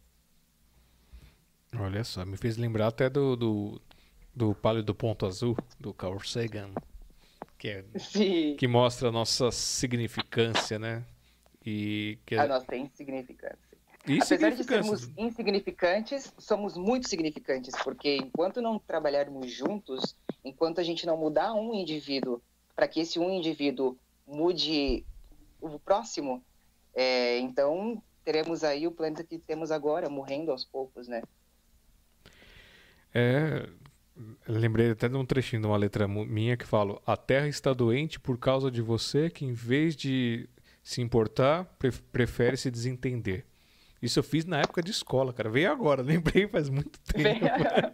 Olha só, me fez lembrar até do, do, do Pálido Ponto Azul, do Carl Sagan, que, é, que mostra a nossa significância, né? E que a nossa insignificância. E Apesar de sermos insignificantes, somos muito significantes, porque enquanto não trabalharmos juntos, enquanto a gente não mudar um indivíduo, para que esse um indivíduo mude o próximo, é, então teremos aí o planeta que temos agora, morrendo aos poucos, né? É, lembrei até de um trechinho de uma letra minha que fala: a Terra está doente por causa de você, que em vez de se importar, prefere se desentender. Isso eu fiz na época de escola, cara. Veio agora, lembrei faz muito tempo.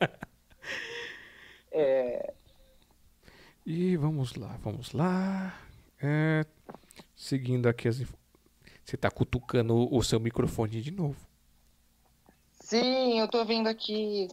é... E vamos lá, vamos lá. É, seguindo aqui as inf... Você tá cutucando o seu microfone de novo. Sim, eu tô vendo aqui.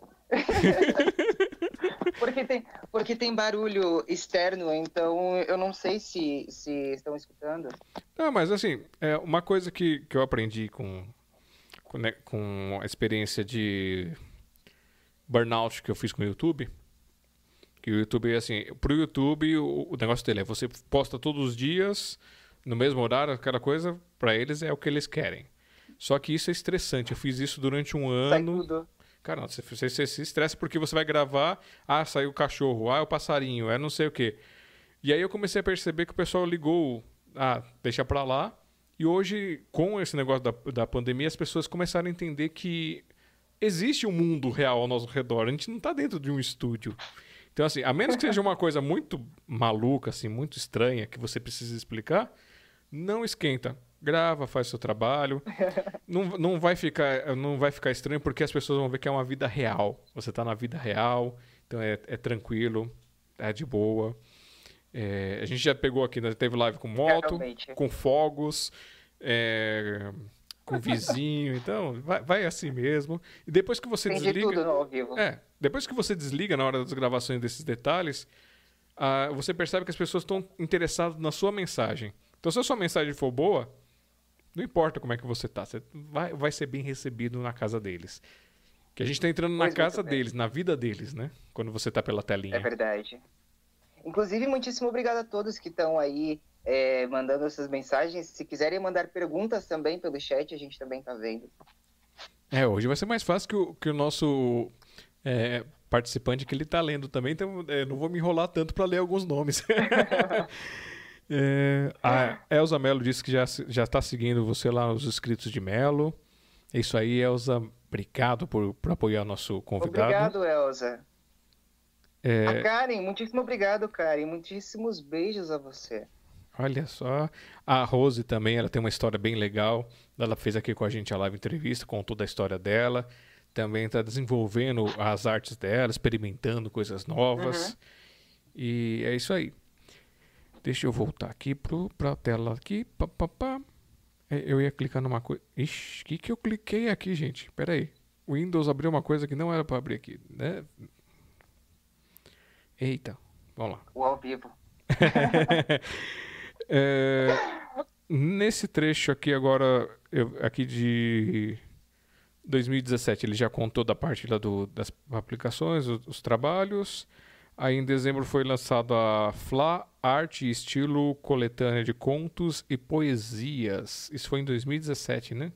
porque, tem, porque tem barulho externo, então eu não sei se, se estão escutando. Não, mas assim, é uma coisa que, que eu aprendi com, com, né, com a experiência de burnout que eu fiz com o YouTube, que o YouTube é assim, pro YouTube o, o negócio dele é você posta todos os dias, no mesmo horário, aquela coisa, pra eles é o que eles querem. Só que isso é estressante, eu fiz isso durante um ano. Sai tudo. Cara, não, você, você, você se estressa porque você vai gravar, ah, saiu o cachorro, ah, é o passarinho, é não sei o quê. E aí eu comecei a perceber que o pessoal ligou, ah, deixa pra lá. E hoje, com esse negócio da, da pandemia, as pessoas começaram a entender que existe um mundo real ao nosso redor. A gente não está dentro de um estúdio. Então, assim, a menos que seja uma coisa muito maluca, assim, muito estranha, que você precisa explicar, não esquenta. Grava, faz seu trabalho. Não, não, vai ficar, não vai ficar estranho porque as pessoas vão ver que é uma vida real. Você está na vida real, então é, é tranquilo, é de boa. É, a gente já pegou aqui, né? Teve live com moto, Realmente. com fogos, é, com vizinho, então vai, vai assim mesmo. E depois que você Tem de desliga, tudo no ao vivo. é, depois que você desliga na hora das gravações desses detalhes, ah, você percebe que as pessoas estão interessadas na sua mensagem. Então, se a sua mensagem for boa, não importa como é que você tá, você vai, vai ser bem recebido na casa deles. Que a gente tá entrando na Pois muito casa bem. deles, na vida deles, né? Quando você tá pela É telinha. verdade. Inclusive, muitíssimo obrigado a todos que estão aí é, mandando essas mensagens. Se quiserem mandar perguntas também pelo chat, a gente também tá vendo. É, hoje vai ser mais fácil que o, que o nosso é, participante que ele tá lendo também, então é, não vou me enrolar tanto para ler alguns nomes. é, a Elza Melo disse que já, já tá seguindo você lá nos inscritos de Melo. É isso aí, Elza. Obrigado por, por apoiar nosso convidado. Obrigado, Elza. É, A Karen, muitíssimo obrigado, Karen. Muitíssimos beijos a você. olha só. A Rose também, ela tem uma história bem legal. Ela fez aqui com a gente a live entrevista, contou da história dela. Também está desenvolvendo as artes dela, experimentando coisas novas. Uhum. E é isso aí. Deixa eu voltar aqui para a tela aqui. Pá, pá, pá. É, eu ia clicar numa coisa. Ixi, o que, que eu cliquei aqui, gente? Pera aí. O Windows abriu uma coisa que não era para abrir aqui, né? Eita, vamos lá. O ao vivo. É, nesse trecho aqui agora, eu- aqui de dois mil e dezessete, ele já contou da parte lá do, das aplicações, os, os trabalhos. Aí em dezembro foi lançado a Fla Arte e Estilo, coletânea de contos e poesias. Isso foi em dois mil e dezessete, né?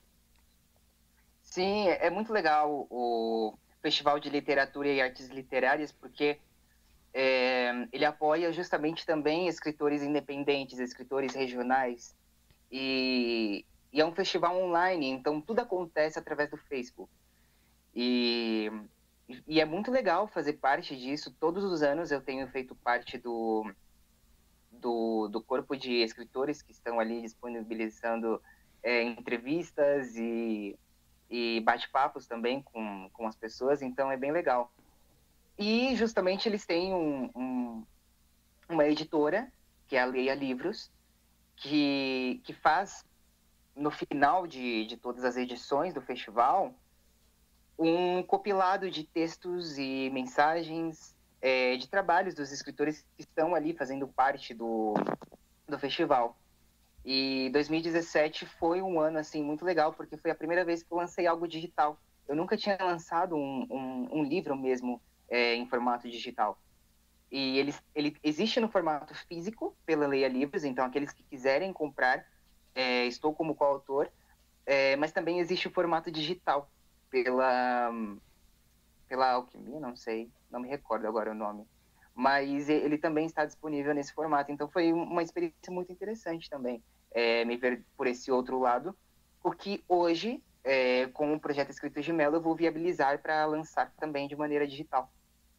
Sim, é muito legal o Festival de Literatura e Artes Literárias, porque é, ele apoia justamente também escritores independentes, escritores regionais. E, e é um festival online, então tudo acontece através do Facebook. E, e é muito legal fazer parte disso. Todos os anos eu tenho feito parte do, do, do corpo de escritores que estão ali disponibilizando é, entrevistas e, e bate-papos também com, com as pessoas, então é bem legal. E justamente eles têm um, um, uma editora, que é a Leia Livros, que, que faz, no final de, de todas as edições do festival, um compilado de textos e mensagens é, de trabalhos dos escritores que estão ali fazendo parte do, do festival. E dois mil e dezessete foi um ano assim muito legal, porque foi a primeira vez que eu lancei algo digital. Eu nunca tinha lançado um, um, um livro mesmo é, em formato digital. E ele, ele existe no formato físico pela Leia Livros, então aqueles que quiserem comprar, é, estou como coautor, é, mas também existe o formato digital pela, pela Alquimia, não sei, não me recordo agora o nome. Mas ele também está disponível nesse formato, então foi uma experiência muito interessante também, é, me ver por esse outro lado, o que hoje, é, com o projeto Escritos de Melo, eu vou viabilizar para lançar também de maneira digital.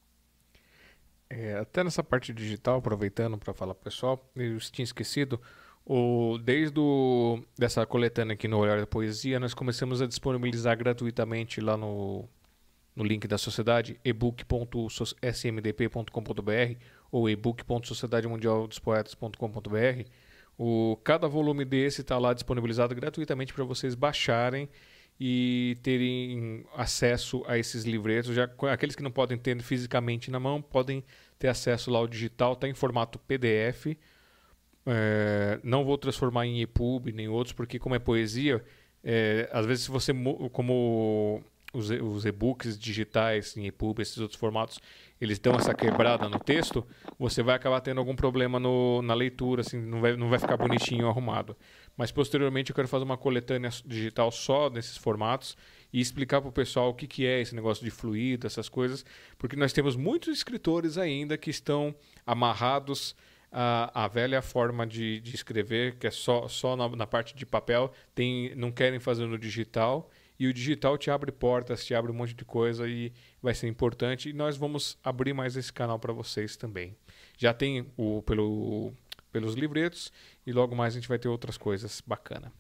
É, até nessa parte digital, aproveitando para falar pro pessoal, eu tinha esquecido, o, desde o, dessa coletânea aqui no Olhar da Poesia, nós começamos a disponibilizar gratuitamente lá no, no link da sociedade, ebook ponto s m d p ponto com ponto b r ou ebook ponto sociedade mundial dos poetas ponto com ponto b r. O, cada volume desse está lá disponibilizado gratuitamente para vocês baixarem e terem acesso a esses livretos. Já, aqueles que não podem ter fisicamente na mão, podem ter acesso lá ao digital, está em formato P D F. É, não vou transformar em EPUB nem outros, porque como é poesia, é, às vezes se você, como os, os e-books digitais em EPUB, esses outros formatos, eles dão essa quebrada no texto, você vai acabar tendo algum problema no, na leitura, assim, não vai, não vai ficar bonitinho arrumado. Mas posteriormente eu quero fazer uma coletânea digital só nesses formatos e explicar para o pessoal o que, que é esse negócio de fluido, essas coisas, porque nós temos muitos escritores ainda que estão amarrados à, à velha forma de, de escrever, que é só, só na, na parte de papel, tem, não querem fazer no digital E o digital te abre portas, te abre um monte de coisa e vai ser importante. E nós vamos abrir mais esse canal para vocês também. Já tem o pelo, pelos livretos e logo mais a gente vai ter outras coisas bacana.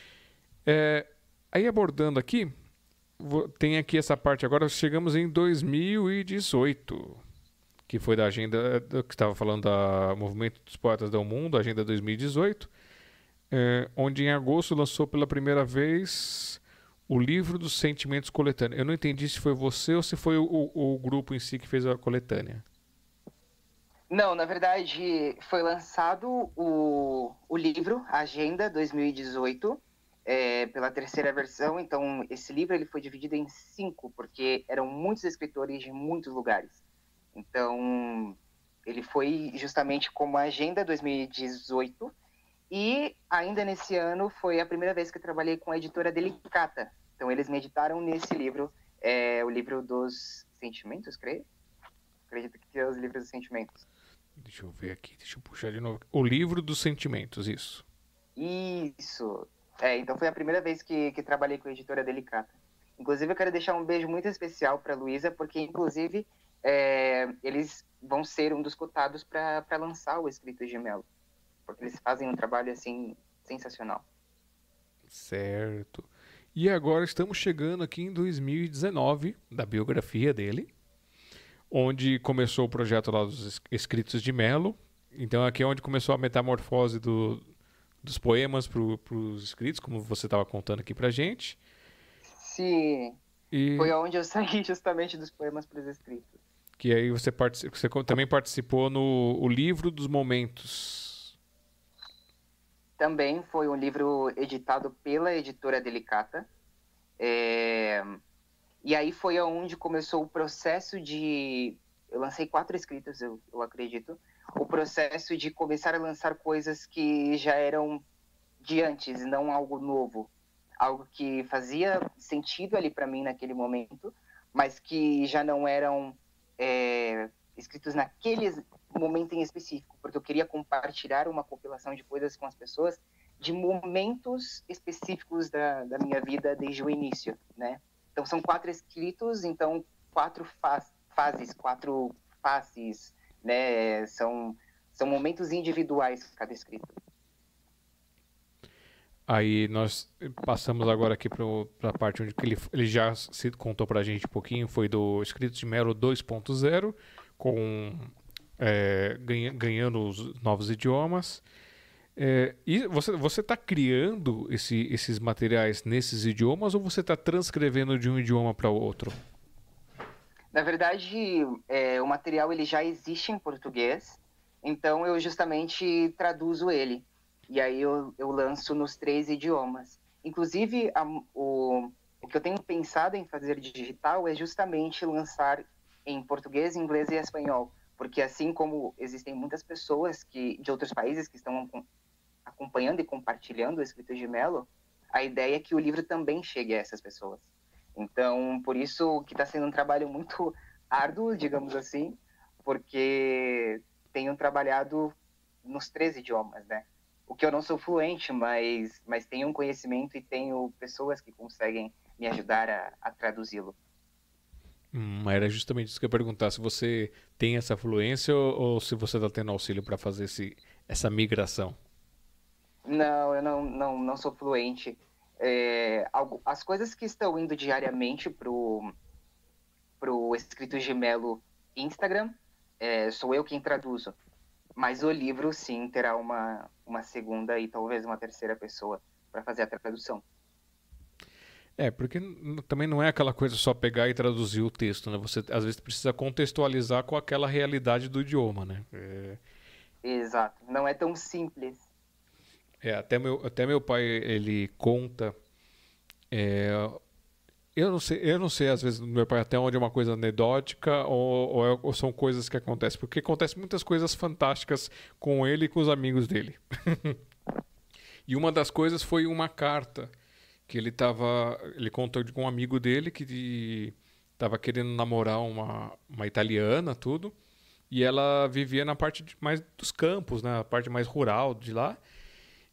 É, aí abordando aqui, vou, tem aqui essa parte agora, chegamos em dois mil e dezoito, que foi da agenda, que estava falando da Movimento dos Poetas do Mundo, Agenda dois mil e dezoito, é, onde em agosto lançou pela primeira vez o Livro dos Sentimentos Coletânea. Eu não entendi se foi você ou se foi o, o, o grupo em si que fez a coletânea. Não, na verdade, foi lançado o, o livro Agenda dois mil e dezoito, é, pela terceira versão. Então, esse livro ele foi dividido em cinco, porque eram muitos escritores de muitos lugares. Então, ele foi justamente como Agenda dois mil e dezoito. E ainda nesse ano foi a primeira vez que eu trabalhei com a editora Delicata. Então, eles me editaram nesse livro, é, o livro dos sentimentos, creio. Acredito que é os livros dos sentimentos. Deixa eu ver aqui, deixa eu puxar de novo. O Livro dos Sentimentos, isso. Isso. É, então foi a primeira vez que, que trabalhei com a editora Delicata. Inclusive, eu quero deixar um beijo muito especial para a Luísa, porque, inclusive, é, eles vão ser um dos cotados para lançar o Escritos de Melo. Porque eles fazem um trabalho, assim, sensacional. Certo. E agora estamos chegando aqui em dois mil e dezenove, da biografia dele, onde começou o projeto lá dos Escritos de Melo. Então aqui é onde começou a metamorfose do, dos poemas para os escritos, como você estava contando aqui pra gente. Sim, e... foi onde eu saí justamente dos poemas para os escritos. Que aí você, particip... você também participou no o Livro dos Momentos. Também foi um livro editado pela editora Delicata. É... E aí foi onde começou o processo de... Eu lancei quatro escritos, eu, eu acredito. O processo de começar a lançar coisas que já eram de antes, não algo novo. Algo que fazia sentido ali para mim naquele momento, mas que já não eram é, escritos naquele momento em específico, porque eu queria compartilhar uma compilação de coisas com as pessoas de momentos específicos da, da minha vida desde o início, né? Então, são quatro escritos, então, quatro fa- fases, quatro faces, né? São, são momentos individuais cada escrito. Aí nós passamos agora aqui para a parte onde ele, ele já se contou para a gente um pouquinho, foi do Escritos de Melo dois ponto zero, com, é, ganha, ganhando os novos idiomas. É, e você está criando esse, esses materiais nesses idiomas ou você está transcrevendo de um idioma para outro? Na verdade, é, o material ele já existe em português, então eu justamente traduzo ele. E aí eu, eu lanço nos três idiomas. Inclusive, a, o, o que eu tenho pensado em fazer digital é justamente lançar em português, inglês e espanhol. Porque assim como existem muitas pessoas que, de outros países que estão acompanhando e compartilhando o Escritos de Melo, a ideia é que o livro também chegue a essas pessoas. Então, por isso que está sendo um trabalho muito árduo, digamos assim, porque tenho trabalhado nos três idiomas, né? O que eu não sou fluente, mas, mas tenho um conhecimento e tenho pessoas que conseguem me ajudar a, a traduzi-lo. Hum, era justamente isso que eu ia perguntar, se você tem essa fluência ou, ou se você está tendo auxílio para fazer esse, essa migração. Não, eu não, não, não sou fluente. É, algo, as coisas que estão indo diariamente pro, pro Escritos de Melo Instagram, é, sou eu quem traduzo. Mas o livro, sim, terá uma, uma segunda e talvez uma terceira pessoa para fazer a tradução. É, porque também não é aquela coisa só pegar e traduzir o texto, né? Você às vezes precisa contextualizar com aquela realidade do idioma, né? É... Exato. Não é tão simples. É, até meu, até meu pai, ele conta... É, eu não sei, eu não sei às vezes meu pai até onde é uma coisa anedótica ou, ou, é, ou são coisas que acontecem, porque acontecem muitas coisas fantásticas com ele e com os amigos dele. E uma das coisas foi uma carta que ele tava, ele contou com um amigo dele que estava querendo namorar uma, uma italiana, tudo, e ela vivia na parte de, mais dos campos, né, a parte mais rural de lá.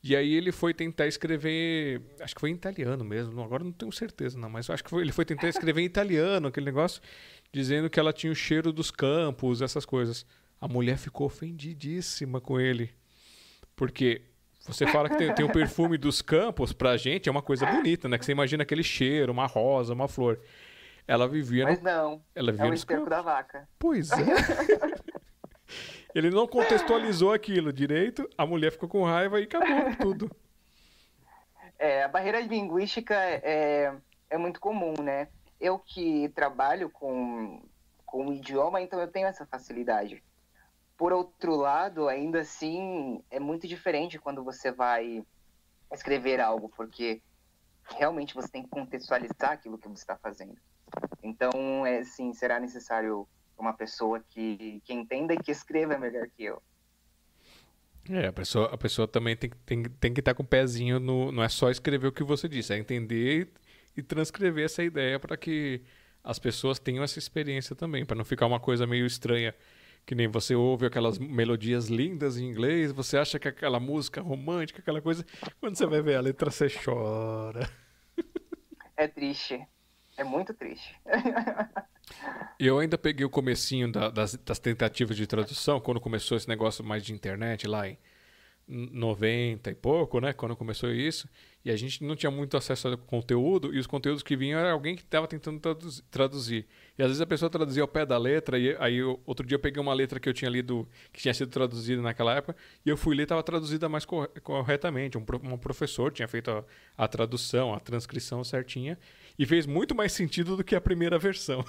E aí ele foi tentar escrever, acho que foi em italiano mesmo, não, agora não tenho certeza não, mas eu acho que foi, ele foi tentar escrever em italiano, aquele negócio, dizendo que ela tinha o cheiro dos campos, essas coisas. A mulher ficou ofendidíssima com ele, porque você fala que tem, tem o perfume dos campos, pra gente é uma coisa bonita, né? Que você imagina aquele cheiro, uma rosa, uma flor. Ela vivia Mas no, não, ela é vivia o nos esterco campos. da vaca. Pois é. Ele não contextualizou aquilo direito, a mulher ficou com raiva e acabou com tudo. É, a barreira linguística é, é muito comum, né? Eu que trabalho com, com o idioma, então eu tenho essa facilidade. Por outro lado, ainda assim, é muito diferente quando você vai escrever algo, porque realmente você tem que contextualizar aquilo que você está fazendo. Então, é, sim, será necessário uma pessoa que, que entenda e que escreva melhor que eu. É, a pessoa, a pessoa também tem, tem, tem que estar com o pezinho no. Não é só escrever o que você disse, é entender e, e transcrever essa ideia para que as pessoas tenham essa experiência também, para não ficar uma coisa meio estranha. Que nem você ouve aquelas melodias lindas em inglês, você acha que é aquela música romântica, aquela coisa. Quando você vai ver a letra, você chora. É triste. É muito triste. Eu ainda peguei o comecinho da- das, das tentativas de tradução, quando começou esse negócio mais de internet lá em noventa e pouco, né? Quando começou isso. E a gente não tinha muito acesso ao conteúdo, e os conteúdos que vinham era alguém que estava tentando traduz- traduzir. E às vezes a pessoa traduzia ao pé da letra, e aí eu- outro dia eu peguei uma letra que eu tinha lido, que tinha sido traduzida naquela época, e eu fui ler e estava traduzida mais corre- corretamente. Um, pro- um professor tinha feito a, a tradução, a transcrição certinha, e fez muito mais sentido do que a primeira versão.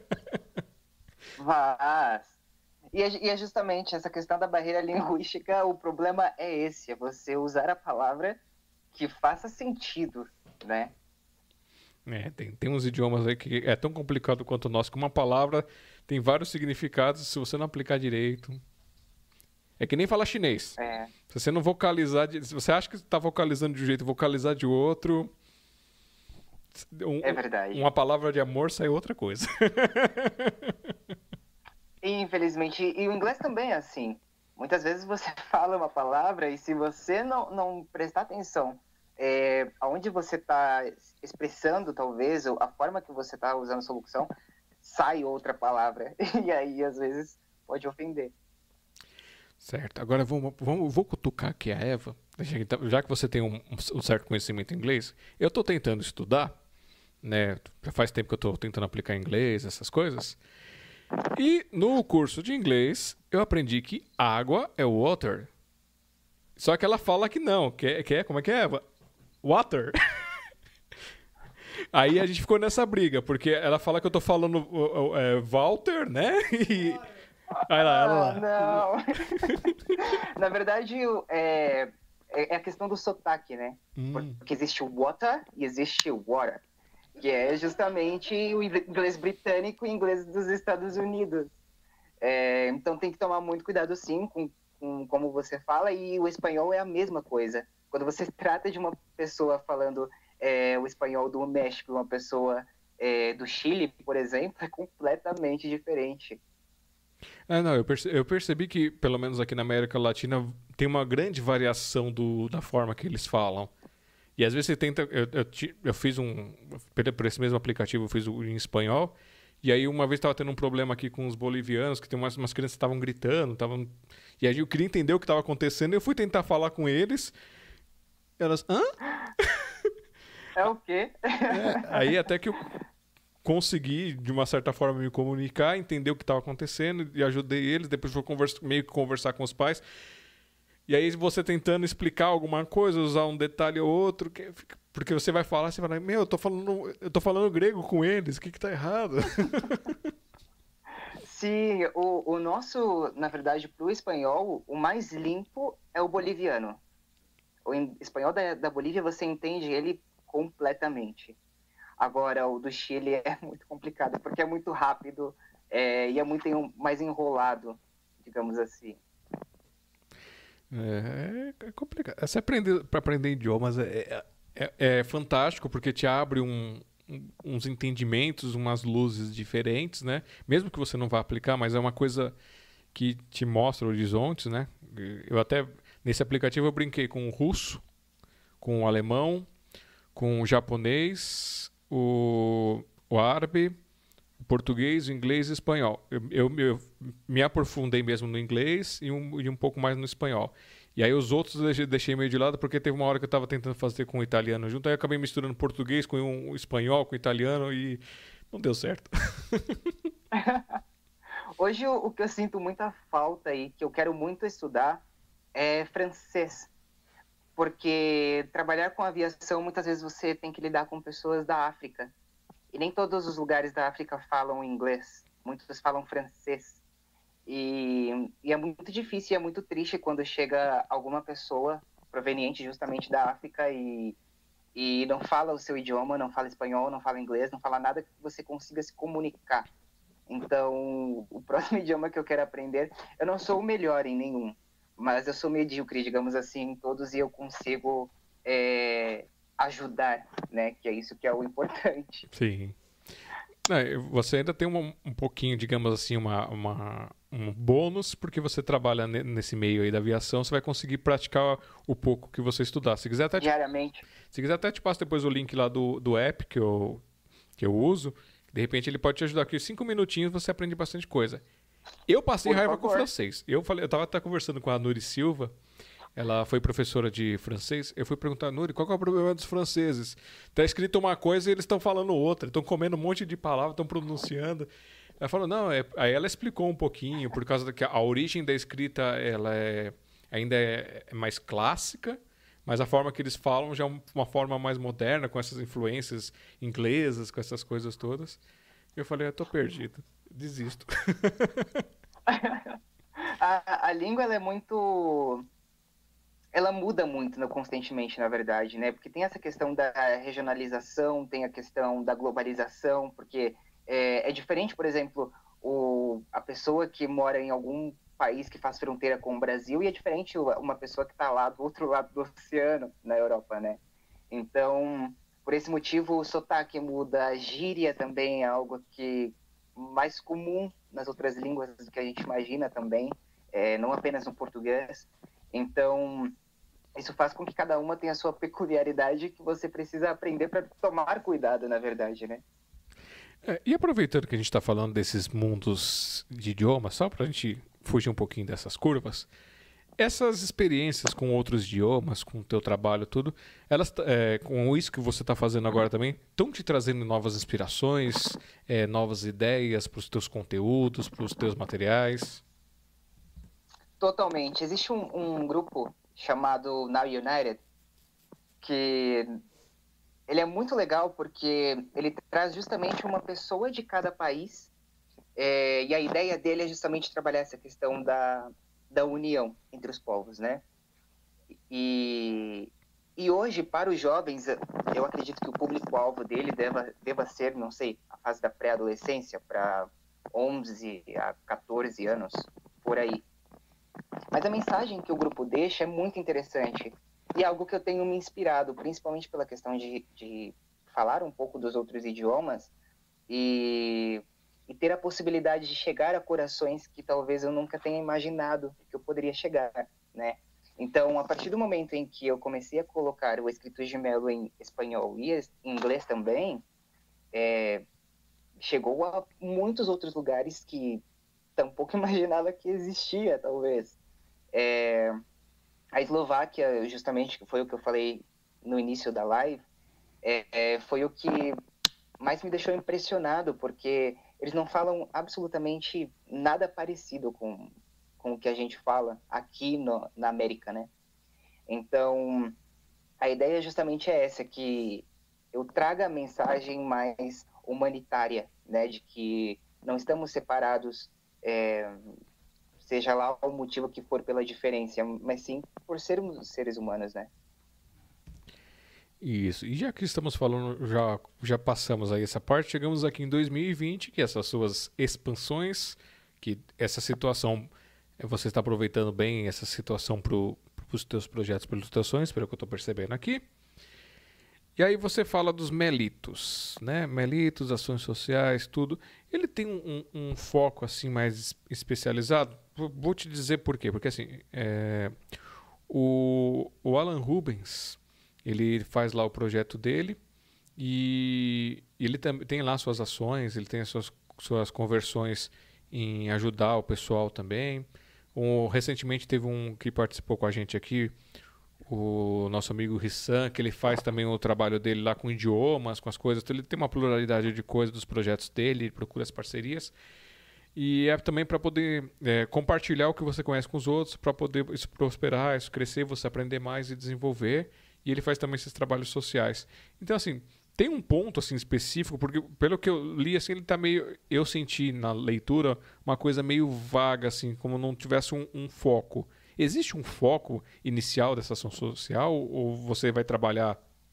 Mas... E é, e é justamente essa questão da barreira linguística, o problema é esse, é você usar a palavra que faça sentido, né? É, tem, tem uns idiomas aí que é tão complicado quanto o nosso, que uma palavra tem vários significados, se você não aplicar direito. É que nem falar chinês. É, Se você não vocalizar, de- se você acha que está vocalizando de um jeito e vocalizar de outro, um- é verdade. uma palavra de amor sai outra coisa. E, infelizmente, e o inglês também é assim. Muitas vezes você fala uma palavra e se você não, não prestar atenção é, aonde você está expressando, talvez, ou a forma que você está usando a sua locução, sai outra palavra. E aí, às vezes, pode ofender. Certo. Agora vamos, vamos, vou cutucar aqui a Eva. Já que você tem um, um certo conhecimento em inglês, eu estou tentando estudar, né? Já faz tempo que eu estou tentando aplicar inglês, essas coisas. E no curso de inglês, eu aprendi que água é water. Só que ela fala que não, que é, que é como é que é, Eva? Water. Aí a gente ficou nessa briga, porque ela fala que eu tô falando uh, uh, é, Walter, né? E... Olha lá, olha Ah, lá. não! Na verdade, é, é a questão do sotaque, né? Hum. Porque existe o water e existe o water, que é justamente o inglês britânico e o inglês dos Estados Unidos. É, então tem que tomar muito cuidado, sim, com, com como você fala, e o espanhol é a mesma coisa. Quando você trata de uma pessoa falando é, o espanhol do México, uma pessoa é, do Chile, por exemplo, é completamente diferente. Ah, não, eu, perce- eu percebi que, pelo menos aqui na América Latina, tem uma grande variação do, da forma que eles falam. E às vezes você tenta. Eu, eu, ti- eu fiz um. Por por esse mesmo aplicativo, eu fiz o em espanhol. E aí, uma vez estava tendo um problema aqui com os bolivianos, que tem umas, umas crianças que estavam gritando. Tavam... E aí eu queria entender o que estava acontecendo. Eu fui tentar falar com eles. Elas. Hã? É o quê? É, aí até que eu consegui, de uma certa forma, me comunicar, entender o que estava acontecendo e ajudei eles. Depois fui conversa, meio que conversar com os pais. E aí você tentando explicar alguma coisa, usar um detalhe ou outro, que fica- porque você vai falar, você vai falar, meu, eu tô falando, eu tô falando grego com eles, o que que tá errado? Sim, o, o nosso, na verdade, para o espanhol, o mais limpo é o boliviano. O em- espanhol da, da Bolívia, você entende ele completamente. Agora, o do Chile é muito complicado, porque é muito rápido é, e é muito en- mais enrolado, digamos assim. É, é complicado. Você aprender, para aprender idiomas é, é, é fantástico porque te abre um- um- uns entendimentos, umas luzes diferentes, né? Mesmo que você não vá aplicar, mas é uma coisa que te mostra horizontes, né? Eu até Nesse aplicativo eu brinquei com o russo, com o alemão, com o japonês, o, o árabe, o português, o inglês e o espanhol. Eu, eu, eu me aprofundei mesmo no inglês e um, e um pouco mais no espanhol. E aí os outros eu deixei, deixei meio de lado porque teve uma hora que eu estava tentando fazer com o italiano junto, aí eu acabei misturando português com o espanhol, com o italiano e não deu certo. Hoje o, o que eu sinto muita falta e que eu quero muito estudar é francês. Porque trabalhar com aviação, muitas vezes você tem que lidar com pessoas da África. E nem todos os lugares da África falam inglês. Muitos falam francês. E, e é muito difícil e é muito triste quando chega alguma pessoa proveniente justamente da África e, e não fala o seu idioma, não fala espanhol, não fala inglês, não fala nada que você consiga se comunicar. Então, o próximo idioma que eu quero aprender, eu não sou o melhor em nenhum, mas eu sou medíocre, digamos assim, em todos, e eu consigo é, ajudar, né? Que é isso que é o importante. Sim. É, você ainda tem uma, um pouquinho, digamos assim, uma, uma, um bônus, porque você trabalha ne, nesse meio aí da aviação, você vai conseguir praticar o pouco que você estudar. Se quiser até te, Diariamente. se quiser até te passo depois o link lá do, do app que eu, que eu uso. De repente ele pode te ajudar aqui. Cinco minutinhos você aprende bastante coisa. Eu passei Por raiva favor. com francês. Eu falei, eu estava até conversando com a Nuri Silva. Ela foi professora de francês. Eu fui perguntar, Nuri, qual que é o problema dos franceses? Tá escrito uma coisa e eles estão falando outra. Estão comendo um monte de palavras, estão pronunciando. Ela falou, não, é... aí ela explicou um pouquinho, por causa que a origem da escrita ela é... ainda é mais clássica, mas a forma que eles falam já é uma forma mais moderna, com essas influências inglesas, com essas coisas todas. Eu falei, eu tô perdido, desisto. a, a língua, ela é muito... ela muda muito, né, constantemente, na verdade, né? Porque tem essa questão da regionalização, tem a questão da globalização, porque é, é diferente, por exemplo, o, a pessoa que mora em algum país que faz fronteira com o Brasil e é diferente uma pessoa que está lá do outro lado do oceano, na Europa, né? Então, por esse motivo, o sotaque muda, a gíria também é algo que mais comum nas outras línguas do que a gente imagina também, é, não apenas no português. Então, isso faz com que cada uma tenha a sua peculiaridade que você precisa aprender para tomar cuidado, na verdade, né? É, e aproveitando que a gente está falando desses mundos de idiomas, só para a gente fugir um pouquinho dessas curvas, essas experiências com outros idiomas, com o teu trabalho, tudo, elas, é, com isso que você está fazendo agora também, estão te trazendo novas inspirações, é, novas ideias para os teus conteúdos, para os teus materiais? Totalmente. Existe um, um grupo chamado Now United, que ele é muito legal porque ele traz justamente uma pessoa de cada país, é, e a ideia dele é justamente trabalhar essa questão da, da união entre os povos, né? E, e hoje, para os jovens, eu acredito que o público-alvo dele deva, deva ser, não sei, a fase da pré-adolescência, para onze a quatorze anos, por aí. Mas a mensagem que o grupo deixa é muito interessante e é algo que eu tenho me inspirado, principalmente pela questão de, de falar um pouco dos outros idiomas e, e ter a possibilidade de chegar a corações que talvez eu nunca tenha imaginado que eu poderia chegar, né? Então, a partir do momento em que eu comecei a colocar o Escritos de Melo em espanhol e em inglês também, é, chegou a muitos outros lugares que tampouco imaginava que existia, talvez. É, a Eslováquia, justamente, que foi o que eu falei no início da live, é, é, foi o que mais me deixou impressionado, porque eles não falam absolutamente nada parecido com, com o que a gente fala aqui no, na América, né? Então, a ideia justamente é essa, que eu traga a mensagem mais humanitária, né? De que não estamos separados, é, seja lá o motivo que for pela diferença, mas sim por sermos seres humanos, né? Isso. E já que estamos falando, já, já passamos aí essa parte, chegamos aqui em dois mil e vinte, que essas suas expansões, que essa situação, você está aproveitando bem essa situação para os teus projetos para ilustrações, pelo que eu estou percebendo aqui. E aí você fala dos Melitos, né? Melitos, ações sociais, tudo. Ele tem um, um, um foco assim mais especializado? Vou te dizer por quê. Porque assim, é, O, o Alan Rubens, ele faz lá o projeto dele e ele tam, tem lá suas ações, ele tem as suas, suas conversões em ajudar o pessoal também. Um, recentemente teve um que participou com a gente aqui, o nosso amigo Rissan, que ele faz também o trabalho dele lá com idiomas, com as coisas. Então ele tem uma pluralidade de coisas dos projetos dele, ele procura as parcerias. E é também para poder é, compartilhar o que você conhece com os outros, para poder isso prosperar, isso crescer, você aprender mais e desenvolver. E ele faz também esses trabalhos sociais. Então, assim, tem um ponto assim específico, porque pelo que eu li, assim, ele tá meio, eu senti na leitura uma coisa meio vaga, assim, como não tivesse um, um foco. Existe um foco inicial dessa ação social ou você vai trabalhar?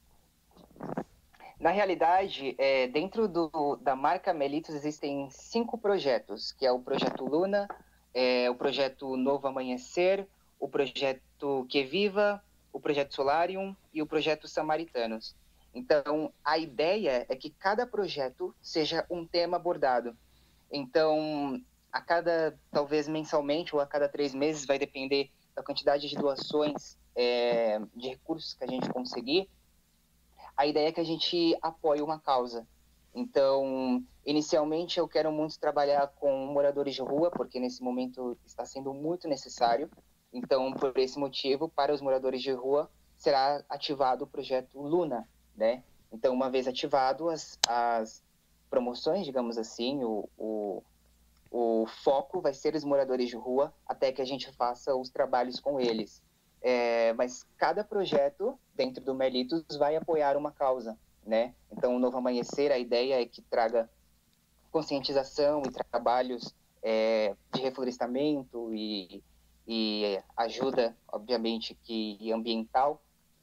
Na realidade, é, dentro do, da marca Melitus existem cinco projetos, que é o projeto Luna, é, o projeto Novo Amanhecer, o projeto Que Viva, o projeto Solarium e o projeto Samaritanos. Então, a ideia é que cada projeto seja um tema abordado. Então, a cada, talvez mensalmente ou a cada três meses, vai depender da quantidade de doações, é, de recursos que a gente conseguir, a ideia é que a gente apoie uma causa. Então, inicialmente eu quero muito trabalhar com moradores de rua, porque nesse momento está sendo muito necessário. Então, por esse motivo, para os moradores de rua, será ativado o projeto Luna, né? Então, uma vez ativado, as, as promoções, digamos assim, o, o, o foco vai ser os moradores de rua, até que a gente faça os trabalhos com eles. É, mas cada projeto dentro do Melitus vai apoiar uma causa, né? Então, o Novo Amanhecer, a ideia é que traga conscientização e trabalhos é, de reflorestamento e, e ajuda, obviamente, que ambiental.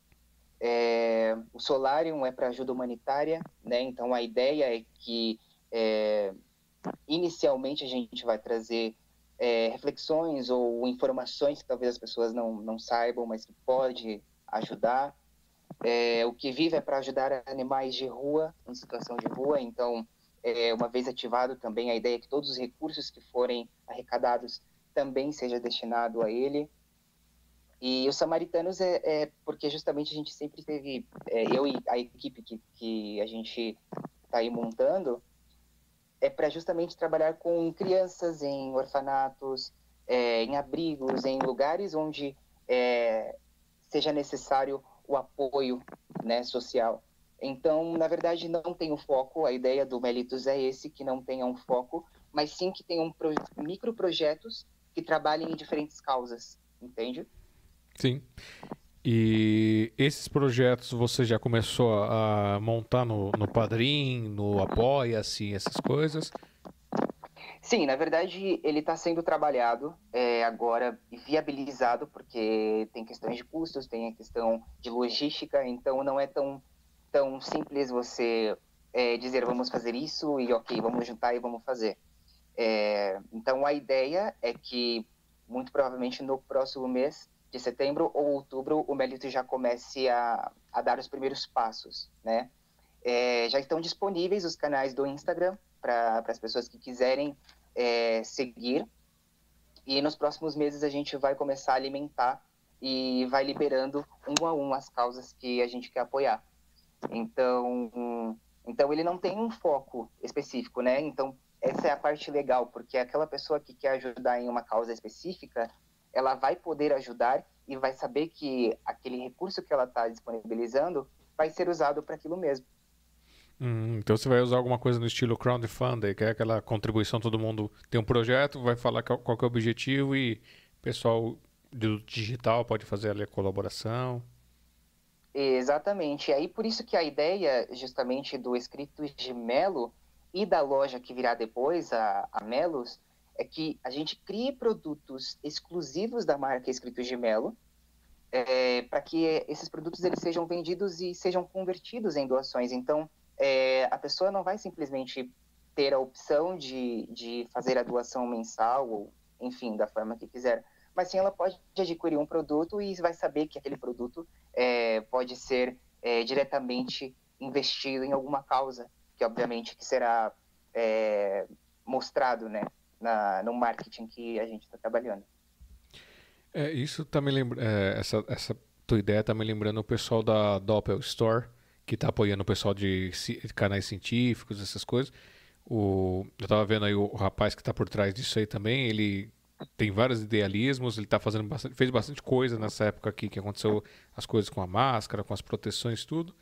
É, o Solarium é para ajuda humanitária, né? Então, a ideia é que é, inicialmente a gente vai trazer é, reflexões ou informações que talvez as pessoas não, não saibam, mas que pode ajudar. É, o Que Vive é para ajudar animais de rua, em situação de rua. Então, é, uma vez ativado também, a ideia é que todos os recursos que forem arrecadados também seja destinado a ele. E os Samaritanos é, é porque justamente a gente sempre teve, é, eu e a equipe que, que a gente está aí montando, é para justamente trabalhar com crianças em orfanatos, é, em abrigos, em lugares onde é, seja necessário o apoio, né, social. Então, na verdade, não tem um foco. A ideia do Melitus é esse, que não tenha um foco, mas sim que tenham pro, microprojetos que trabalhem em diferentes causas, entende? Sim. E esses projetos você já começou a montar no, no Padrim, no Apoia-se, essas coisas? Sim, na verdade, ele está sendo trabalhado é, agora e viabilizado, porque tem questões de custos, tem a questão de logística, então não é tão, tão simples você é, dizer vamos fazer isso e ok, vamos juntar e vamos fazer. É, então a ideia é que, muito provavelmente no próximo mês de setembro ou outubro, o Melito já comece a, a dar os primeiros passos, né? É, já estão disponíveis os canais do Instagram para as pessoas que quiserem é, seguir. E nos próximos meses a gente vai começar a alimentar e vai liberando um a um as causas que a gente quer apoiar. Então, então ele não tem um foco específico, né? Então, essa é a parte legal, porque aquela pessoa que quer ajudar em uma causa específica, ela vai poder ajudar e vai saber que aquele recurso que ela está disponibilizando vai ser usado para aquilo mesmo. Hum, então você vai usar alguma coisa no estilo crowdfunding, que é aquela contribuição, todo mundo tem um projeto, vai falar qual, qual que é o objetivo e o pessoal do digital pode fazer ali a colaboração. Exatamente. E aí, por isso que a ideia, justamente, do Escritos de Melo e da loja que virá depois, a, a Melos, é que a gente crie produtos exclusivos da marca Escritos de Melo, é, para que esses produtos eles sejam vendidos e sejam convertidos em doações. Então, é, a pessoa não vai simplesmente ter a opção de, de fazer a doação mensal, ou, enfim, da forma que quiser, mas sim ela pode adquirir um produto e vai saber que aquele produto é, pode ser é, diretamente investido em alguma causa, que obviamente que será é, mostrado, né, na, no marketing que a gente está trabalhando. É, isso tá me lembrando, essa, essa tua ideia tá me lembrando o pessoal da Doppel Store, que tá apoiando o pessoal de ci- canais científicos, essas coisas. O, eu tava vendo aí o, o rapaz que tá por trás disso aí também, ele tem vários idealismos, ele tá fazendo bastante, fez bastante coisa nessa época aqui que aconteceu as coisas com a máscara, com as proteções, tudo.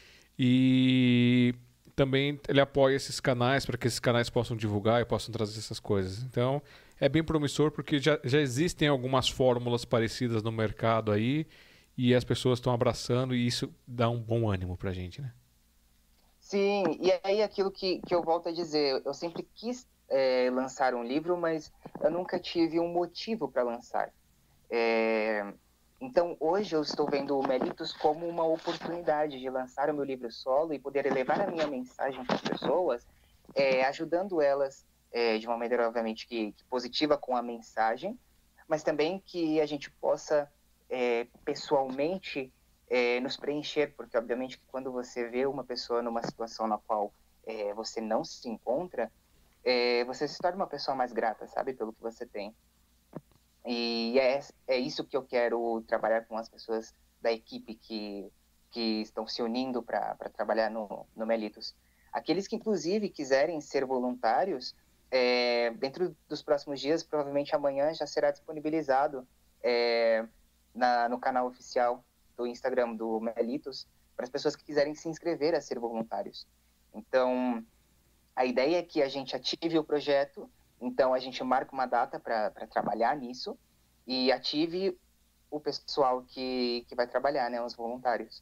E também ele apoia esses canais para que esses canais possam divulgar e possam trazer essas coisas. Então é bem promissor porque já, já existem algumas fórmulas parecidas no mercado aí e as pessoas estão abraçando e isso dá um bom ânimo pra gente, né? Sim, e aí aquilo que, que eu volto a dizer, eu sempre quis é, lançar um livro, mas eu nunca tive um motivo para lançar. É, então, hoje eu estou vendo o Melitos como uma oportunidade de lançar o meu livro solo e poder levar a minha mensagem para as pessoas, é, ajudando elas é, de uma maneira, obviamente, que, que positiva com a mensagem, mas também que a gente possa é, pessoalmente é, nos preencher, porque, obviamente, quando você vê uma pessoa numa situação na qual é, você não se encontra, é, você se torna uma pessoa mais grata, sabe, pelo que você tem. E é, é isso que eu quero trabalhar com as pessoas da equipe que, que estão se unindo para trabalhar no, no Melitos. Aqueles que, inclusive, quiserem ser voluntários, é, dentro dos próximos dias, provavelmente amanhã, já será disponibilizado é, na, no canal oficial do Instagram do Melitos para as pessoas que quiserem se inscrever a ser voluntários. Então, a ideia é que a gente ative o projeto, então a gente marca uma data para trabalhar nisso e ative o pessoal que, que vai trabalhar, né, os voluntários.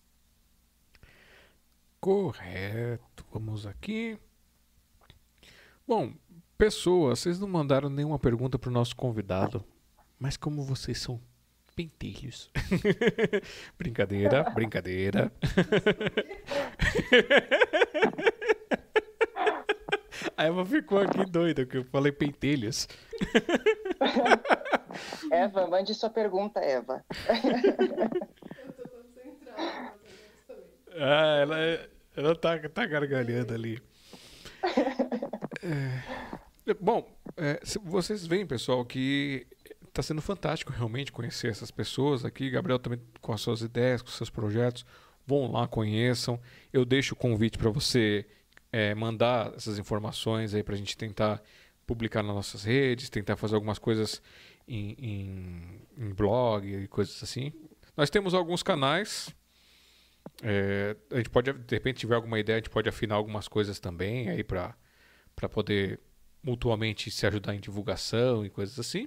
Correto. Vamos aqui. Bom, pessoas, vocês não mandaram nenhuma pergunta pro nosso convidado, mas como vocês são pentelhos. Brincadeira, brincadeira. A Eva ficou aqui doida que eu falei pentelhos. Eva, mande sua pergunta, Eva. Eu tô concentrada fazendo isso também. Ah, ela, é- ela tá, tá gargalhando ali. É, bom, é, se- vocês veem, pessoal, que tá sendo fantástico realmente conhecer essas pessoas aqui. Gabriel também com as suas ideias, com os seus projetos. Vão lá, conheçam. Eu deixo o convite para você é, mandar essas informações aí para a gente tentar publicar nas nossas redes, tentar fazer algumas coisas em, em, em blog e coisas assim. Nós temos alguns canais. É, a gente pode, de repente, tiver alguma ideia, a gente pode afinar algumas coisas também aí para para poder mutuamente se ajudar em divulgação e coisas assim.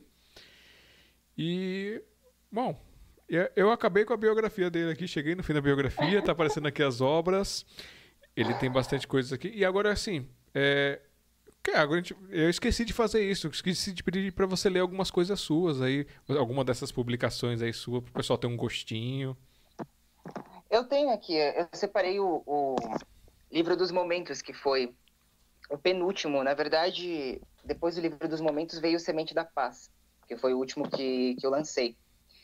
E, bom, eu eu acabei com a biografia dele aqui, cheguei no fim da biografia, tá aparecendo aqui as obras, ele tem bastante coisas aqui. E agora, assim, é, que agora a gente- eu esqueci de fazer isso, esqueci de pedir para você ler algumas coisas suas aí, alguma dessas publicações aí sua, para o pessoal ter um gostinho. Eu tenho aqui, eu separei o, o livro dos momentos, que foi o penúltimo. Na verdade, depois do livro dos momentos veio Semente da Paz, que foi o último que, que eu lancei.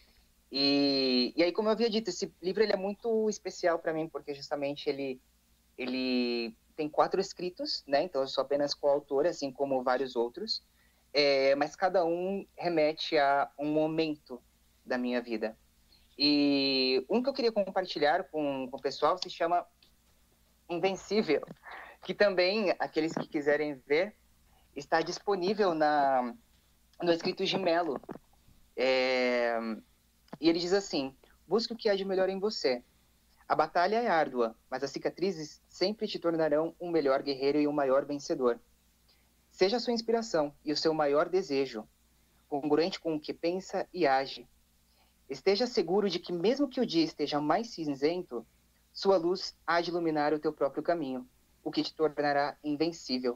E, e aí, como eu havia dito, esse livro ele é muito especial para mim, porque justamente ele, ele tem quatro escritos, né? Então eu sou apenas coautor, assim como vários outros, é, mas cada um remete a um momento da minha vida. E um que eu queria compartilhar com, com o pessoal se chama Invencível, que também, aqueles que quiserem ver, está disponível na, no Escrito de Melo. É, e ele diz assim: busque o que há de melhor em você. A batalha é árdua, mas as cicatrizes sempre te tornarão um melhor guerreiro e um maior vencedor. Seja a sua inspiração e o seu maior desejo, congruente com o que pensa e age. Esteja seguro de que, mesmo que o dia esteja mais cinzento, sua luz há de iluminar o teu próprio caminho, o que te tornará invencível.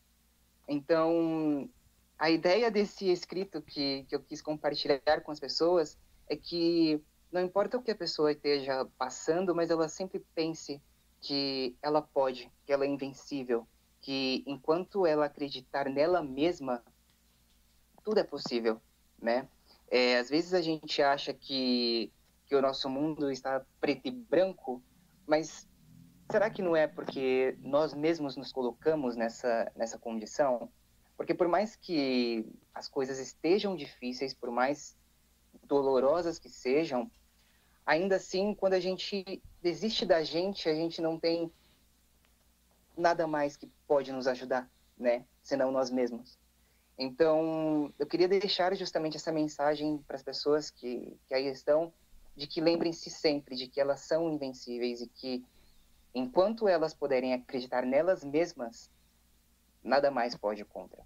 Então, a ideia desse escrito que, que eu quis compartilhar com as pessoas é que não importa o que a pessoa esteja passando, mas ela sempre pense que ela pode, que ela é invencível, que enquanto ela acreditar nela mesma, tudo é possível, né? É, às vezes a gente acha que, que o nosso mundo está preto e branco, mas será que não é porque nós mesmos nos colocamos nessa, nessa condição? Porque por mais que as coisas estejam difíceis, por mais dolorosas que sejam, ainda assim, quando a gente desiste da gente, a gente não tem nada mais que pode nos ajudar, né? Senão nós mesmos. Então, eu queria deixar justamente essa mensagem para as pessoas que, que aí estão, de que lembrem-se sempre de que elas são invencíveis e que, enquanto elas puderem acreditar nelas mesmas, nada mais pode ir contra.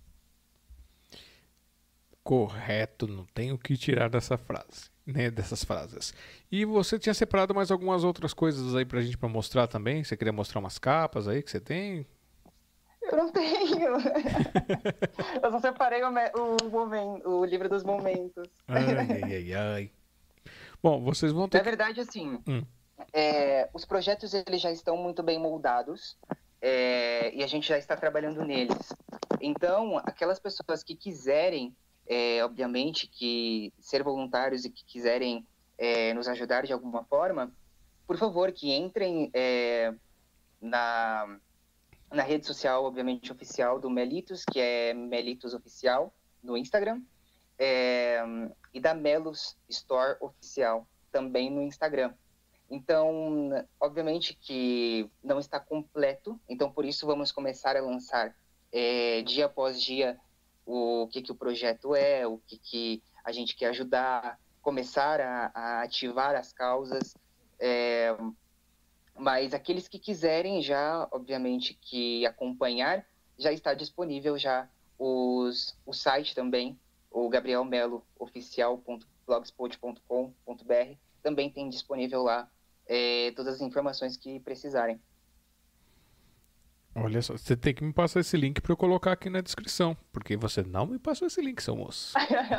Correto, não tenho o que tirar dessa frase, né, dessas frases. E você tinha separado mais algumas outras coisas aí pra gente pra mostrar também? Você queria mostrar umas capas aí que você tem? Eu não tenho. Eu só separei o, me- o, momen- o livro dos momentos. Ai, ai, ai, ai. Bom, vocês vão ter Na que... verdade, assim, Hum. é, os projetos eles já estão muito bem moldados, é, e a gente já está trabalhando neles. Então, aquelas pessoas que quiserem, é, obviamente, que ser voluntários e que quiserem é, nos ajudar de alguma forma, por favor, que entrem é, na, na rede social, obviamente, oficial do Melitus, que é Melitus Oficial, no Instagram, é, e da Melos Store Oficial, também no Instagram. Então, obviamente que não está completo, então por isso vamos começar a lançar é, dia após dia o que, que o projeto é, o que, que a gente quer ajudar, começar a, a ativar as causas, é, mas aqueles que quiserem já, obviamente, que acompanhar, já está disponível já os, o site também, o gabriel melo oficial ponto blogspot ponto com ponto b r, também tem disponível lá é, todas as informações que precisarem. Olha só, você tem que me passar esse link pra eu colocar aqui na descrição, porque você não me passou esse link, seu moço.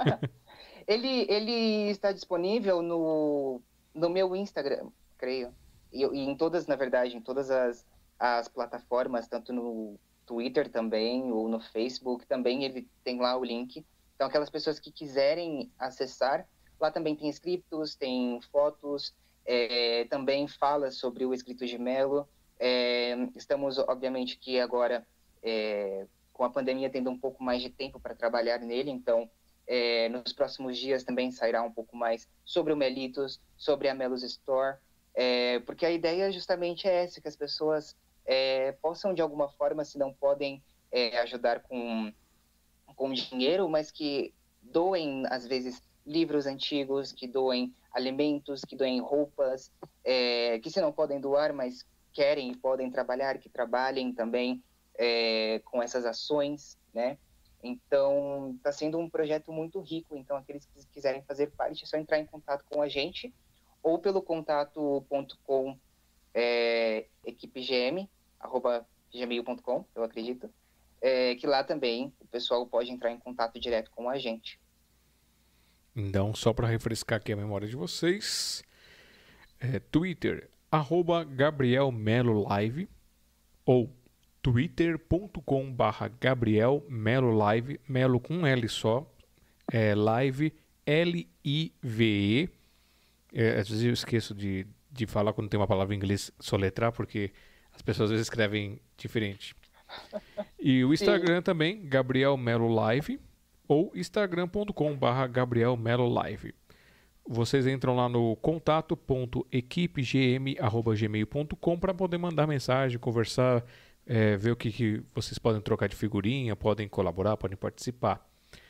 ele, ele está disponível no, no meu Instagram, creio. E, e em todas, na verdade, em todas as, as plataformas, tanto no Twitter também, ou no Facebook também, ele tem lá o link. Então, aquelas pessoas que quiserem acessar, lá também tem scriptos, tem fotos, é, também fala sobre o Escrito de Melo. É, estamos, obviamente, que agora, é, com a pandemia, tendo um pouco mais de tempo para trabalhar nele, então, é, nos próximos dias também sairá um pouco mais sobre o Melitus, sobre a Melos Store, é, porque a ideia justamente é essa, que as pessoas é, possam, de alguma forma, se não podem é, ajudar com, com dinheiro, mas que doem, às vezes, livros antigos, que doem alimentos, que doem roupas, é, que se não podem doar, mas querem e podem trabalhar, que trabalhem também é, com essas ações, né? Então, está sendo um projeto muito rico. Então, aqueles que quiserem fazer parte, é só entrar em contato com a gente ou pelo contato ponto com é, equipegm, arroba gmail ponto com, eu acredito, é, que lá também o pessoal pode entrar em contato direto com a gente. Então, só para refrescar aqui a memória de vocês, é Twitter, arroba Gabriel Melo Live, ou twitter ponto com barra Gabriel Melo Live, Melo com L só, é live, L I V E. É, às vezes eu esqueço de, de falar quando tem uma palavra em inglês soletrar, porque as pessoas às vezes escrevem diferente. E o Instagram Sim. também, Gabriel Melo Live, ou instagram ponto com barra Gabriel Melo Live. Vocês entram lá no contato ponto equipegm arroba gmail ponto com para poder mandar mensagem, conversar, é, ver o que, que vocês podem trocar de figurinha, podem colaborar, podem participar.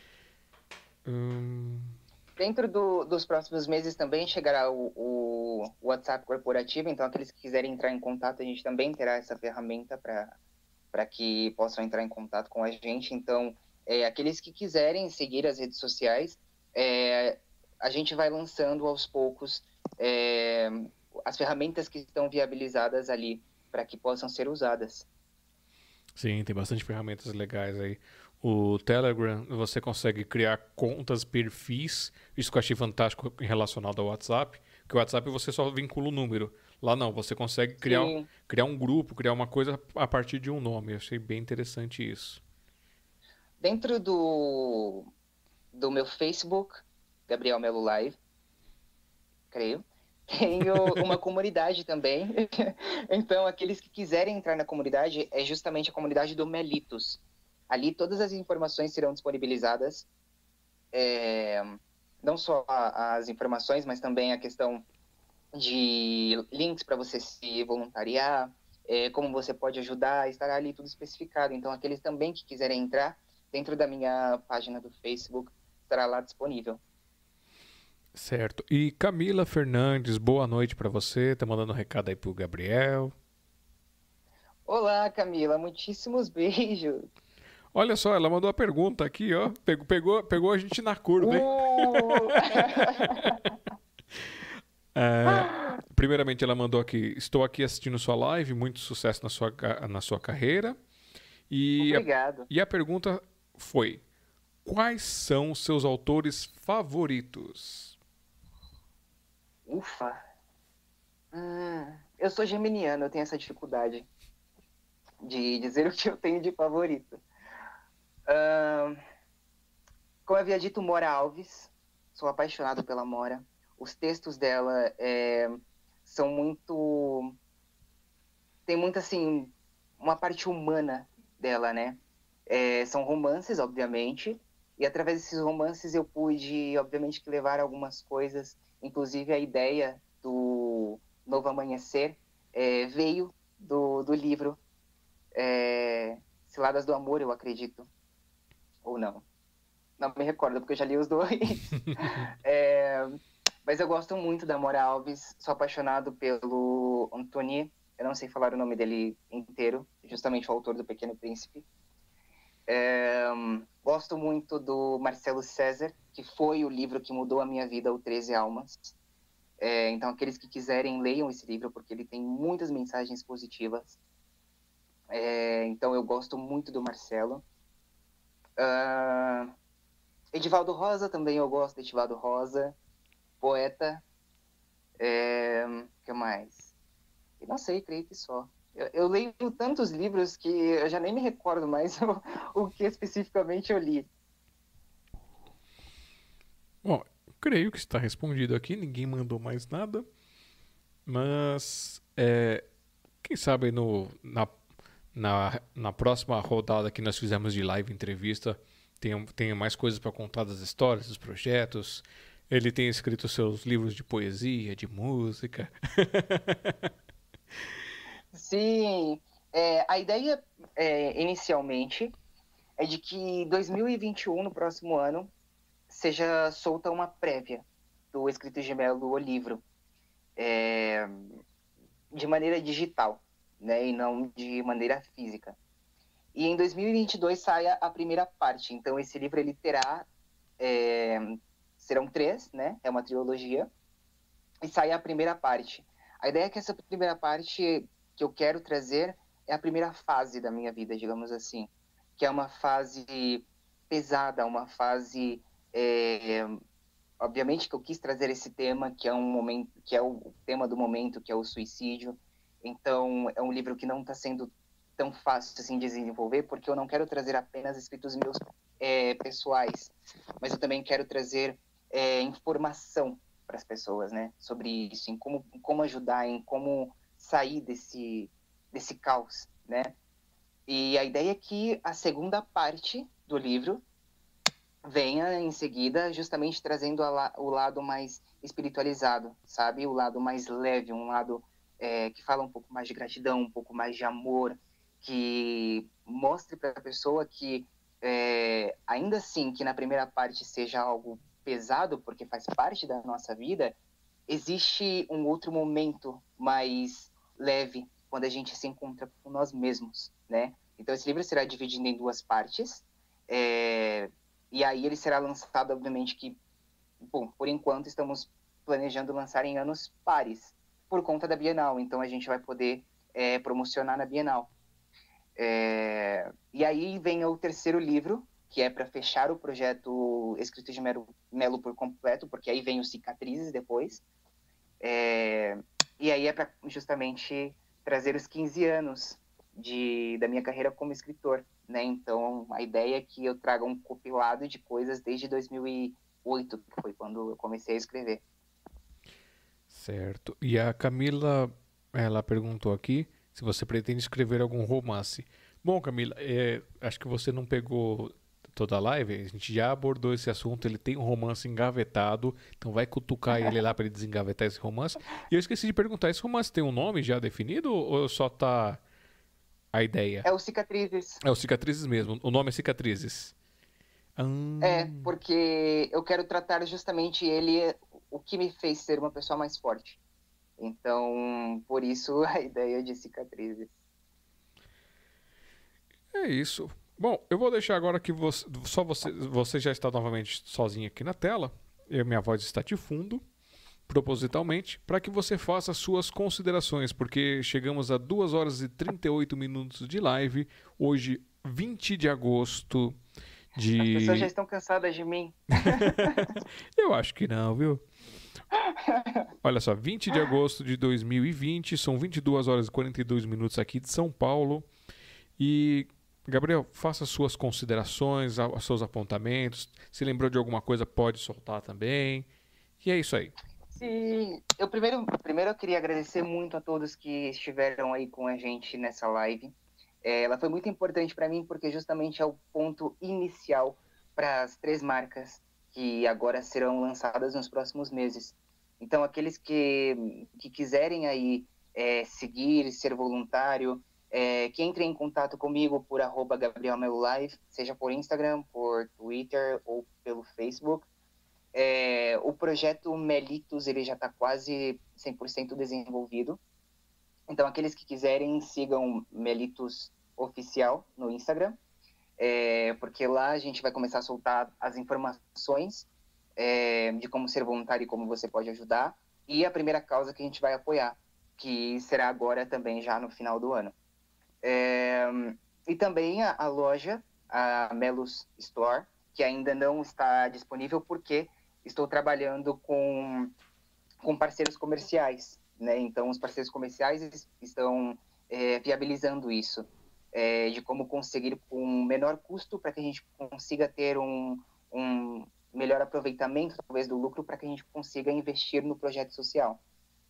Hum... Dentro do, dos próximos meses também chegará o, o WhatsApp corporativo, então aqueles que quiserem entrar em contato, a gente também terá essa ferramenta para que possam entrar em contato com a gente. Então, é, aqueles que quiserem seguir as redes sociais, é, a gente vai lançando aos poucos é, as ferramentas que estão viabilizadas ali para que possam ser usadas. Sim, tem bastante ferramentas legais aí. O Telegram, você consegue criar contas, perfis. Isso que eu achei fantástico relacionado ao WhatsApp. Que o WhatsApp você só vincula o número. Lá não, você consegue criar, criar um grupo, criar uma coisa a partir de um nome. Eu achei bem interessante isso. Dentro do, do meu Facebook, Gabriel Melo Live, creio, tenho uma comunidade também. Então, aqueles que quiserem entrar na comunidade, é justamente a comunidade do Melitus. Ali todas as informações serão disponibilizadas. É, não só a, as informações, mas também a questão de links para você se voluntariar, é, como você pode ajudar, estará ali tudo especificado. Então, aqueles também que quiserem entrar dentro da minha página do Facebook, estará lá disponível. Certo. E Camila Fernandes, boa noite pra você. Tá mandando um recado aí pro Gabriel. Olá, Camila, muitíssimos beijos. Olha só, ela mandou a pergunta aqui, ó. Pegou, pegou, pegou a gente na curva, hein? Uh! É, primeiramente, ela mandou aqui: estou aqui assistindo sua live, muito sucesso na sua, ca- na sua carreira. E a, Obrigado. e a pergunta foi: quais são os seus autores favoritos? Ufa. Hum, eu sou geminiano, eu tenho essa dificuldade de dizer o que eu tenho de favorito. Ahn, como eu havia dito, Mora Alves, sou apaixonado pela Mora. Os textos dela é, são muito. Tem muito, assim, uma parte humana dela, né? É, são romances, obviamente, e através desses romances eu pude, obviamente, que levar algumas coisas, inclusive a ideia do Novo Amanhecer é, veio do, do livro é, Ciladas do Amor, eu acredito, ou não. Não me recordo, porque eu já li os dois. É, mas eu gosto muito da Mora Alves, sou apaixonado pelo Antoni, eu não sei falar o nome dele inteiro, justamente o autor do Pequeno Príncipe. É, gosto muito do Marcelo César, que foi o livro que mudou a minha vida, O treze Almas. É, então, aqueles que quiserem, leiam esse livro, porque ele tem muitas mensagens positivas. É, então, eu gosto muito do Marcelo. Uh, Edivaldo Rosa, também eu gosto de Edivaldo Rosa. Poeta. É, que mais? Eu não sei, creio que só. Eu, eu leio tantos livros que eu já nem me recordo mais o, o que especificamente eu li. Bom, creio que está respondido aqui, ninguém mandou mais nada. Mas, é, quem sabe no, na, na, na próxima rodada que nós fizemos de live entrevista, tenha, tenha mais coisas para contar das histórias, dos projetos. Ele tem escrito seus livros de poesia, de música. Sim, é, a ideia é, inicialmente é de que dois mil e vinte e um, no próximo ano, seja solta uma prévia do Escrito de Melo, o livro, é, de maneira digital, né, e não de maneira física. E em dois mil e vinte e dois saia a primeira parte. Então esse livro ele terá é, serão três, né? É uma trilogia e sai a primeira parte. A ideia é que essa primeira parte que eu quero trazer é a primeira fase da minha vida, digamos assim, que é uma fase pesada, uma fase é, obviamente que eu quis trazer esse tema, que é um momento, que é o tema do momento, que é o suicídio. Então, é um livro que não está sendo tão fácil assim de desenvolver, porque eu não quero trazer apenas escritos meus é, pessoais, mas eu também quero trazer é, informação para as pessoas, né, sobre isso, em como, em como ajudar, em como sair desse desse caos, né? E a ideia é que a segunda parte do livro venha em seguida, justamente trazendo la, o lado mais espiritualizado, sabe? O lado mais leve, um lado é, que fala um pouco mais de gratidão, um pouco mais de amor, que mostre para a pessoa que, é, ainda assim, que na primeira parte seja algo pesado, porque faz parte da nossa vida, existe um outro momento mais leve, quando a gente se encontra com nós mesmos, né? Então, esse livro será dividido em duas partes, é, e aí ele será lançado, obviamente, que, bom, por enquanto estamos planejando lançar em anos pares, por conta da Bienal, então a gente vai poder é, promocionar na Bienal. É, e aí vem o terceiro livro, que é para fechar o projeto Escrito de Melo, Melo por completo, porque aí vem os Cicatrizes depois. É, e aí é para justamente trazer os quinze anos de, da minha carreira como escritor, né? Então, a ideia é que eu traga um compilado de coisas desde dois mil e oito, que foi quando eu comecei a escrever. Certo. E a Camila, ela perguntou aqui se você pretende escrever algum romance. Bom, Camila, é, acho que você não pegou toda a live, a gente já abordou esse assunto, ele tem um romance engavetado, então vai cutucar ele lá para ele desengavetar esse romance. E eu esqueci de perguntar, esse romance tem um nome já definido ou só tá a ideia? É o Cicatrizes. É o Cicatrizes mesmo, o nome é Cicatrizes. É, Hum, porque eu quero tratar justamente ele, o que me fez ser uma pessoa mais forte. Então, por isso a ideia de Cicatrizes. é isso. Bom, eu vou deixar agora que você, só você, você já está novamente sozinho aqui na tela, e a minha voz está de fundo, propositalmente, para que você faça suas considerações, porque chegamos a duas horas e trinta e oito minutos de live, hoje, vinte de agosto As pessoas já de... estão cansadas de mim. Eu acho que não, viu? Olha só, vinte de agosto de dois mil e vinte, são vinte e duas horas e quarenta e dois minutos aqui de São Paulo. E, Gabriel, faça suas considerações, a- os seus apontamentos. Se lembrou de alguma coisa, pode soltar também. E é isso aí. Sim, eu primeiro, primeiro eu queria agradecer muito a todos que estiveram aí com a gente nessa live. É, ela foi muito importante para mim porque justamente é o ponto inicial para as três marcas que agora serão lançadas nos próximos meses. Então, aqueles que, que quiserem aí é, seguir, ser voluntário, é, que entrem em contato comigo por arroba Gabriel Melo Live, seja por Instagram, por Twitter ou pelo Facebook. É, o projeto Melitos ele já está quase cem por cento desenvolvido. Então, aqueles que quiserem, sigam Melitos Oficial no Instagram, é, porque lá a gente vai começar a soltar as informações é, de como ser voluntário e como você pode ajudar, e a primeira causa que a gente vai apoiar, que será agora também já no final do ano. É, e também a, a loja, a Melos Store, que ainda não está disponível porque estou trabalhando com, com parceiros comerciais, né? Então, os parceiros comerciais estão é, viabilizando isso, é, de como conseguir com menor custo para que a gente consiga ter um, um melhor aproveitamento, talvez, do lucro, para que a gente consiga investir no projeto social.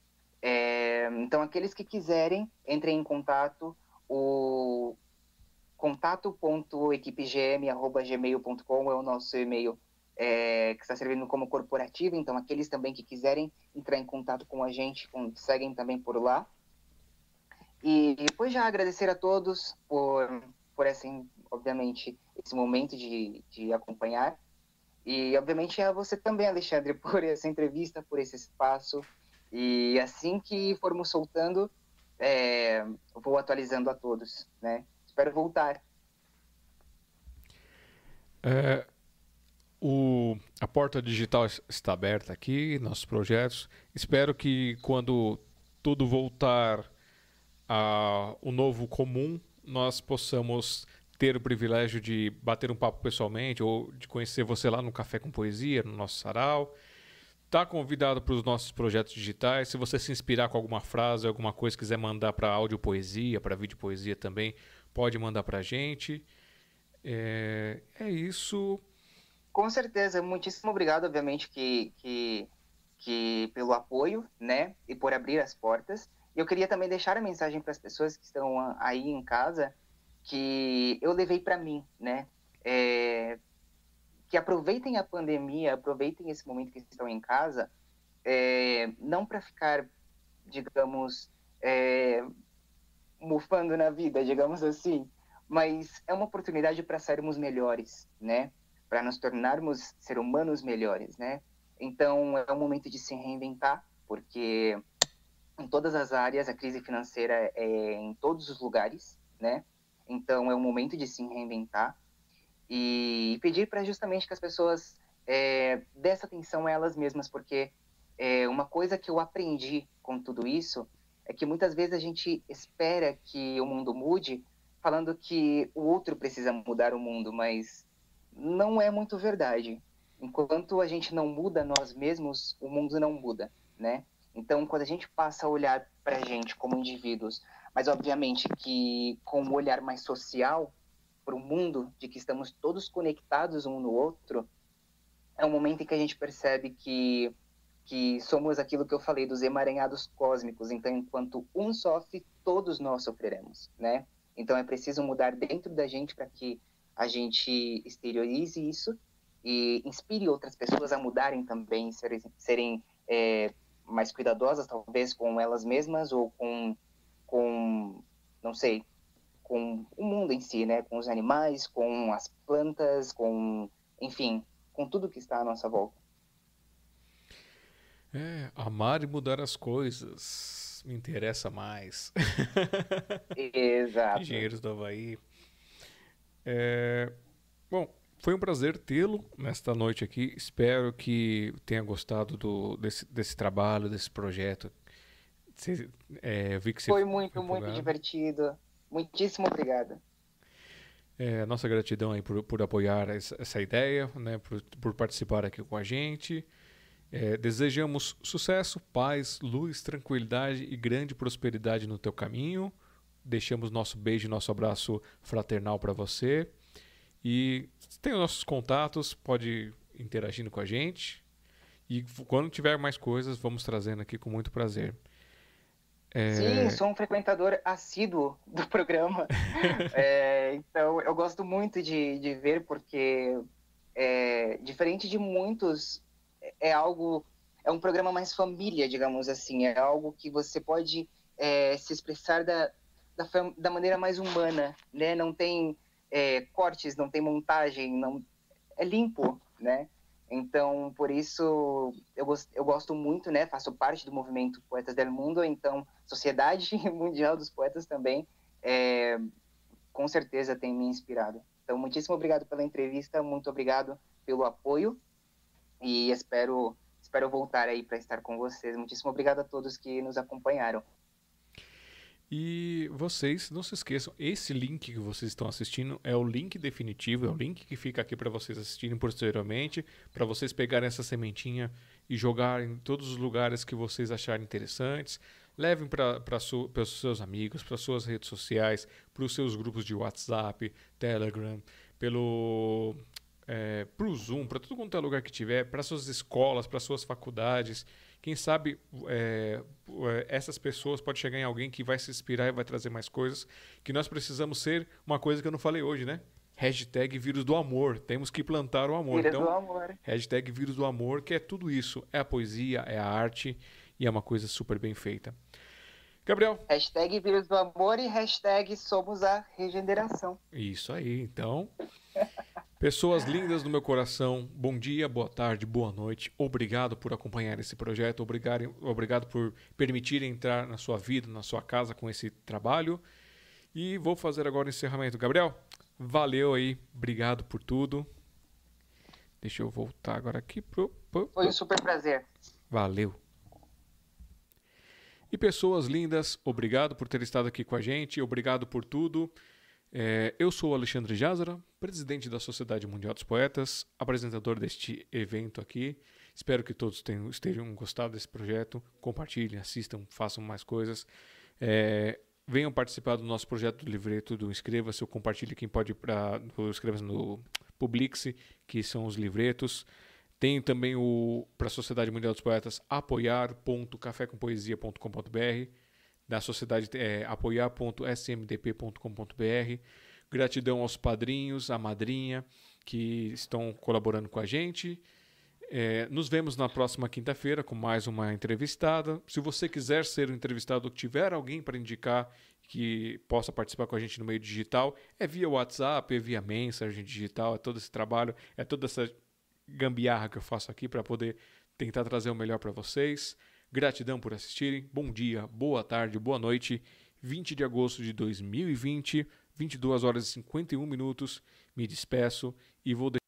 É, então, aqueles que quiserem, entrem em contato, o contato ponto equipegm arroba gmail ponto com é o nosso e-mail é, que está servindo como corporativo, então aqueles também que quiserem entrar em contato com a gente, conseguem também por lá. E depois já agradecer a todos por, por essa, obviamente, esse momento de, de acompanhar. E, obviamente, a você também, Alexandre, por essa entrevista, por esse espaço. E assim que formos soltando, é, eu vou atualizando a todos, né? Espero voltar. É, o, a porta digital es- está aberta aqui, nossos projetos. Espero que quando tudo voltar ao novo comum, nós possamos ter o privilégio de bater um papo pessoalmente ou de conhecer você lá no Café com Poesia, no nosso sarau. Tá convidado para os nossos projetos digitais. Se você se inspirar com alguma frase, alguma coisa, quiser mandar para áudio poesia, para vídeo poesia também, pode mandar para a gente. É, é isso. Com certeza, muitíssimo obrigado, obviamente, que, que, que pelo apoio, né? E por abrir as portas. E eu queria também deixar a mensagem para as pessoas que estão aí em casa, que eu levei para mim, né? É, que aproveitem a pandemia, aproveitem esse momento que estão em casa, é, não para ficar, digamos, é, mufando na vida, digamos assim, mas é uma oportunidade para sermos melhores, né? Para nos tornarmos seres humanos melhores, né? Então é um momento de se reinventar, porque em todas as áreas a crise financeira é em todos os lugares, né? Então é um momento de se reinventar e pedir para justamente que as pessoas é, dessem atenção a elas mesmas, porque é, uma coisa que eu aprendi com tudo isso é que muitas vezes a gente espera que o mundo mude, falando que o outro precisa mudar o mundo, mas não é muito verdade. Enquanto a gente não muda nós mesmos, o mundo não muda, né? Então, quando a gente passa a olhar para a gente como indivíduos, mas obviamente que com um olhar mais social, para o mundo, de que estamos todos conectados um no outro, é um momento em que a gente percebe que, que somos aquilo que eu falei dos emaranhados cósmicos. Então, enquanto um sofre, todos nós sofreremos, né? Então, é preciso mudar dentro da gente para que a gente exteriorize isso e inspire outras pessoas a mudarem também, serem, serem é, mais cuidadosas, talvez, com elas mesmas ou com, com, não sei, com o mundo em si, né? Com os animais, com as plantas, com, enfim, com tudo que está à nossa volta. É, amar e mudar as coisas me interessa mais. Exato. Engenheiros do Havaí. É, bom, foi um prazer tê-lo nesta noite aqui. Espero que tenha gostado do, desse, desse trabalho, desse projeto. Você, é, eu vi que você Foi ficou muito, muito empolgado. divertido. Muitíssimo obrigada. É, nossa gratidão aí por, por apoiar essa, essa ideia, né, por, por participar aqui com a gente. É, desejamos sucesso, paz, luz, tranquilidade e grande prosperidade no teu caminho. Deixamos nosso beijo e nosso abraço fraternal para você. E tem os nossos contatos, pode ir interagindo com a gente. E quando tiver mais coisas, vamos trazendo aqui com muito prazer. É... Sim, sou um frequentador assíduo do programa. É, então, eu gosto muito de, de ver, porque, é, diferente de muitos, é algo, é um programa mais família, digamos assim. É algo que você pode é, se expressar da, da, da maneira mais humana, né? Não tem é, cortes, não tem montagem, não, é limpo, né? Então, por isso, eu, gost, eu gosto muito, né? Faço parte do movimento Poetas del Mundo, então, Sociedade Mundial dos Poetas também, é, com certeza tem me inspirado. Então, muitíssimo obrigado pela entrevista, muito obrigado pelo apoio e espero, espero voltar aí para estar com vocês. Muitíssimo obrigado a todos que nos acompanharam. E vocês não se esqueçam, esse link que vocês estão assistindo é o link definitivo, é o link que fica aqui para vocês assistirem posteriormente, para vocês pegarem essa sementinha e jogarem em todos os lugares que vocês acharem interessantes. Levem para os seus amigos, para suas redes sociais, para os seus grupos de WhatsApp, Telegram, pelo é, pro Zoom, para todo quanto é lugar que tiver, para suas escolas, para suas faculdades. Quem sabe é, essas pessoas podem chegar em alguém que vai se inspirar e vai trazer mais coisas. Que nós precisamos ser uma coisa que eu não falei hoje, né? Hashtag vírus do amor. Temos que plantar o amor. Vírus então, do amor. Hashtag vírus do amor, que é tudo isso. É a poesia, é a arte e é uma coisa super bem feita. Gabriel. Hashtag vírus do amor e hashtag somos a regeneração. Isso aí, então... Pessoas lindas do meu coração, bom dia, boa tarde, boa noite. Obrigado por acompanhar esse projeto, obrigado, obrigado por permitir entrar na sua vida, na sua casa com esse trabalho. E vou fazer agora o encerramento. Gabriel, valeu aí, obrigado por tudo. Deixa eu voltar agora aqui pro... pro, pro. Foi um super prazer. Valeu. E pessoas lindas, obrigado por ter estado aqui com a gente, obrigado por tudo. É, eu sou o Alexandre Jazara, presidente da Sociedade Mundial dos Poetas, apresentador deste evento aqui. Espero que todos tenham, estejam gostado desse projeto. Compartilhem, assistam, façam mais coisas. É, venham participar do nosso projeto do livreto do Inscreva-se ou compartilhe quem pode para inscreva-se no Publix, que são os livretos. Tem também o para a Sociedade Mundial dos Poetas apoiar ponto café com poesia ponto com ponto br. Da sociedade é apoiar ponto s m d p ponto com ponto b r. Gratidão aos padrinhos, à madrinha que estão colaborando com a gente. É, nos vemos na próxima quinta-feira com mais uma entrevistada. Se você quiser ser um entrevistado ou tiver alguém para indicar que possa participar com a gente no meio digital, é via WhatsApp, é via mensagem digital, é todo esse trabalho, é toda essa gambiarra que eu faço aqui para poder tentar trazer o melhor para vocês. Gratidão por assistirem. Bom dia, boa tarde, boa noite. vinte de agosto de dois mil e vinte, vinte e duas horas e cinquenta e um minutos. Me despeço e vou deixar